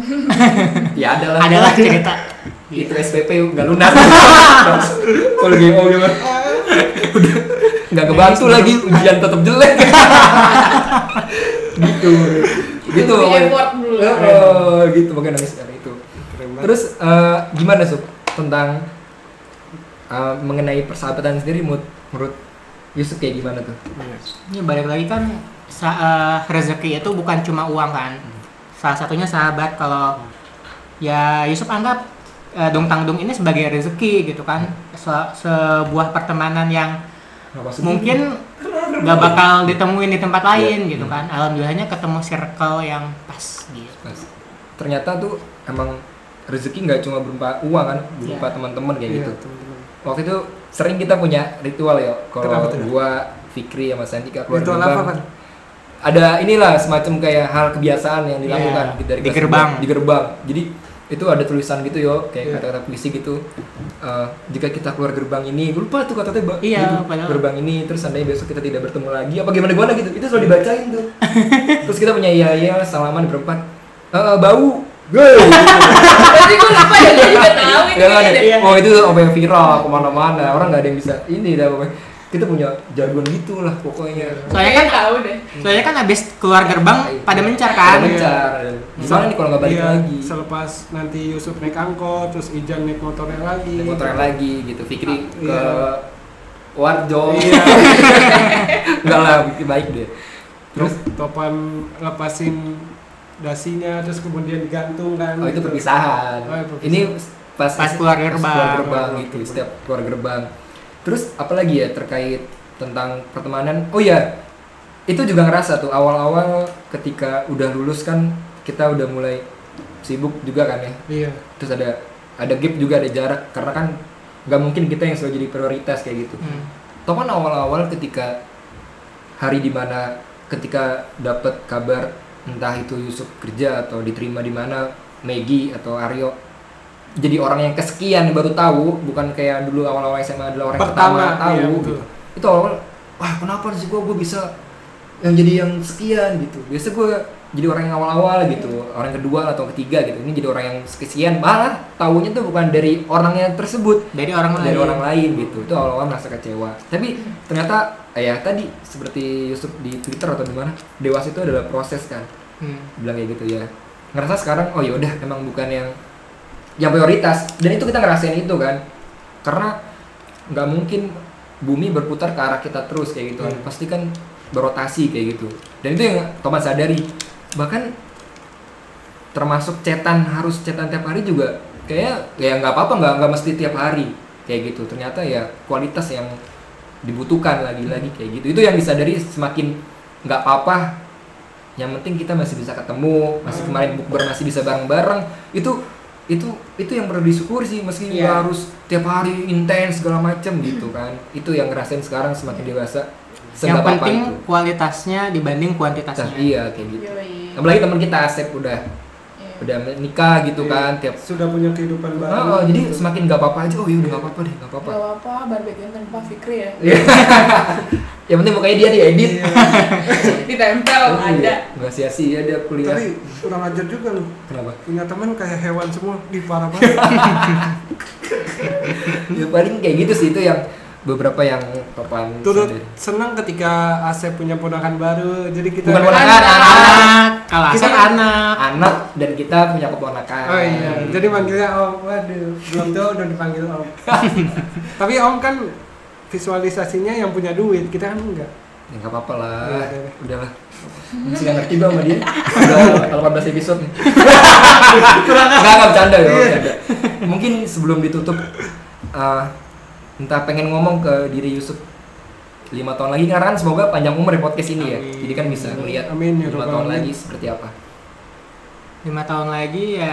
Speaker 1: Ya adalah.
Speaker 3: Adalah cerita.
Speaker 1: Itu S P P nggak lunas. Kalau G O gimana? Udah nggak kebantu lagi ujian tetap jelek. Gitu. Gitu.
Speaker 4: Effort dulu.
Speaker 1: Oh, gitu makanya nangis dari itu. Terus uh, gimana Sup tentang uh, mengenai persahabatan sendiri menurut, menurut Yusuf kayak gimana tuh?
Speaker 3: Ini balik lagi kan sa- uh, rezeki itu bukan cuma uang kan. Salah satunya sahabat. Kalau ya Yusuf anggap uh, Dung Tang Dung ini sebagai rezeki gitu kan. Se- sebuah pertemanan yang mungkin gak bakal ditemuin di tempat lain gitu kan. Alhamdulillahnya ketemu circle yang pas gitu.
Speaker 1: Pas. Ternyata tuh emang rezeki nggak cuma berupa uang kan, berupa yeah. teman-teman kayak yeah, gitu. Teman-teman. Waktu itu sering kita punya ritual ya. Kalau gua, Fikri sama Sandika keluar
Speaker 2: ritual apa kan?
Speaker 1: Ada inilah semacam kayak hal kebiasaan yang dilakukan
Speaker 3: yeah.
Speaker 1: gitu dari
Speaker 3: di gerbang.
Speaker 1: Di gerbang. Jadi itu ada tulisan gitu yo, kayak
Speaker 2: Iya.
Speaker 1: kata-kata puisi gitu. Eh, jika kita keluar gerbang ini, gue lupa tuh kata-katanya ba-
Speaker 3: Iya,
Speaker 1: gitu,
Speaker 3: padahal.
Speaker 1: gerbang ini, terus seandainya besok kita tidak bertemu lagi, apa gimana gimana gitu, itu selalu dibacain tuh. Terus kita punya iya iya salaman berempat, eh bau, gue.
Speaker 4: Berarti gue lupa ya, dia juga tahu ini.
Speaker 1: Ya kan,
Speaker 3: Iya.
Speaker 1: oh itu apa yang viral kemana-mana, orang nggak ada yang bisa ini dah pokoknya. Kita punya jargon gitu lah pokoknya.
Speaker 3: Soalnya kan
Speaker 4: tahu deh.
Speaker 3: soalnya kan abis keluar gerbang pada mencar
Speaker 1: Ada
Speaker 3: kan.
Speaker 1: mencar. Gimana nih kalau nggak balik
Speaker 2: Iya,
Speaker 1: lagi?
Speaker 2: selepas nanti Yusuf naik angkot, terus Ijan naik motornya lagi.
Speaker 1: Naik motornya lagi gitu, Fikri
Speaker 2: Ah,
Speaker 1: ke
Speaker 2: iya.
Speaker 1: Warjo.
Speaker 2: Iya.
Speaker 1: Enggak lah, Fikri baik deh.
Speaker 2: Terus Topan lepasin dasinya, terus kemudian digantung kan.
Speaker 1: Oh itu perpisahan.
Speaker 2: Oh, iya, perpisahan.
Speaker 1: Ini pas
Speaker 3: Pas keluar gerbang.
Speaker 1: keluar gerbang
Speaker 2: Keluar
Speaker 1: gitu,
Speaker 2: gerbang.
Speaker 1: setiap keluar gerbang. Terus apalagi ya terkait tentang pertemanan? Oh ya, itu juga ngerasa tuh awal-awal ketika udah lulus kan kita udah mulai sibuk juga kan ya.
Speaker 2: Iya.
Speaker 1: Terus ada ada gap juga, ada jarak karena kan nggak mungkin kita yang selalu jadi prioritas kayak gitu.
Speaker 3: Hmm.
Speaker 1: Toh kan awal-awal ketika hari dimana ketika dapat kabar entah itu Yusuf kerja atau diterima di mana, Megi atau Aryo jadi orang yang kesekian baru tahu, bukan kayak dulu awal-awal S M A adalah orang yang
Speaker 2: Pertama,
Speaker 1: pertama tahu
Speaker 2: iya,
Speaker 1: gitu.
Speaker 2: betul.
Speaker 1: Itu awal, wah kenapa sih gue gue bisa yang jadi yang sekian gitu. Biasa gue jadi orang yang awal-awal gitu, orang kedua atau ketiga gitu. Ini jadi orang yang sekian, malah tahunya tuh bukan dari orang yang tersebut,
Speaker 3: Dari orang
Speaker 1: dari
Speaker 3: lain.
Speaker 1: orang lain gitu. Itu awal-awal merasa kecewa. Tapi ternyata eh, ya tadi seperti Yusuf di Twitter atau di mana, dewasa itu adalah proses kan.
Speaker 3: Hmm.
Speaker 1: Bilang kayak gitu ya. Ngerasa sekarang oh ya udah emang bukan yang yang prioritas, dan itu kita ngerasain itu kan. Karena nggak mungkin bumi berputar ke arah kita terus kayak gitu kan.
Speaker 2: Hmm.
Speaker 1: Pasti kan berotasi kayak gitu. Dan itu yang Thomas sadari. Bahkan termasuk cetan, harus cetan tiap hari juga kayak ya nggak apa-apa, nggak nggak mesti tiap hari kayak gitu. Ternyata ya kualitas yang dibutuhkan lagi-lagi kayak gitu. Itu yang disadari semakin nggak apa-apa. Yang penting kita masih bisa ketemu, masih kemarin bukber masih bisa bareng-bareng. Itu itu itu yang perlu disyukuri sih, meski nggak
Speaker 3: Iya.
Speaker 1: harus tiap hari intens segala macem gitu kan. Itu yang ngerasain sekarang semakin dewasa.
Speaker 3: Yang
Speaker 1: Segak apa
Speaker 3: penting
Speaker 1: itu.
Speaker 3: kualitasnya dibanding
Speaker 1: Nah,
Speaker 3: kuantitasnya.
Speaker 1: iya kayak gitu.
Speaker 4: Yoi.
Speaker 1: Apalagi teman kita Asep udah
Speaker 4: Iya.
Speaker 1: udah nikah gitu
Speaker 2: Iya.
Speaker 1: kan tiap.
Speaker 2: Sudah punya kehidupan baru.
Speaker 1: Oh, oh, jadi
Speaker 2: gitu.
Speaker 1: semakin nggak apa-apa aja. Oh iya udah nggak apa-apa deh, nggak apa-apa.
Speaker 4: Gak apa-apa, barbecue tanpa Fikri ya.
Speaker 1: Iya. Yang penting mukanya dia diedit.
Speaker 2: Iya.
Speaker 4: Ditempel,
Speaker 1: Oh, iya.
Speaker 4: ada.
Speaker 1: Nggak sia-sia dia kuliah.
Speaker 2: Tapi kurang ajar juga lu.
Speaker 1: Kenapa?
Speaker 2: Punya teman kayak hewan semua, di parah banget.
Speaker 1: Ya paling kayak gitu sih, itu yang beberapa yang papan
Speaker 2: Turut
Speaker 1: sadari.
Speaker 2: senang ketika Asep punya ponakan baru. Jadi kita
Speaker 1: Bukan ponakan,
Speaker 4: Anak.
Speaker 1: anak.
Speaker 3: Anak, kalau
Speaker 2: Kita-
Speaker 3: Asep anak.
Speaker 1: Anak dan kita punya keponakan.
Speaker 2: Oh iya, jadi manggilnya Om. Waduh, belum tahu udah dipanggil Om. Tapi Om kan visualisasinya yang punya duit, kita kan enggak.
Speaker 1: Ya nggak apa-apa lah,
Speaker 2: Iya, iya, iya.
Speaker 1: udahlah. Masih nggak ngerti bang sama dia. Udah delapan belas episode nih. Nggak nggak bercanda ya, bercanda. Mungkin sebelum ditutup, eh, entah pengen ngomong ke diri Yusuf lima tahun lagi, karena kan semoga panjang umur ya podcast ini ya.
Speaker 3: Amin.
Speaker 1: Jadi kan bisa melihat
Speaker 2: Amin, ya
Speaker 1: lima
Speaker 2: Rabbal
Speaker 1: tahun
Speaker 2: Alamin.
Speaker 1: lagi seperti apa.
Speaker 3: Lima tahun lagi ya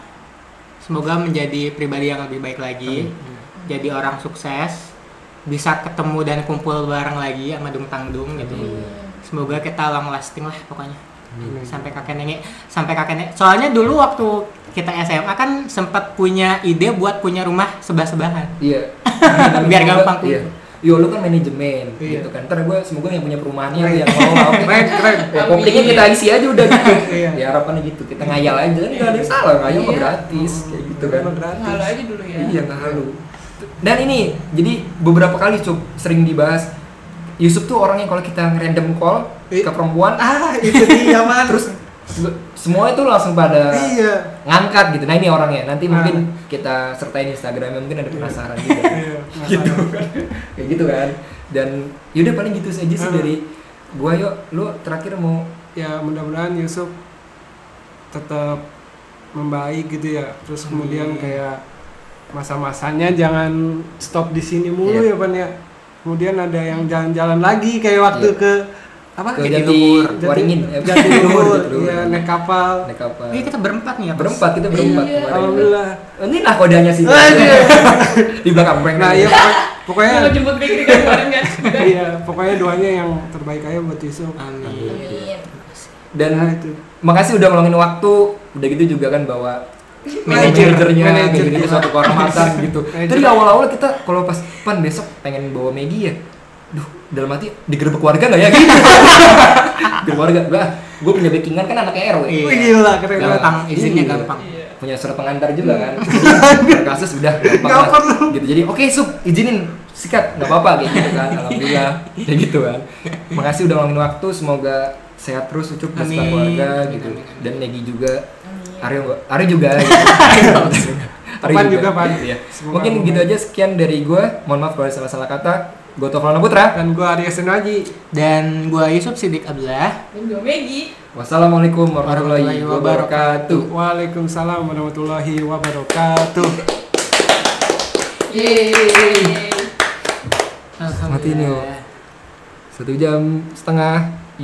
Speaker 3: semoga menjadi pribadi yang lebih baik lagi. Jadi orang sukses, bisa ketemu dan kumpul bareng lagi sama Dung Tangdung gitu. Semoga kita long lasting lah pokoknya.
Speaker 2: Amin.
Speaker 3: Sampai kakek nenek, sampai kakek nenek. Soalnya dulu waktu kita S M A kan sempat punya ide buat punya rumah sebah-sebahan.
Speaker 1: Iya.
Speaker 3: Biar gampang.
Speaker 1: Iya. Yo lu kan manajemen
Speaker 2: Iya.
Speaker 1: gitu kan. Ntar gue semoga yang punya perumahannya
Speaker 2: Keren.
Speaker 1: yang mau oke.
Speaker 2: Keren, keren.
Speaker 1: Ya, kompleknya kita isi aja udah gitu.
Speaker 2: Iya.
Speaker 1: Ya harapannya gitu. Kita ngayal aja kan nggak ada yang salah, ngayal mah
Speaker 4: Iya.
Speaker 1: gratis kayak gitu kan.
Speaker 2: Emang gratis.
Speaker 4: Halo aja dulu ya.
Speaker 1: Iya nggak halu. Dan ini jadi beberapa kali Cuk sering dibahas. Yusuf tuh orang yang kalau kita ngerandom call
Speaker 2: I-
Speaker 1: ke perempuan,
Speaker 2: Ah, itu dia man.
Speaker 1: terus se- semua itu langsung pada
Speaker 2: Iya.
Speaker 1: ngangkat gitu. Nah ini orangnya. Nanti
Speaker 2: Ah.
Speaker 1: mungkin kita sertain Instagramnya, mungkin ada penasaran juga.
Speaker 2: Iya,
Speaker 1: Gitu
Speaker 2: masalah.
Speaker 1: kan. Kayak gitu kan. Dan yaudah paling gitu saja sih
Speaker 2: Ah.
Speaker 1: dari gua. Yuk lu terakhir mau
Speaker 2: Ya mudah-mudahan Yusuf tetap membaik gitu ya. Terus kemudian
Speaker 3: Amin.
Speaker 2: kayak masa-masanya jangan stop di sini mulu
Speaker 1: Iya.
Speaker 2: ya Pan ya. Kemudian ada yang jalan-jalan lagi kayak waktu
Speaker 1: Iya.
Speaker 2: ke apa?
Speaker 1: ke
Speaker 3: Jati
Speaker 1: Jati
Speaker 3: Luhur.
Speaker 1: Waringin, eh,
Speaker 2: Jati Luhur,
Speaker 1: Jati Luhur.
Speaker 2: iya naik kapal.
Speaker 1: Naik kapal.
Speaker 3: Ini kita berempat nih ya. Pas.
Speaker 1: Berempat, kita berempat
Speaker 4: Iya.
Speaker 1: kemarin.
Speaker 2: Alhamdulillah.
Speaker 1: Ini lah kodenya sih.
Speaker 2: Aduh.
Speaker 1: Di belakang prank.
Speaker 2: Nah, iya pokok- pokoknya
Speaker 4: Kalau jemput Fikri kan kemarin kan.
Speaker 2: iya, pokoknya doanya yang terbaik aja buat Yusuf.
Speaker 3: Amin.
Speaker 4: Amin.
Speaker 1: Dan
Speaker 2: Nah, itu.
Speaker 1: makasih udah ngeluangin waktu. Udah gitu juga kan bawa manajernya kayak
Speaker 2: Manajer.
Speaker 1: gitu, suatu kehormatan gitu.
Speaker 2: Manajer.
Speaker 1: Tadi awal-awal kita kalau pas pan besok pengen bawa Maggie ya, duh dalam hati digerebek warga nggak ya gitu. Digerebek warga, gua gue punya backingan kan anaknya R W.
Speaker 3: Iya.
Speaker 2: Wih gila keren
Speaker 1: Gampang.
Speaker 2: banget.
Speaker 3: Gampang, izinnya
Speaker 1: Iya.
Speaker 3: gampang.
Speaker 1: Punya surat pengantar juga kan. Jadi, kasus udah gampang
Speaker 2: Nggak
Speaker 1: lah.
Speaker 2: perlu.
Speaker 1: Gitu. Jadi oke sup izinin sikat nggak apa-apa kayak gitu kan. Alhamdulillah kayak gitu kan. Makasih udah ngomongin waktu, semoga sehat terus Ucup dan
Speaker 3: Amin.
Speaker 1: keluarga
Speaker 3: Amin,
Speaker 1: gitu.
Speaker 3: amin, amin.
Speaker 1: Dan Negi juga.
Speaker 4: Amin.
Speaker 1: Aryo nggak? Aryo juga. Gitu. Aryo
Speaker 2: Pan juga, Pan.
Speaker 1: Iya.
Speaker 2: Semoga
Speaker 1: Mungkin
Speaker 2: aman.
Speaker 1: gitu aja sekian dari gue. Mohon maaf kalau ada salah-salah kata. Gue Taufan Putra.
Speaker 2: Dan gua Arya Senaji.
Speaker 3: Dan gua Yusuf Siddiq Abdullah.
Speaker 4: Dan gue Maggie.
Speaker 1: Wassalamualaikum warahmatullahi
Speaker 3: Warahmatullahi
Speaker 1: wabarakatuh.
Speaker 2: Waalaikumsalam warahmatullahi wabarakatuh.
Speaker 4: Yeay.
Speaker 1: Mati ini, yuk. Satu jam setengah.